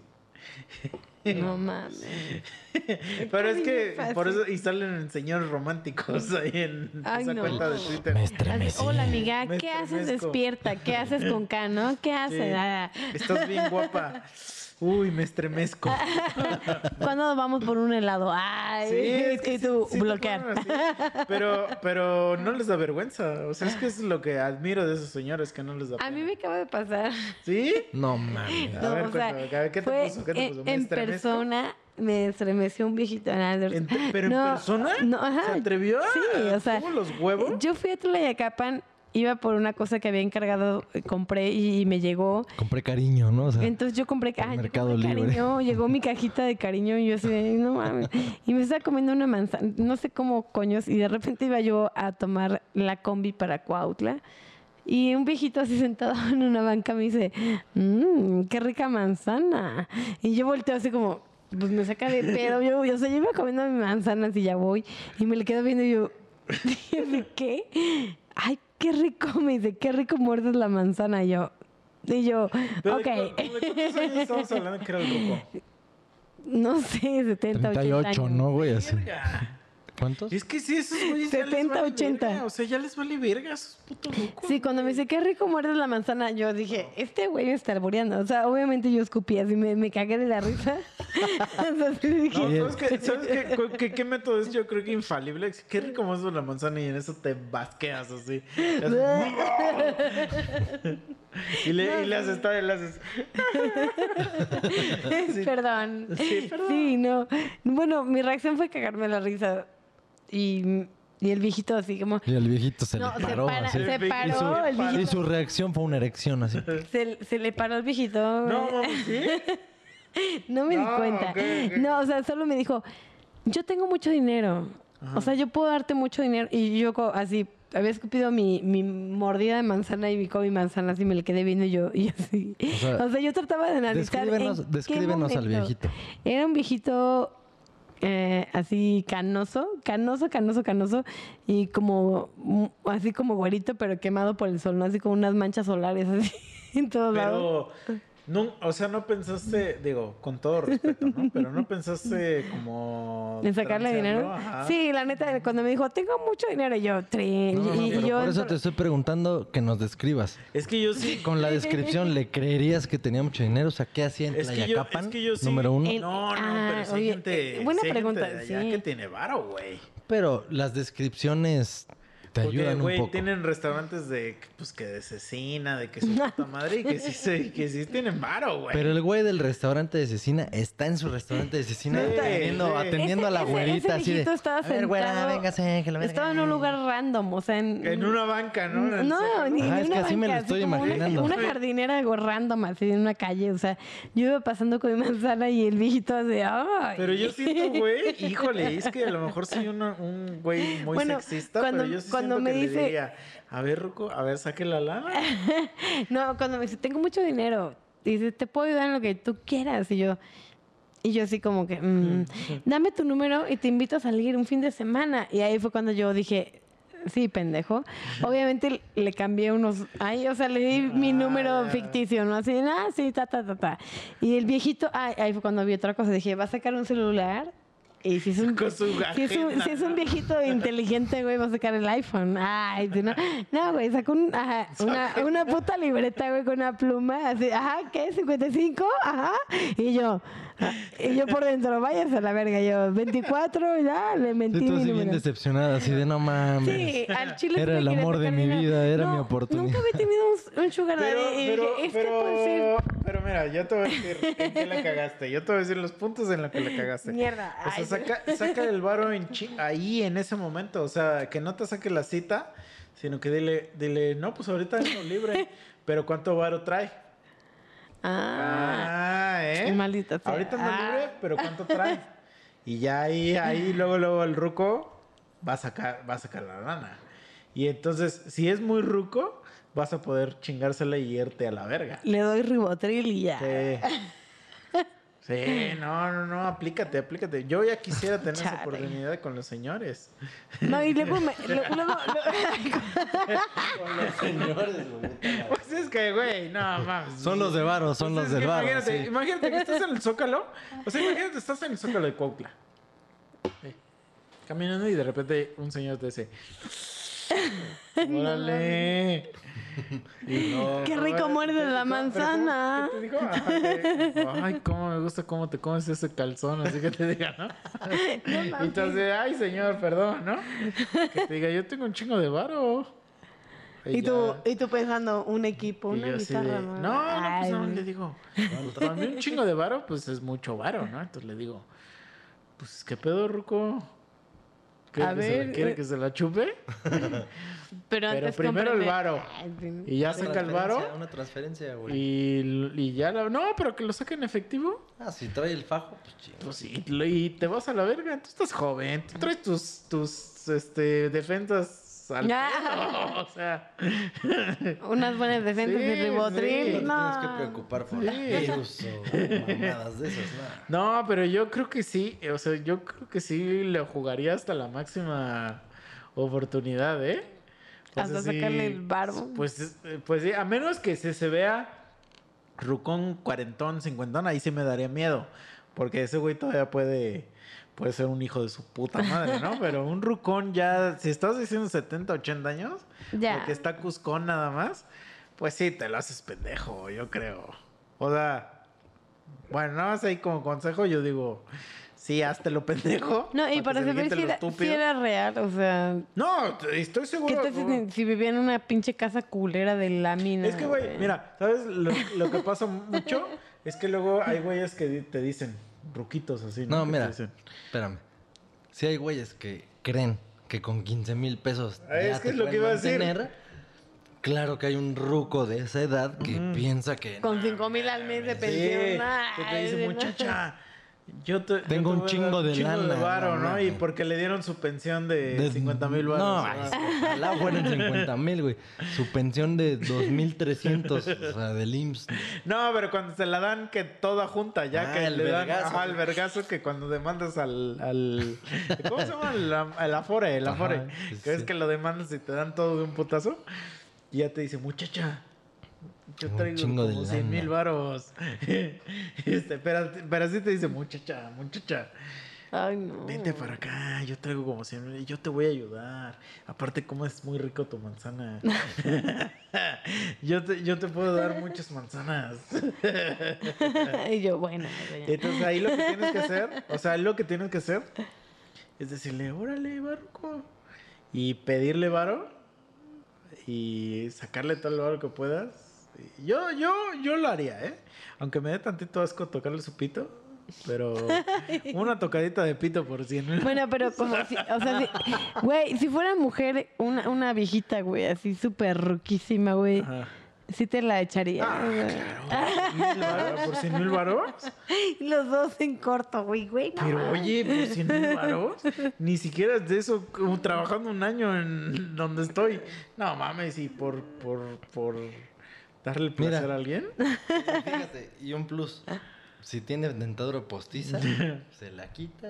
No mames. Pero es que Cariño por fácil. eso... Y salen señores románticos ahí en Ay, esa no. cuenta de Twitter. me Así, estremecí. hola amiga, Me ¿qué haces estremezco. despierta? ¿Qué haces con K, no? ¿Qué haces? Sí. Ah, Estás bien guapa. Uy, me estremezco. ¿Cuándo vamos por un helado? Ay, es que sí, tú sí te bloquear. ponen así. Pero, pero no les da vergüenza. O sea, es que es lo que admiro de esos señores, que no les da A mí pena. me acaba de pasar. ¿Sí? No mames. A No, ver, o sea, cuéntame, a ver, ¿qué te fue puso? ¿Qué te en, puso? ¿Me en estremezco? persona me estremeció un viejito. Nada, de- ¿En- ¿Pero en No, persona? No, ajá. ¿Se atrevió? Sí, o sea. ¿Tuvo los huevos? Yo fui a Tlayacapan, iba por una cosa que había encargado, eh, compré y, y me llegó. Compré cariño, ¿no? O sea, Entonces yo compré, por ah, yo Mercado compré Libre. cariño, llegó mi cajita de cariño y yo así de, no mames. Y me estaba comiendo una manzana, no sé cómo coños, y de repente iba yo a tomar la combi para Cuautla. Y un viejito así sentado en una banca me dice, mmm, qué rica manzana. Y yo volteo así como, pues me saca de pedo. Yo, yo, o sea, yo iba comiendo mi manzana así ya voy y me le quedo viendo y yo, dije, ¿qué? Ay, qué rico, me dice, qué rico muerdes la manzana. Y yo, y yo, Pero ok. ¿de, cu- de cuántos años estamos hablando que era el ruco? No sé, setenta, treinta y ochenta ocho, años. ¿no, güey? Así. Verga. ¿Cuántos? Es que sí, esos güeyes ya les setenta, vale ochenta. verga, o sea, ya les vale verga a esos putos rucos. Sí, cuando me dice, qué rico muerdes la manzana, yo dije, este güey me está alboreando. O sea, obviamente yo escupí así, me, me cagué de la risa. O sea, sí dije, No, ¿sabes qué, ¿sabes qué, cu- qué, qué método es? Yo creo que infalible. Qué rico muerdes la manzana y en eso te basqueas así. Y haces- y le, y le haces, tal, y le haces. Sí. Perdón. Sí, perdón. Sí, no. Bueno, mi reacción fue cagarme la risa. Y, y el viejito así como... Y el viejito se No, le se, paró. para- así. se El paró viejito el se Y viejito. su reacción fue una erección así. Se, se le paró el viejito. No, mames, ¿sí? No me di No, cuenta. ok, ok. No, o sea, solo me dijo, yo tengo mucho dinero. O sea, yo puedo darte mucho dinero. Y yo co- así, había escupido mi, mi mordida de manzana y mi mi manzana así me le quedé viendo y yo, y yo así. O sea, O sea, yo trataba de analizar. en descríbenos- qué descríbenos al momento. viejito. Era un viejito eh, así canoso, canoso, canoso, canoso. Y como, mm, así como güerito, pero quemado por el sol, ¿no? Así como unas manchas solares así en todos lados. Pero, no, o sea, no pensaste, digo, con todo respeto, ¿no? Pero no pensaste como... ¿En sacarle transearlo, dinero? ajá. Sí, la neta, cuando me dijo, tengo mucho dinero, y yo, "Tri", No, no, y, y pero yo... por eso te estoy preguntando que nos describas. Es que yo sí... Con la descripción, ¿le creerías que tenía mucho dinero? O sea, ¿qué hacía en Es que yo- Tlayacapan? es que yo sí- Número uno. El- No, no, Ah, pero sí hay oye, gente... eh, buena sí hay pregunta, gente de allá sí. que tiene varo, güey. Pero las descripciones te Porque, ayudan un güey, poco. tienen restaurantes de, pues, que de cecina, de que su puta madre y que sí, se, que sí tienen varo, güey. Pero el güey del restaurante de cecina está en su restaurante de cecina Sí, atendiendo, sí. atendiendo a la Ese- güerita ese así de... viejito estaba a ver, güera, sentado- véngase, que la verga". Estaba en un lugar random, o sea, en... En una banca, ¿no? En el No, Zócalo. ni, Ajá, ni es que una así me lo banca, estoy como una- imaginando. Una, jardinera algo random, así en una calle, o sea, yo iba pasando con mi manzana y el viejito así, ¡ay! Pero yo siento, güey, híjole, es que a lo mejor soy una- un güey muy Bueno, sexista, cuando- pero yo sí cuando siento me que dice- le diría, a ver, Ruco, a ver, saque la lana. No, cuando me dice, tengo mucho dinero, dice, te puedo ayudar en lo que tú quieras. Y yo, y yo así como que, mm, dame tu número y te invito a salir un fin de semana. Y ahí fue cuando yo dije, sí, pendejo. Obviamente le cambié unos, ay, o sea, le di mi Ah, número ya. ficticio, ¿no? Así, ah, sí, ta, ta, ta, ta. Y el viejito, ay, ahí fue cuando vi otra cosa. Dije, va a sacar un celular. Y si es un, Con su si es un, agenda, si es un ¿no? viejito inteligente, güey, va a sacar el iPhone. Ay, si no. No, güey, sacó un, ajá, una, una puta libreta, güey, con una pluma. Así, ajá, ¿qué? ¿cincuenta y cinco? Ajá. Y yo, ah, y yo por dentro, váyase a la verga. Yo, veinticuatro, ya, le mentí Sí, tú mi así bien número. decepcionada, así de no mames. Sí, al chile sí Era me el quería amor de sacar mi dinero. vida, era No, mi oportunidad. Nunca había tenido un, un sugar daddy. Pero, y pero, dije, este puede ser. pero, pero mira, yo te voy a decir en qué la cagaste. Yo te voy a decir los puntos en los que la cagaste. Mierda. O sea, Ay, saca, saca el varo en chi- ahí en ese momento. O sea, que no te saque la cita, sino que dile, dile, no, pues ahorita ando libre. Pero ¿cuánto varo trae? Ah, Ah, ¿eh? maldita sea. Ahorita ando Ah. libre, pero ¿cuánto trae? Y ya ahí, ahí, luego, luego el ruco va a sacar, va a sacar la lana. Y entonces, si es muy ruco, vas a poder chingársela y irte a la verga. le doy ribotril y ya. Sí. Sí, no, no, no, aplícate, aplícate. Yo ya quisiera tener esa Chale. oportunidad con los señores. No, y luego me. lo- luego- lo- Con los señores, güey. Pues es que, güey, no mames. Son los de varo, son Pues los es del que varo. Imagínate, sí. imagínate que estás en el Zócalo. O sea, imagínate que estás en el Zócalo de Cuautla. Sí. Caminando y de repente un señor te dice... ¡Órale! Y no, Qué no, rico ¿pero muerde qué- la cómo- pero manzana. cómo- ¿Qué te dijo? Ajá, que, ay, cómo me gusta cómo te comes ese calzón. Así que te diga, ¿no? Y entonces, ay, señor, perdón, ¿no? Que te diga, yo tengo un chingo de varo. Y tú, ya. y tú pensando, un equipo, Y una yo así guitarra. de, ¿no? no, no, pues Ay, no, le digo, para mí un chingo de varo, pues es mucho varo, ¿no? Entonces le digo, pues, ¿qué pedo, ruco? ¿Quiere, A que, se la, ver, ¿quiere eh. que se la chupe? Pero, Pero antes primero el cómprame- varo. Ay, sí. Y ya Una saca el transferencia, varo Una transferencia, güey. y, y ya la... No, pero que lo saque en efectivo. Ah, si trae el fajo, pues chido. Pues sí, lo- y te vas a la verga. Tú estás joven, tú traes tus, tus este, defensas al Ya. pedo, o sea. Unas buenas defensas Sí, y sí. ribotril. No No. te tienes que preocupar por Sí. virus o mamadas de esas, ¿no? No, pero yo creo que sí, o sea, yo creo que sí le jugaría hasta la máxima oportunidad, ¿eh? Hasta sacarle el varo. Pues, eh, pues sí, a menos que se, se vea rucón, cuarentón, cincuentón, ahí sí me daría miedo. Porque ese güey todavía puede, puede ser un hijo de su puta madre, ¿no? Pero un rucón ya, si estás diciendo setenta, ochenta años, Ya. porque está cuscón nada más, pues sí, te lo haces pendejo, yo creo. O sea, bueno, nada más ahí como consejo, yo digo, sí, hazte lo pendejo. No, y para que se le saber quite si lo era, si estúpido. era real, o sea, No, t- estoy ¿qué seguro. tal si, si vivía en una pinche casa culera de lámina? Es que, güey, mira, ¿sabes? Lo, lo que pasa mucho es que luego hay güeyes que di- te dicen, ruquitos así, ¿no? No, Que te mira, dicen, espérame. Si hay güeyes que creen que con quince mil pesos Ah, es ya que te es lo que pueden iba a decir. mantener, claro que hay un ruco de esa edad que piensa que Con cinco mil al mes de Sí, pensión. que te ay, dice, de- muchacha, yo te, yo Tengo te un voy a chingo dar de un chingo lana, de varo, no ¿no? mames. Y porque le dieron su pensión de, de cincuenta mil No, varos. ay, ¿no? es que ojalá fueran cincuenta mil, güey. Su pensión de dos mil trescientos, o sea, del I M S S. No, pero cuando se la dan que toda junta, ya Ah, que el le dan vergazo. ajá, el vergazo que cuando demandas al, al ¿cómo se llama? El, el Afore, el Ajá, Afore. sí, que es sí. que lo demandas y te dan todo de un putazo. Y ya te dice, muchacha, yo Un traigo chingo de como cien mil lana. varos. este, pero, pero así te dice, muchacha, muchacha, Ay, no. vente para acá, yo traigo como cien mil y yo te voy a ayudar. Aparte, como es muy rico tu manzana. yo, te, yo te puedo dar muchas manzanas. Y yo, bueno, doña. Entonces ahí lo que tienes que hacer, o sea, lo que tienes que hacer es decirle, órale, barco. Y pedirle varo y sacarle todo el varo que puedas. Y Yo, yo, yo lo haría, ¿eh? Aunque me dé tantito asco tocarle su pito, pero una tocadita de pito por cien mil. Bueno, pero como si, o sea, si- güey, si fuera mujer, una, una viejita, güey, así súper ruquísima, güey, Ajá. sí te la echaría. Ah, güey. claro. ¿Mil varos? ¿Por cien mil varos? Los dos en corto, güey, güey. no Pero mames. oye, por cien mil varos, ni siquiera es de eso, como trabajando un año en donde estoy. No mames, y por, por, por darle el placer Mira. a alguien. Fíjate, y un plus. Si tiene dentadura postiza, se la quita.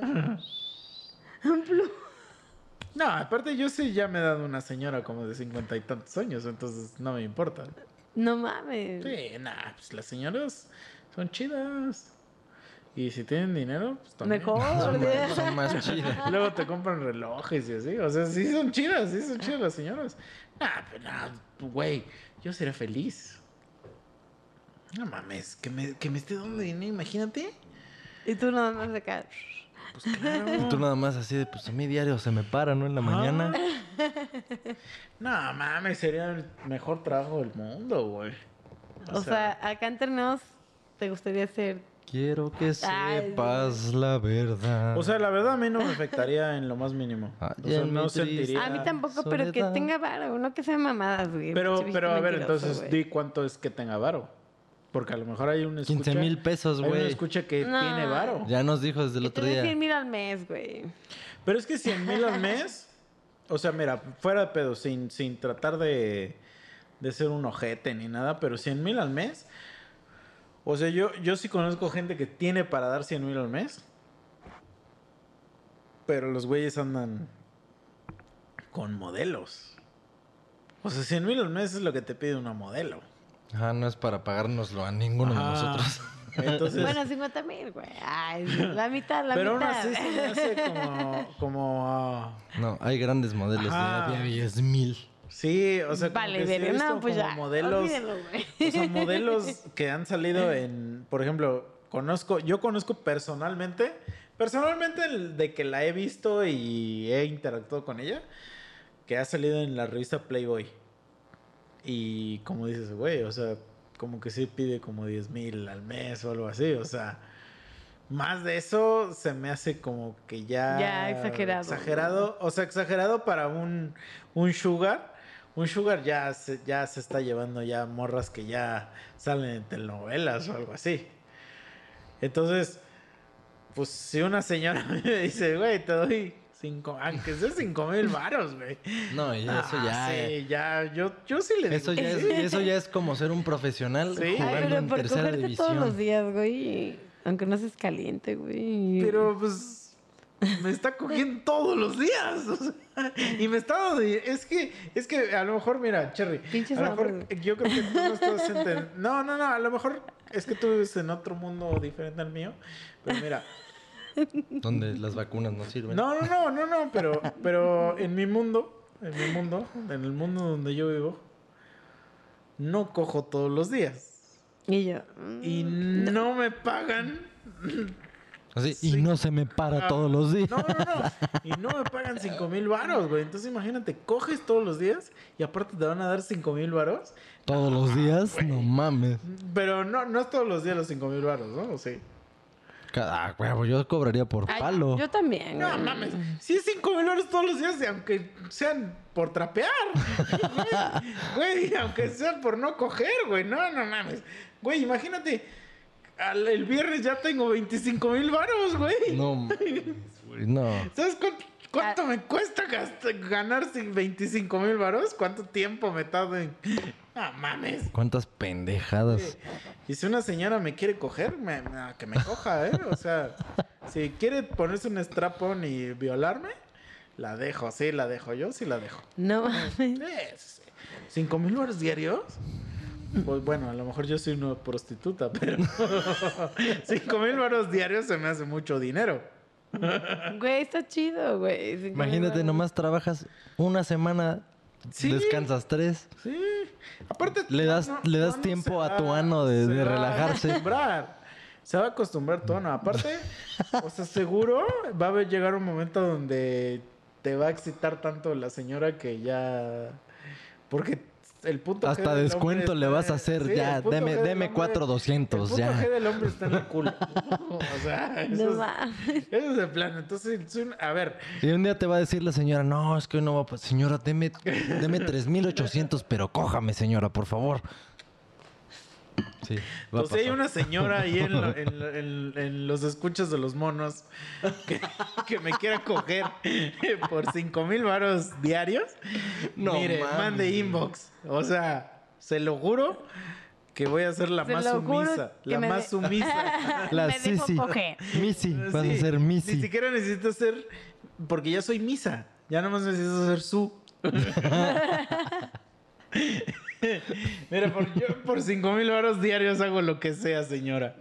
No, aparte yo sí ya me he dado una señora como de cincuenta y tantos años, entonces no me importa. No mames. Sí, nah, pues las señoras son chidas. Y si tienen dinero, pues también. Mejor. Son güey. más, son más chidas. Luego te compran relojes y así. O sea, sí son chidas, sí son chidas las señoras. Nah, pero nah, güey, yo sería feliz. No mames, que me, que me esté dando dinero, imagínate. Y tú nada más acá. Pues claro. Y tú nada más así de, pues a mí diario se me para, ¿no? En la mañana. No mames, sería el mejor trabajo del mundo, güey. O sea, acá entre nos, ¿te gustaría ser? Quiero que Ay, sepas la verdad. O sea, la verdad a mí no me afectaría en lo más mínimo. Ay, O sea, en no mi triste- sentiría. A mí tampoco, pero que soledad. tenga varo, no que sean mamadas, güey. Pero, Pinche pero a viejito ver, mentiroso, entonces güey. di cuánto es que tenga varo. Porque a lo mejor hay un escucha. quince mil pesos, Hay un güey. escucha que No. tiene varo. Ya nos dijo desde el Que otro te dé día. cien mil al mes, güey. Pero es que cien mil al mes. O sea, mira, fuera de pedo, sin, sin tratar de, de ser un ojete ni nada, pero cien mil al mes. O sea, yo, yo sí conozco gente que tiene para dar cien mil al mes. Pero los güeyes andan con modelos. O sea, cien mil al mes es lo que te pide una modelo. Ajá, no es para pagárnoslo a ninguno Ajá. de nosotros. Entonces, Bueno, cincuenta mil, güey. Ay, la mitad, la pero aún mitad. así se me hace como... como ah, No, hay grandes modelos Ajá. de diez mil. sí, o sea, como Vale, que sí he verga. visto No, pues como ya. modelos... Olvídenlo, güey. O sea, modelos que han salido en, por ejemplo, conozco, yo conozco personalmente, personalmente el de que la he visto y he interactuado con ella, que ha salido en la revista Playboy. Y como dices, güey, o sea, como que sí pide como diez mil al mes o algo así, o sea, más de eso se me hace como que ya... Ya exagerado. Exagerado, o sea, exagerado para un, un sugar. Un sugar ya se, ya se está llevando ya morras que ya salen en telenovelas o algo así. Entonces, pues si una señora me dice, güey, te doy Cinco, aunque sea cinco mil varos, güey. No, y eso Ah, ya... Sí, eh, ya, yo, yo sí le digo. Eso ya, que es, sí. eso ya es como ser un profesional Sí. jugando Ay, pero en por tercera cogerte división. todos los días, güey. Aunque no seas caliente, güey. Pero pues me está cogiendo todos los días. O sea, y me está dando de- es que es que a lo mejor mira, Cherry, Pinches a lo mejor hombres. yo creo que tú no estás enten- No, no, no, a lo mejor es que tú vives en otro mundo diferente al mío. Pero mira, Donde las vacunas no sirven. no, no, no, no, no, pero pero en mi mundo, en mi mundo, en el mundo donde yo vivo, no cojo todos los días Y yo. mm, y no me pagan. Así, Sí. y no se me para Ah, todos los días. No, no, no. Y no me pagan cinco mil varos, güey. Entonces imagínate, coges todos los días y aparte te van a dar cinco mil varos. Todos los días, no mames. Pero no, no es todos los días los cinco mil varos, ¿no? ¿O sí? Cada, ah, huevo, yo cobraría por ay, palo. Yo también. No güey. mames. Si es cinco mil varos todos los días, y aunque sean por trapear. Güey, Güey, aunque sean por no coger, güey. No, no mames. Güey, imagínate. al- el viernes ya tengo veinticinco mil varos, güey. No mames, güey, no. ¿Sabes cuánto, cuánto me cuesta gast- ganar veinticinco mil varos? ¿Cuánto tiempo me tardo en...? No mames. Cuántas pendejadas. Y si una señora me quiere coger, me- me- que me coja, ¿eh? O sea, si quiere ponerse un strap-on y violarme, la dejo, sí, la dejo. Yo sí la dejo. No mames. Eh, sí. ¿Cinco mil varos diarios? Pues bueno, a lo mejor yo soy una prostituta, pero... Cinco mil varos diarios se me hace mucho dinero. Güey, está chido, güey. Cinco mil Imagínate, varos. nomás trabajas una semana, Sí. descansas tres. Sí. Aparte... Le das- le das tu tiempo se a tu va- ano de- se de va a relajarse. acostumbrar. Se va a acostumbrar tu ano. Aparte, o sea, seguro va a haber- llegar un momento donde te va a excitar tanto la señora que ya... Porque el punto G Hasta del descuento hombre le está- vas a hacer sí, ya. el punto Deme, G del deme hombre- cuatro doscientos, El punto ya. G del hombre está en el culo. O sea, eso, No es, mames. eso es de plano. Entonces, es un- a ver, Y un día te va a decir la señora, no, es que hoy no va a... pues, señora, deme, deme tres mil ochocientos, pero cójame, señora, por favor. Sí, va a entonces hay pasar. una señora ahí en, lo- en lo- en- en los escuchas de los monos que, que me quiera coger por cinco mil varos diarios. No Mire, mames. mande inbox. O sea, se lo juro que voy a ser la Se más lo juro sumisa. que La me más de- sumisa. La Me dejo Sisi. coger. Missy, vas Sí, a ser Ni Missy. siquiera necesito ser... Porque ya soy misa. Ya nomás necesito ser su. Mira, por, yo por cinco mil varos diarios hago lo que sea, señora.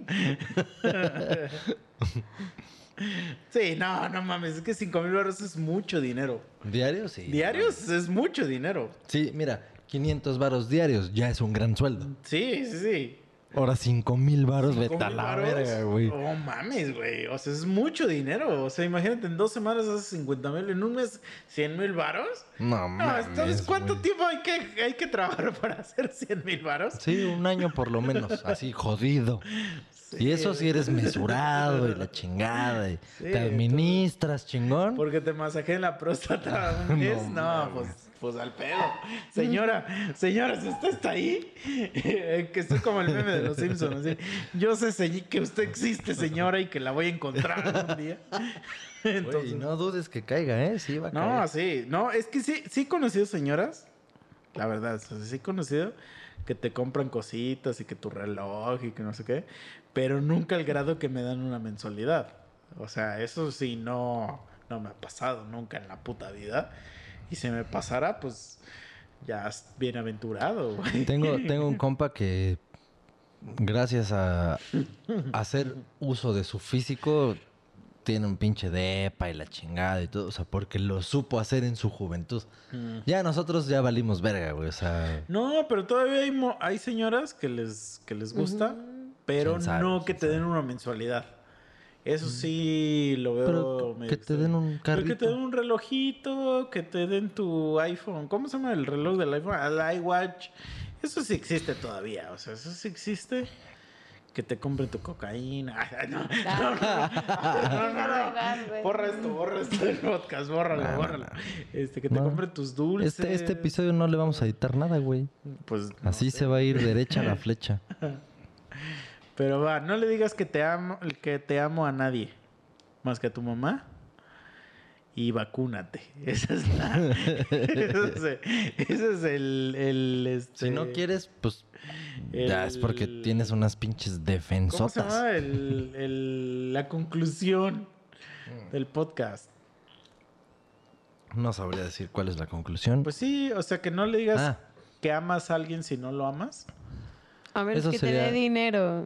Sí, no, no mames. Es que cinco mil varos es mucho dinero. ¿Diario? Sí. Diarios es mucho dinero. Sí, mira, quinientos varos diarios ya es un gran sueldo. Sí, sí, sí. Ahora cinco mil varos, ¿Cinco vete a mil la varos? verga, güey. Oh, mames, güey. O sea, es mucho dinero. O sea, imagínate, en dos semanas haces cincuenta mil. En un mes, cien mil varos. No, No, mames, entonces, ¿cuánto güey. tiempo hay que, hay que trabajar para hacer cien mil varos? Sí, un año por lo menos, así jodido. Y eso si eres mesurado y la chingada y Sí, te administras, chingón. Porque te masajeen la próstata un mes. No No, mames. pues, pues al pedo. Señora, señora, si usted está ahí, que estoy como el meme de los Simpsons. Así, yo sé señ- que usted existe, señora, y que la voy a encontrar algún día. Entonces, no dudes que caiga, ¿eh? Sí, va a No, caer. sí, no, es que sí, sí he conocido señoras, la verdad, o sea, sí he conocido que te compran cositas y que tu reloj y que no sé qué, pero nunca al grado que me dan una mensualidad. O sea, eso sí no, no me ha pasado nunca en la puta vida. Y si me pasara, pues ya es bienaventurado, güey. Tengo, tengo un compa que, gracias a hacer uso de su físico, tiene un pinche depa y la chingada y todo. O sea, porque lo supo hacer en su juventud. Mm. Ya nosotros ya valimos verga, güey. O sea, No, pero todavía hay, mo- hay señoras que les, que les gusta, pero ¿Quién sabe? no que ¿Quién te den una mensualidad. Eso sí lo veo. Pero medio que te extraño. den un Pero que te carrito. den un relojito, que te den tu iPhone. ¿Cómo se llama el reloj del iPhone? El iWatch. Eso sí existe todavía. O sea, eso sí existe. Que te compren tu cocaína. Ay, no, no, no, no, no, no. Borra esto, borra esto del podcast, bórralo, No, no, bórralo. Este, que te No. compren tus dulces. este, este episodio no le vamos a editar nada, güey. Pues no Así sé. se va a ir derecha la flecha. Pero va, no le digas que te amo, que te amo a nadie más que a tu mamá y vacúnate. Esa es la... ese es, ese es el... el este, Si no quieres, pues el- ya es porque tienes unas pinches ¿Cómo se defensotas. llama? El, el- la conclusión del podcast. No sabría decir cuál es la conclusión. Pues sí, o sea, que no le digas Ah. que amas a alguien si no lo amas. A ver, Eso es que sería- te dé dinero.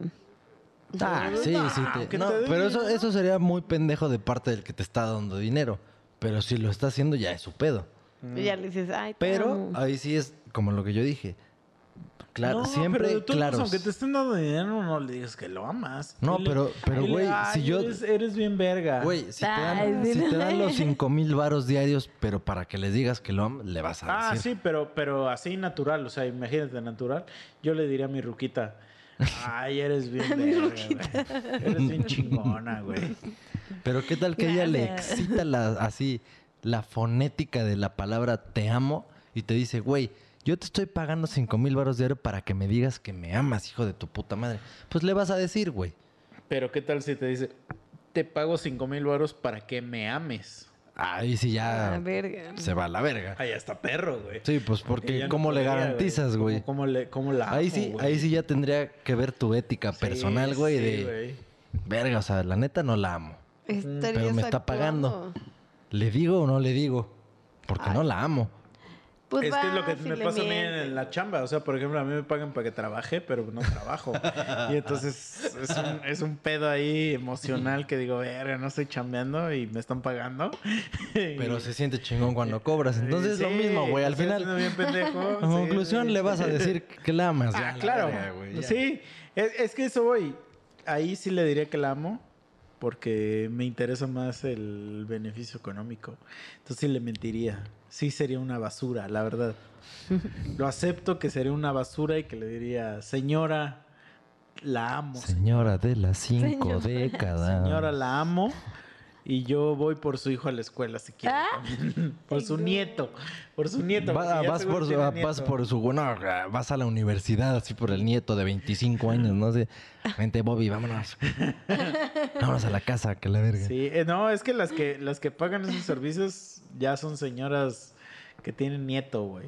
Ah, sí, No, sí. te- que no, te dé pero eso, dinero. eso sería muy pendejo de parte del que te está dando dinero. Pero si lo está haciendo, ya es su pedo. Y ya le dices, ay, te Pero amo. ahí sí es como lo que yo dije. Claro, No, siempre pero de todos modos, claros. aunque te estén dando dinero, no le digas que lo amas. No, Dile- pero- pero, dile, güey, "Ay, si yo- Eres, eres bien verga. Güey, si, te dan, Ay, sí, si no. te dan los cinco mil varos diarios, pero para que les digas que lo amas, le vas a Ah, decir. sí, pero, pero así natural. O sea, imagínate natural. Yo le diría a mi ruquita, ay, eres bien verga, güey. Eres bien chingona, güey. Pero qué tal que ella le Gracias. excita la, así la fonética de la palabra te amo y te dice, güey, yo te estoy pagando cinco mil varos diarios para que me digas que me amas, hijo de tu puta madre. Pues le vas a decir, güey. Pero qué tal si te dice, te pago cinco mil varos para que me ames. Ahí sí ya Ah, verga. se va a la verga. Ay, hasta perro, güey. Sí, pues Ella porque no ¿cómo le podría, garantizas, güey? ¿Cómo, cómo le, cómo la Ahí amo, sí, güey? ahí sí ya tendría que ver tu ética Sí, personal, güey, sí, de güey. verga, o sea, la neta no la amo. Estarías Pero me está actuando. pagando. ¿Le digo o no le digo? Porque no la amo. Pues Es que es lo que vas y me le pasa a mí mientes. en la chamba. O sea, por ejemplo, a mí me pagan para que trabaje, pero no trabajo. Y entonces es un, es un pedo ahí emocional que digo, verga, no estoy chambeando y me están pagando. Pero se siente chingón cuando cobras. Entonces es lo Sí, mismo, güey. Al estoy final, haciendo bien pendejo. en Sí, conclusión, sí. le vas a decir que la amas. ya, Ah, la claro. verga, güey, ya. Sí, es, es que eso voy. Ahí sí le diría que la amo porque me interesa más el beneficio económico. Entonces sí le mentiría. Sí sería una basura, la verdad. Lo acepto que sería una basura y que le diría, señora, la amo. Señora de las cinco Señora. décadas. Señora, la amo. Y yo voy por su hijo a la escuela si quiere. Ah. también. Por su nieto. Por su nieto. Va- porque ya vas, seguro por su, tiene vas nieto. por su... Bueno, vas a la universidad así por el nieto de veinticinco años, no sé. Vente, Bobby, vámonos. Vámonos a la casa, que la verga. Sí, eh, no, es que las que las que pagan esos servicios ya son señoras que tienen nieto, güey.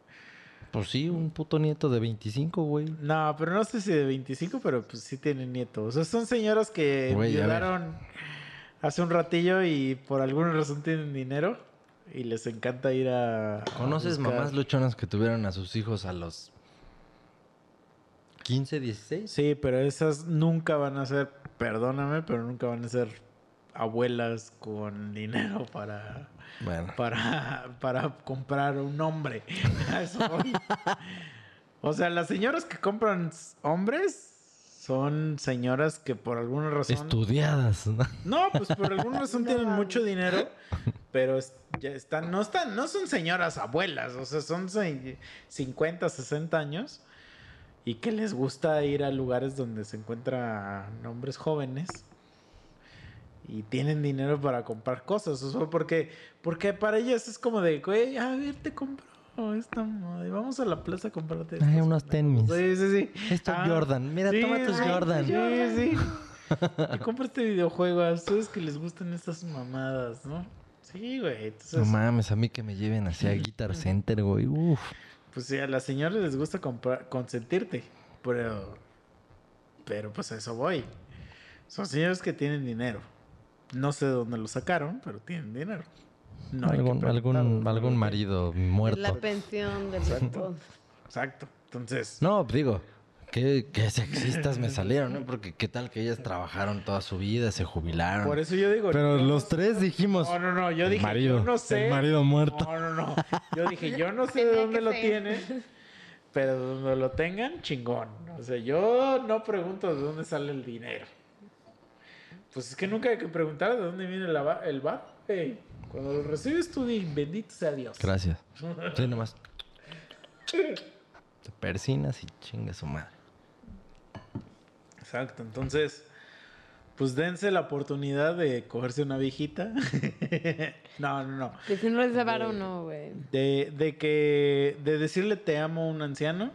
Pues sí, un puto nieto de veinticinco, güey. No, pero no sé si de veinticinco, pero pues sí tienen nieto. O sea, son señoras que Güey, a ver. violaron hace un ratillo y por alguna razón tienen dinero y les encanta ir a... a ¿Conoces buscar- mamás luchonas que tuvieron a sus hijos a los quince, dieciséis? Sí, pero esas nunca van a ser, perdóname, pero nunca van a ser abuelas con dinero para... Bueno. para, para comprar un hombre. A eso voy. O sea, las señoras que compran hombres son señoras que por alguna razón... Estudiadas, ¿no? No, pues por alguna razón tienen mucho dinero, pero es- ya están, no están, no son señoras abuelas, o sea, son se- cincuenta, sesenta años y que les gusta ir a lugares donde se encuentran hombres jóvenes y tienen dinero para comprar cosas, o sea, porque, porque para ellas es como de, güey, a ver, te compro esta madre, vamos a la plaza a comprarte Ay, estas unos pendejadas". tenis. Sí, sí, sí. Estos Ah, Jordan. Mira, toma tus ay, Jordan. Sí, sí. Y compra este videojuego a ustedes que les gustan estas mamadas, ¿no? Sí, güey. Entonces, No mames, a mí que me lleven hacia Guitar Center, güey. Uf. pues sí, a las señoras les gusta comprar, consentirte. Pero, pero pues a eso voy. Son señores que tienen dinero. No sé de dónde lo sacaron, pero tienen dinero. No hay que algún preguntar algún, dónde algún lo marido Es la muerto. pensión del Exacto. esposo. tienen. Exacto. Entonces, No, digo, qué, qué sexistas me salieron, ¿no? Porque qué tal que ellas trabajaron toda su vida, se jubilaron. por eso yo digo. Pero no, los tres dijimos... No, no, no. Yo el dije, marido, yo no sé. el marido muerto. No, no, no. Yo dije, yo no sé de Tenía dónde que lo ser. tienen, pero donde lo tengan, chingón. O sea, yo no pregunto de dónde sale el dinero. Pues es que nunca hay que preguntar de dónde viene el, ava- el bar. Ey, cuando lo recibes tú, di, bendito sea Dios. Gracias. Sí, nomás. Te persinas y chinga su madre. Exacto, entonces, pues dense la oportunidad de cogerse una viejita. no, no, no. Que si no les da varo, no, güey. De, de que, de decirle te amo a un anciano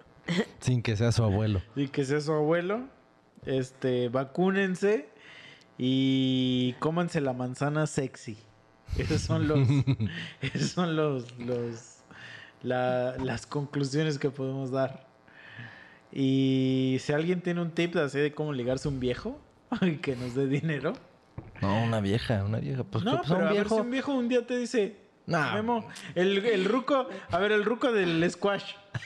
Sin que sea su abuelo. y que sea su abuelo. Este, vacúnense Y cómanse la manzana sexy. Esos son los... esos son los... los la- las conclusiones que podemos dar. Y si alguien tiene un tip así de cómo ligarse a un viejo, que nos dé dinero. No, una vieja, una vieja. Pues, No, ¿qué? Pues, pero un a ver viejo. si un viejo un día te dice... Nah. Memo, el, el ruco... A ver, el ruco del squash.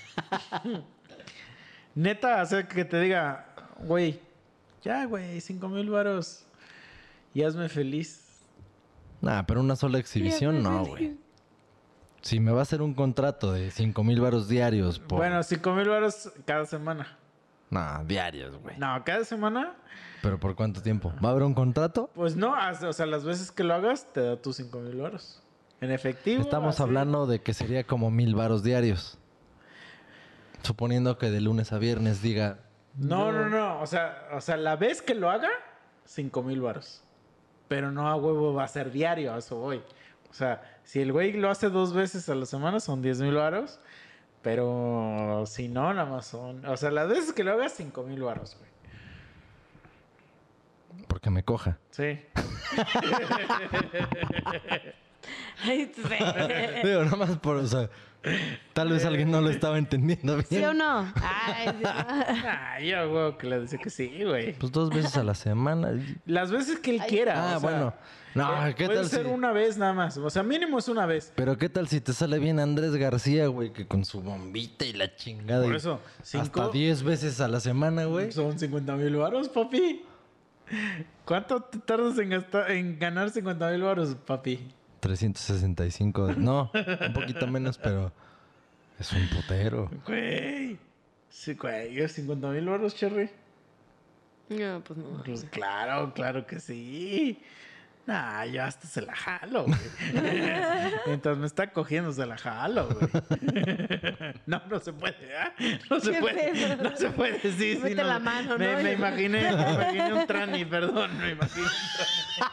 Neta, o sea, que te diga... Güey, ya, güey, cinco mil varos. Y hazme feliz. Nah, pero una sola exhibición, no, güey. Si me va a hacer un contrato de cinco mil varos diarios por... Bueno, cinco mil varos cada semana. No, diarios, güey. No, cada semana... ¿Pero por cuánto tiempo? ¿Va a haber un contrato? Pues no, haz- o sea, las veces que lo hagas, te da tus cinco mil varos. En efectivo. Estamos así. hablando de que sería como mil varos diarios. Suponiendo que de lunes a viernes diga... No, no, no. O sea, o sea, la vez que lo haga, cinco mil varos. Pero no a huevo va a ser diario, a eso voy. O sea, si el güey lo hace dos veces a la semana, son diez mil varos. Pero si no, nada más son... O sea, las veces que lo hagas, cinco mil varos, güey. Porque me coja. Sí. Ay, sí. Digo, nada más por... O sea, tal vez alguien no lo estaba entendiendo bien. ¿Sí o no? Ay, sí. Ay, yo, güey, que le decía que sí, güey. Pues dos veces a la semana. Las veces que él Ay, quiera. Ah, o sea, bueno. No, eh, ¿qué puede tal ser si... una vez nada más. O sea, mínimo es una vez. Pero ¿qué tal si te sale bien Andrés García, güey? Que con su bombita y la chingada. Por y eso, cinco- Hasta diez veces a la semana, güey. Son cincuenta mil varos, papi. ¿Cuánto te tardas en, gastar, en ganar cincuenta mil varos, papi? trescientos sesenta y cinco. No, un poquito menos, pero es un putero. Güey. Sí, güey. cincuenta mil varos, Cherry. No, pues no. Pues claro, claro que sí. Nah, yo hasta se la jalo, güey. Mientras me está cogiendo, se la jalo, güey. No, no se puede, ¿ah? No se Qué puede. pedo. No se puede, sí, sí. Mete no. la mano, me, ¿no? Me imaginé, me imaginé un trani, perdón, me imaginé un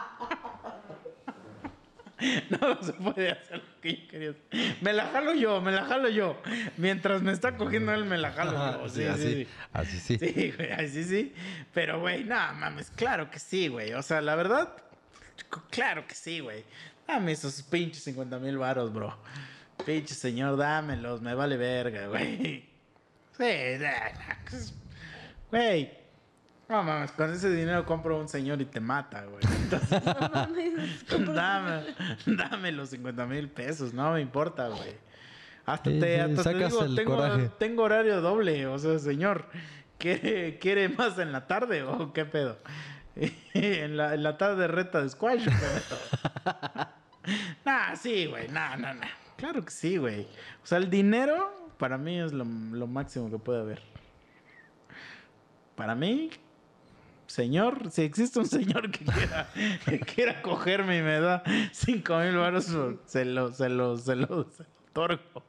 trani. No, no se puede hacer lo que yo quería hacer. Me la jalo yo, me la jalo yo. Mientras me está cogiendo él, me la jalo yo. Sí, sí, así, sí. así sí. Sí, güey, así sí. Pero, güey, no mames, claro que sí, güey. O sea, la verdad, c- claro que sí, güey. Dame esos pinches cincuenta mil varos, bro. Pinche señor, dámelos, me vale verga, güey. Sí, da- da- güey. No mames, con ese dinero compro un señor y te mata, güey. Entonces, No mames. dame, dame los cincuenta mil pesos, no me importa, güey. Hasta Sí, te, sí, hasta te sacas digo, el tengo, coraje. tengo horario doble, o sea, señor, ¿quiere, quiere más en la tarde o qué pedo? en, la, en la tarde reta de squash, ¿o qué pedo? Nah, sí, güey, nah, nah, nah. Claro que sí, güey. O sea, el dinero para mí es lo, lo máximo que puede haber. Para mí, señor, si existe un señor que quiera, que quiera cogerme y me da cinco mil baros, se lo, se lo, se lo, se lo otorgo.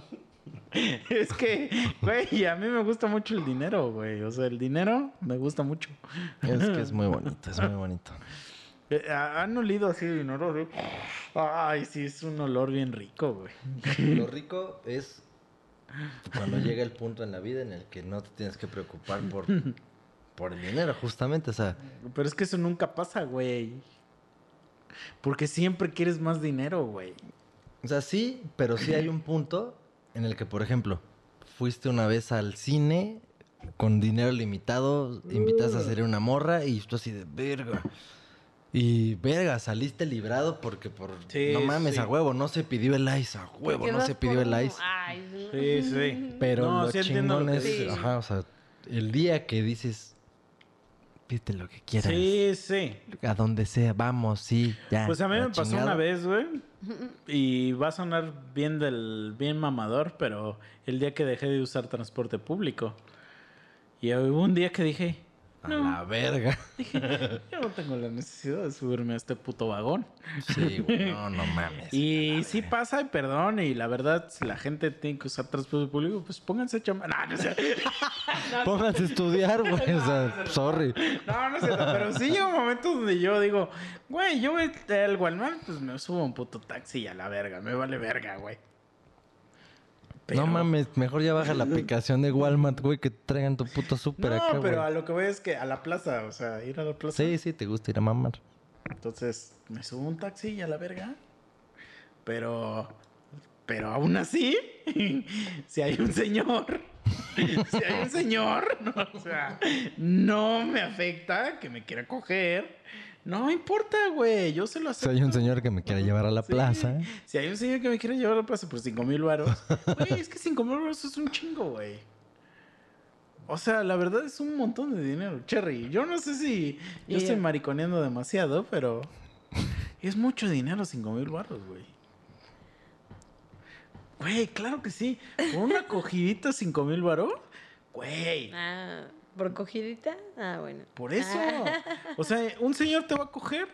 Es que, güey, a mí me gusta mucho el dinero, güey. O sea, el dinero me gusta mucho. Es que es muy bonito, es muy bonito. Eh, ¿Han olido así de dinero? ¿Sí? Ay, sí, es un olor bien rico, güey. Lo rico es cuando llega el punto en la vida en el que no te tienes que preocupar por, por el dinero, justamente. O sea, Pero es que eso nunca pasa, güey. Porque siempre quieres más dinero, güey. o sea, sí, pero sí hay un punto en el que, por ejemplo, fuiste una vez al cine con dinero limitado, invitas a hacer una morra y tú así de verga. Y verga, saliste librado porque por Sí, no mames, sí. a huevo, no se pidió el ice, a huevo, no Quedas se pidió por el uno. ice. Ay, Sí, sí. Pero No, lo sí entiendo chingón lo que es, dices. ajá, o sea, el día que dices, pídete lo que quieras, Sí, sí. a donde sea, vamos, sí, ya. Pues a mí la me pasó chingada. una vez, güey. Y va a sonar bien del bien mamador, pero el día que dejé de usar transporte público. Y hubo un día que dije, A la verga. yo no tengo la necesidad de subirme a este puto vagón. Sí, güey, no, no mames. Y sí pasa, y perdón, y la verdad, si la gente tiene que usar transporte público, pues pónganse a chamar. No, no sé. Pónganse a estudiar, güey, o sea, sorry. No, no es cierto, pero sí llega un momento donde yo digo, güey, yo voy al Walmart, pues me subo a un puto taxi y a la verga, me vale verga, güey. Pero- No mames, mejor ya baja la aplicación de Walmart, güey, que traigan tu puto súper No, acá, pero güey. a lo que voy es que a la plaza, o sea, ir a la plaza. Sí, sí, te gusta ir a mamar. Entonces, me subo a un taxi y a la verga. Pero, pero aún así, si hay un señor, si hay un señor, no, o sea, no me afecta que me quiera coger. No importa, güey, yo se lo Si acepto. hay un señor que me quiere llevar a la Sí. plaza. Si hay un señor que me quiere llevar a la plaza por cinco mil varos. Güey, es que cinco mil varos es un chingo, güey. O sea, la verdad es un montón de dinero. Cherry, yo no sé si yo Y estoy yo- mariconeando demasiado, pero es mucho dinero cinco mil varos, güey. Güey, claro que sí. Por una cogidita cinco mil varos, güey. Ah, ¿por cogidita? Ah, bueno. Por eso. O sea, un señor te va a coger.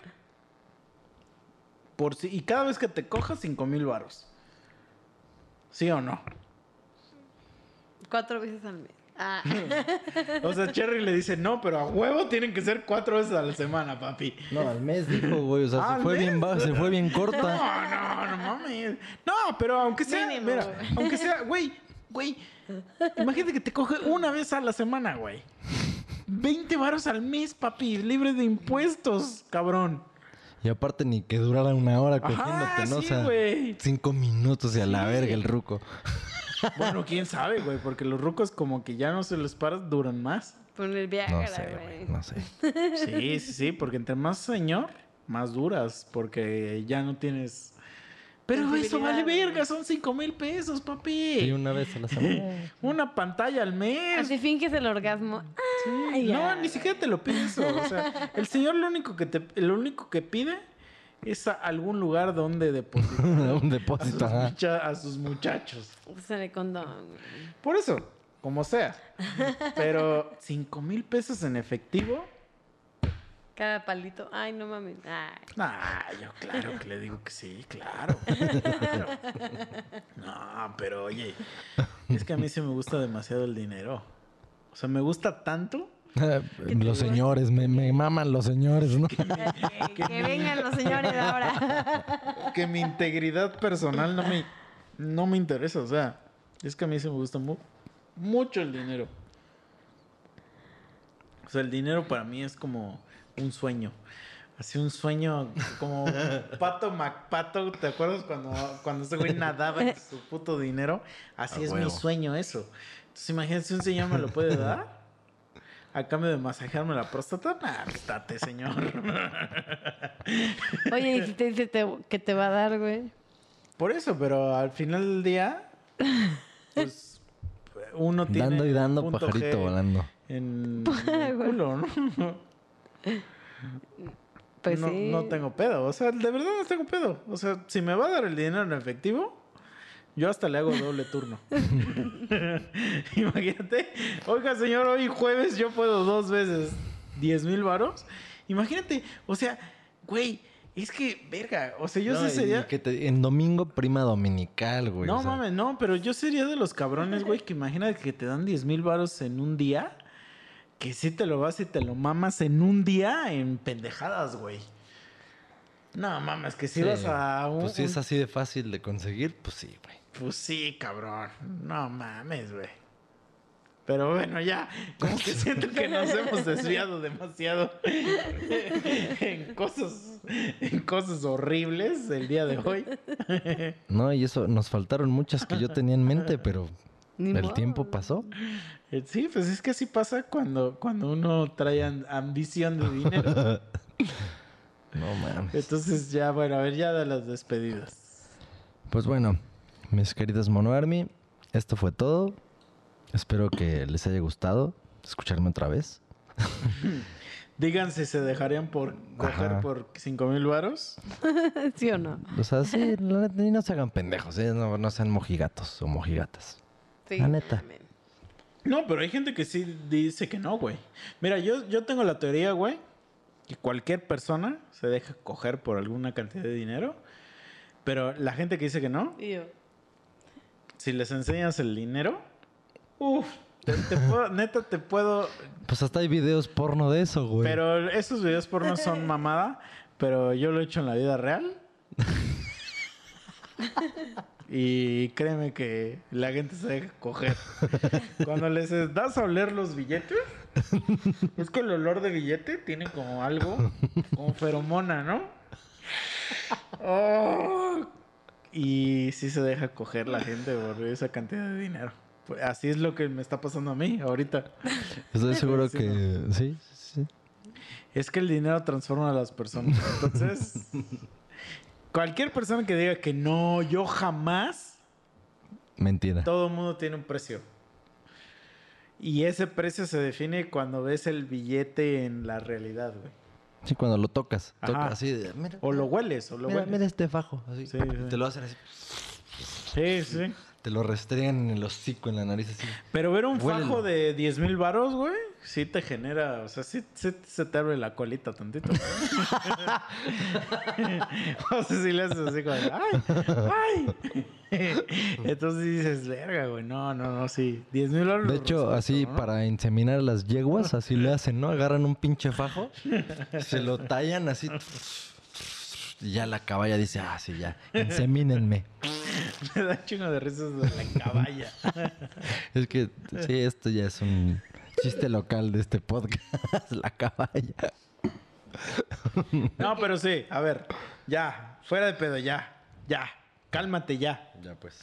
Por si, y cada vez que te coja, cinco mil varos. ¿Sí o no? Cuatro veces al mes. Ah. O sea, Cherry le dice, no, pero a huevo tienen que ser cuatro veces a la semana, papi. No, al mes dijo, güey. O sea, Ah, se ¿al fue mes? bien baja, se fue bien corta. No, no, no mames. No, pero aunque sea, Mínimo, mira, güey. aunque sea, güey, güey. Imagínate que te coge una vez a la semana, güey. veinte varos al mes, papi, libre de impuestos, cabrón. Y aparte ni que durara una hora Ajá, cogiéndote, ¿no? sí, o sea, güey. cinco minutos y a la Sí. verga el ruco. Bueno, quién sabe, güey, porque los rucos como que ya no se les paras, duran más. Por el No Viagra, sé, güey. güey, no sé. Sí, sí, sí, porque entre más señor, más duras, porque ya no tienes... Pero eso vale Sensibilidad, verga, son cinco mil pesos, papi. Y una vez a la semana. Una pantalla al mes. Así finges el orgasmo. Ay, No, ya. ni siquiera te lo pide eso. O sea, el señor lo único que te, lo único que pide es a algún lugar donde depositar Un a depósito, sus, ajá. mucha- a sus muchachos. Úsale condón, güey. Por eso, como sea. Pero cinco mil pesos en efectivo. Cada palito. Ay, no mames. Ay. Nah, yo claro que le digo que sí, claro. claro. No, pero oye, es que a mí sí me gusta demasiado el dinero. O sea, me gusta tanto. Los señores, me, me maman los señores, ¿no? Que, que vengan los señores ahora. Que mi integridad personal no me, no me interesa. O sea, es que a mí sí me gusta mu- mucho el dinero. O sea, el dinero para mí es como un sueño. Así un sueño como Pato MacPato. ¿Te acuerdas cuando, cuando ese güey nadaba en su puto dinero? Así A es mi huevo. sueño eso. Entonces imagínate si un señor me lo puede dar. A cambio de masajearme la próstata. Nah, pues date, señor. Oye, y si te dice te- que te va a dar, güey. Por eso, pero al final del día, pues uno tiene Dando y dando, punto pajarito G volando. en, en el culo, ¿no? Pues no, sí. no tengo pedo, o sea, de verdad no tengo pedo. O sea, si me va a dar el dinero en efectivo, yo hasta le hago doble turno. Imagínate, oiga señor, hoy jueves yo puedo dos veces diez mil varos. Imagínate, o sea, güey, es que, verga, o sea, yo No, sí y sería... que te- en domingo prima dominical, güey. No o sea, mames, no, pero yo sería de los cabrones, güey, que imagínate que te dan diez mil varos en un día, que sí te lo vas y te lo mamas en un día en pendejadas, güey. No mames, que si sí. vas a un... Pues si es un- así de fácil de conseguir, pues sí, güey. Pues sí, cabrón. No mames, güey. Pero bueno, ya, como que siento que nos hemos desviado demasiado en cosas, en cosas horribles el día de hoy. No, y eso, nos faltaron muchas que yo tenía en mente, pero Ni el modo. tiempo pasó. Eh, Sí, pues es que así pasa cuando, cuando uno trae an- ambición de dinero. No mames. Entonces ya, bueno, a ver, ya de las despedidas. Pues bueno, mis queridos Mono Army, esto fue todo. Espero que les haya gustado escucharme otra vez. Digan si se dejarían por coger Ajá. por cinco mil varos. ¿Sí o no? O sea, sí, la neta, y no se hagan pendejos, ¿eh? no, no sean mojigatos o mojigatas. Sí. La neta. mames. No, pero hay gente que sí dice que no, güey. Mira, yo, yo tengo la teoría, güey, que cualquier persona se deja coger por alguna cantidad de dinero. Pero la gente que dice que no, Y yo. si les enseñas el dinero, uff, te, te puedo, neta te puedo. Pues hasta hay videos porno de eso, güey. Pero esos videos porno son mamada, pero yo lo he hecho en la vida real. Y créeme que la gente se deja coger. Cuando les das a oler los billetes, es que el olor de billete tiene como algo, como feromona, ¿no? Oh, y sí se deja coger la gente por esa cantidad de dinero. Pues así es lo que me está pasando a mí ahorita. Estoy seguro Sí, que sí, sí. Es que el dinero transforma a las personas. Entonces, cualquier persona que diga que no, yo jamás, Mentira. todo el mundo tiene un precio. Y ese precio se define cuando ves el billete en la realidad, güey. Sí, cuando lo tocas. Ajá. Toca así de, mira, O lo hueles, o lo mira, hueles. mira este fajo. Así. Sí, Y sí. te lo hacen así. Sí, sí. Te lo restregan en el hocico, en la nariz así. Pero ver un Huélelo. fajo de diez mil varos, güey, sí te genera, o sea, sí, sí se te abre la colita tantito. O sea, si le haces así como, ¡ay! ¡ay! Entonces dices, verga, güey, no, no, no, sí. diez mil varos. De lo hecho, respeto, así ¿no? para inseminar a las yeguas, así le hacen, ¿no? Agarran un pinche fajo, se lo tallan así. Y ya la caballa dice, ah, sí, ya, insemínenme. Me da chingo de risas de la caballa. Es que, sí, esto ya es un chiste local de este podcast, la caballa. No, pero sí, a ver, ya, fuera de pedo, ya, ya, cálmate ya. Ya, pues.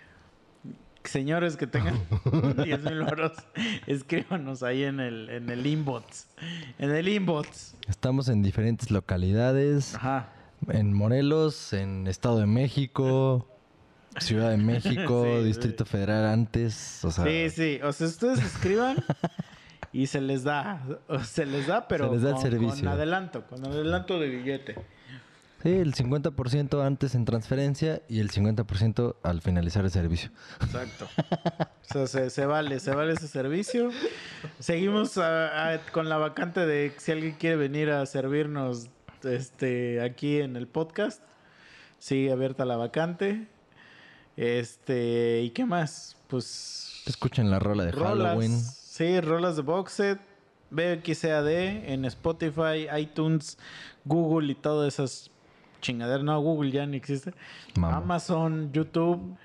Señores que tengan diez mil euros, escríbanos ahí en el, en el inbox. En el inbox. Estamos en diferentes localidades. Ajá. En Morelos, en Estado de México, Ciudad de México, Sí, Distrito sí. Federal antes. O sea, Sí, sí. O sea, ustedes escriban y se les da. O se les da, pero Se les da el con, servicio. con adelanto. Con adelanto de billete. sí, el cincuenta por ciento antes en transferencia y el cincuenta por ciento al finalizar el servicio. Exacto. O sea, se, se vale, se vale ese servicio. Seguimos a- a- con la vacante de si alguien quiere venir a servirnos este, aquí en el podcast. Sigue abierta la vacante. Este, ¿y qué más? Pues Escuchen la rola de rolas. Halloween. Sí, rolas de Boxet. B X A D en Spotify, iTunes, Google y todas esas chingaderas. No, Google ya ni existe. Mamá. Amazon, YouTube.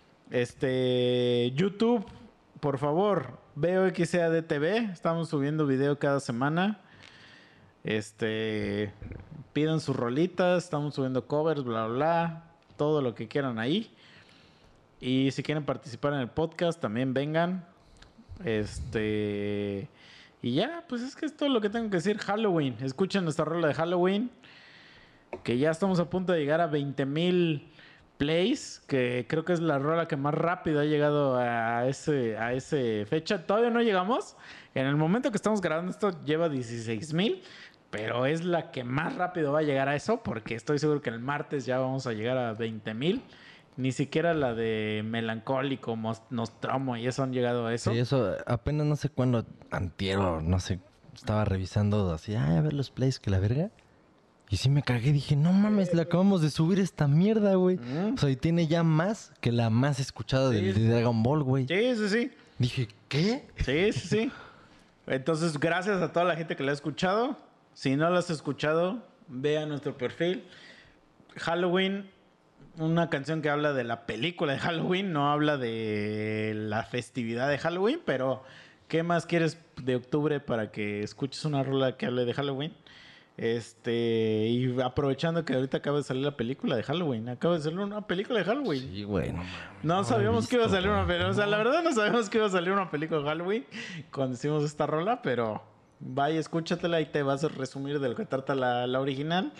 Este, YouTube, por favor, B X A D T V. Estamos subiendo video cada semana. Este, pidan sus rolitas, estamos subiendo covers, bla, bla, bla. Todo lo que quieran ahí. Y si quieren participar en el podcast, también vengan. Este. Y ya, pues es que es todo lo que tengo que decir. Halloween. Escuchen nuestra rola de Halloween. Que ya estamos a punto de llegar a veinte mil plays. Que creo que es la rola que más rápido ha llegado a ese, a ese fecha. Todavía no llegamos. En el momento que estamos grabando esto lleva dieciséis mil. Pero es la que más rápido va a llegar a eso. Porque estoy seguro que el martes ya vamos a llegar a veinte mil. Ni siquiera la de Melancólico, Mos- Nostromo y eso han llegado a eso. Sí, eso apenas no sé cuándo, antier o no sé, estaba revisando así, ay, a ver los plays que la verga. Y sí me cagué, dije, no mames, le acabamos de subir esta mierda, güey. Mm. O sea, y tiene ya más que la más escuchada del Sí. de Dragon Ball, güey. Sí, sí, sí. Dije, ¿qué? Sí, sí, sí. Entonces, gracias a toda la gente que la ha escuchado. Si no la has escuchado, ve a nuestro perfil. Halloween, una canción que habla de la película de Halloween, no habla de la festividad de Halloween, pero ¿qué más quieres de octubre para que escuches una rola que hable de Halloween? Este, y aprovechando que ahorita acaba de salir la película de Halloween, acaba de salir una película de Halloween. Sí, güey, no mames. No lo he sabíamos que iba a visto, salir una güey. película. O sea, la verdad no sabíamos que iba a salir una película de Halloween cuando hicimos esta rola, pero vaya, escúchatela y te vas a resumir de lo que trata la, la original.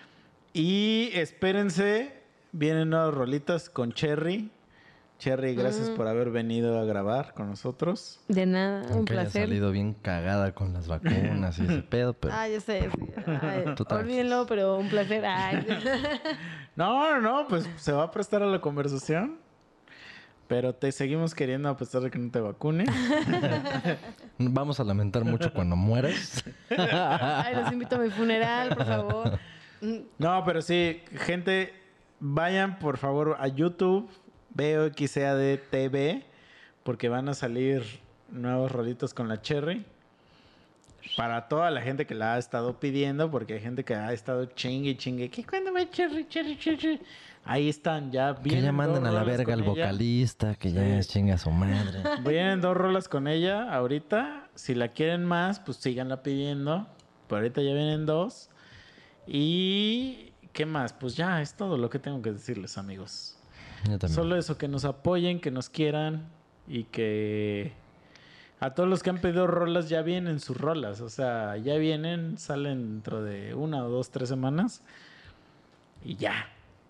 Y espérense, vienen nuevas rolitas con Cherry. Cherry, gracias Mm. por haber venido a grabar con nosotros. De nada, un Aunque haya placer. salido bien cagada con las vacunas y ese pedo, pero... Ah, ya sé. sí. Ay, Tú tranquis. olvídenlo, pero un placer. Ay. No, no, pues se va a prestar a la conversación. Pero te seguimos queriendo a pesar de que no te vacunes. Vamos a lamentar mucho cuando mueras. Ay, los invito a mi funeral, por favor. Mm, No, pero sí, gente, vayan por favor a YouTube, B X A D T V, porque van a salir nuevos rolitos con la Cherry. Para toda la gente que la ha estado pidiendo, porque hay gente que ha estado chingue y chingue. ¿Qué cuándo va a cherry, cherry, cherry? Ahí están, ya Que vienen ya manden dos a la rolas verga con al ella. vocalista, que ya Sí. chinga a su madre. Vienen dos rolas con ella ahorita. Si la quieren más, pues síganla pidiendo. Pero ahorita ya vienen dos. Y... ¿qué más? Pues ya es todo lo que tengo que decirles, amigos. Yo también. Solo eso, que nos apoyen, que nos quieran y que a todos los que han pedido rolas ya vienen sus rolas. O sea, ya vienen, salen dentro de una o dos, tres semanas y ya.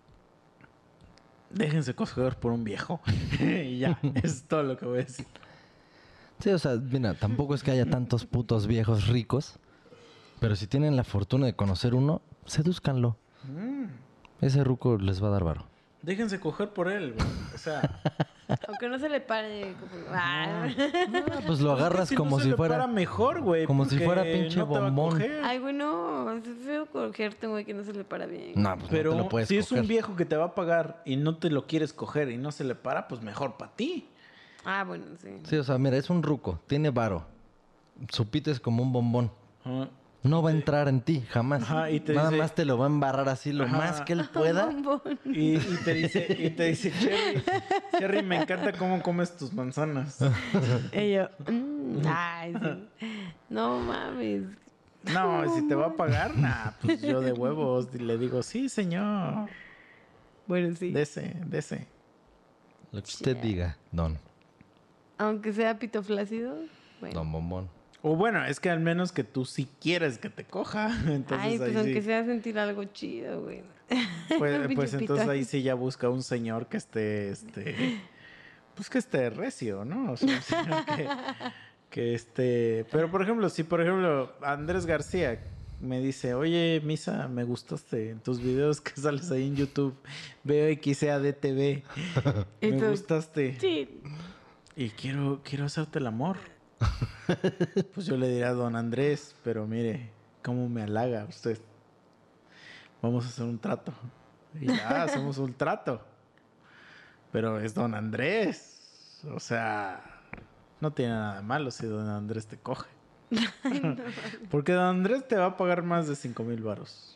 Déjense coger por un viejo. Y ya, es todo lo que voy a decir. Sí, o sea, mira, tampoco es que haya tantos putos viejos ricos, pero si tienen la fortuna de conocer uno, sedúzcanlo. Mm, Ese ruco les va a dar varo. déjense coger por él, güey. O sea, Aunque no se le pare. Como... Ah. Ah, pues lo agarras si no como se si le fuera... para mejor, güey. como si porque fuera pinche no te va a bombón. coger. Ay, güey, no. Es feo cogerte, güey, que no se le para bien. No, pues Pero no te lo puedes si es coger. un viejo que te va a pagar y no te lo quieres coger y no se le para, pues mejor para ti. Ah, bueno, sí. Sí, o sea, mira, es un ruco, tiene varo. Su pito es como un bombón. Ajá. No va a entrar en ti, jamás. Ajá, y te Nada dice- más te lo va a embarrar así lo Ajá. más que él pueda. Bombón. Y, y te dice, y te dice, Cherry, Cherry, me encanta cómo comes tus manzanas. Y yo, mm, ay, sí. No mames. No, si te va a pagar, nah, pues yo de huevos y le digo, sí, señor. Bueno, sí. Dese, dese. Lo que usted diga, don. Aunque sea pito flácido. Bueno. Don bombón. O bueno, es que al menos que tú sí quieres que te coja. Entonces Ay, pues ahí aunque sí. sea sentir algo chido, güey. Pues, Un pues pinche entonces pito. ahí sí ya busca un señor que esté, este, pues que esté recio, ¿no? O sea, un señor que, que esté... Pero por ejemplo, si por ejemplo Andrés García me dice, oye, Misa, me gustaste en tus videos que sales ahí en YouTube, veo X A D T V, Y me tú, gustaste Sí. y quiero, quiero hacerte el amor. Pues yo le diría a don Andrés, pero mire, cómo me halaga usted. Vamos a hacer un trato. Y ya, hacemos un trato. Pero es don Andrés. O sea, no tiene nada de malo si don Andrés te coge. Porque don Andrés te va a pagar más de cinco mil varos.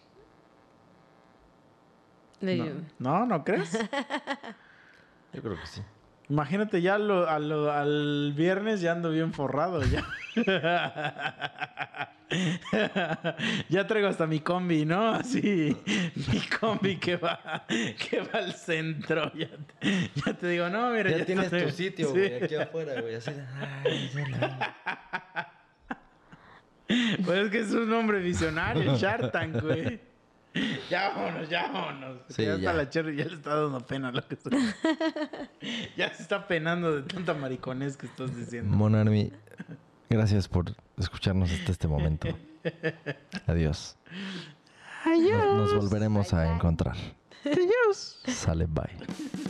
Le No, digo. no, ¿no crees? Yo creo que sí. Imagínate, ya lo- a lo- al viernes ya ando bien forrado. Ya. Ya traigo hasta mi combi, ¿no? Así, mi combi que va, que va al centro. Ya te, ya te digo, no, mira. Ya, tienes está- tu sitio, Sí. güey, aquí afuera, güey. Así de... Ay, ya la- Pues es que es un hombre visionario, Shark Tank, güey. Ya vámonos, ya vámonos. Sí, ya está ya. la Cherry, ya le está dando pena lo que estoy. Ya se está penando de tanta mariconés que estás diciendo. Mon Army, gracias por escucharnos hasta este momento. Adiós. Adiós. Nos, nos volveremos Bye, a bye. encontrar. Adiós. Sale, bye.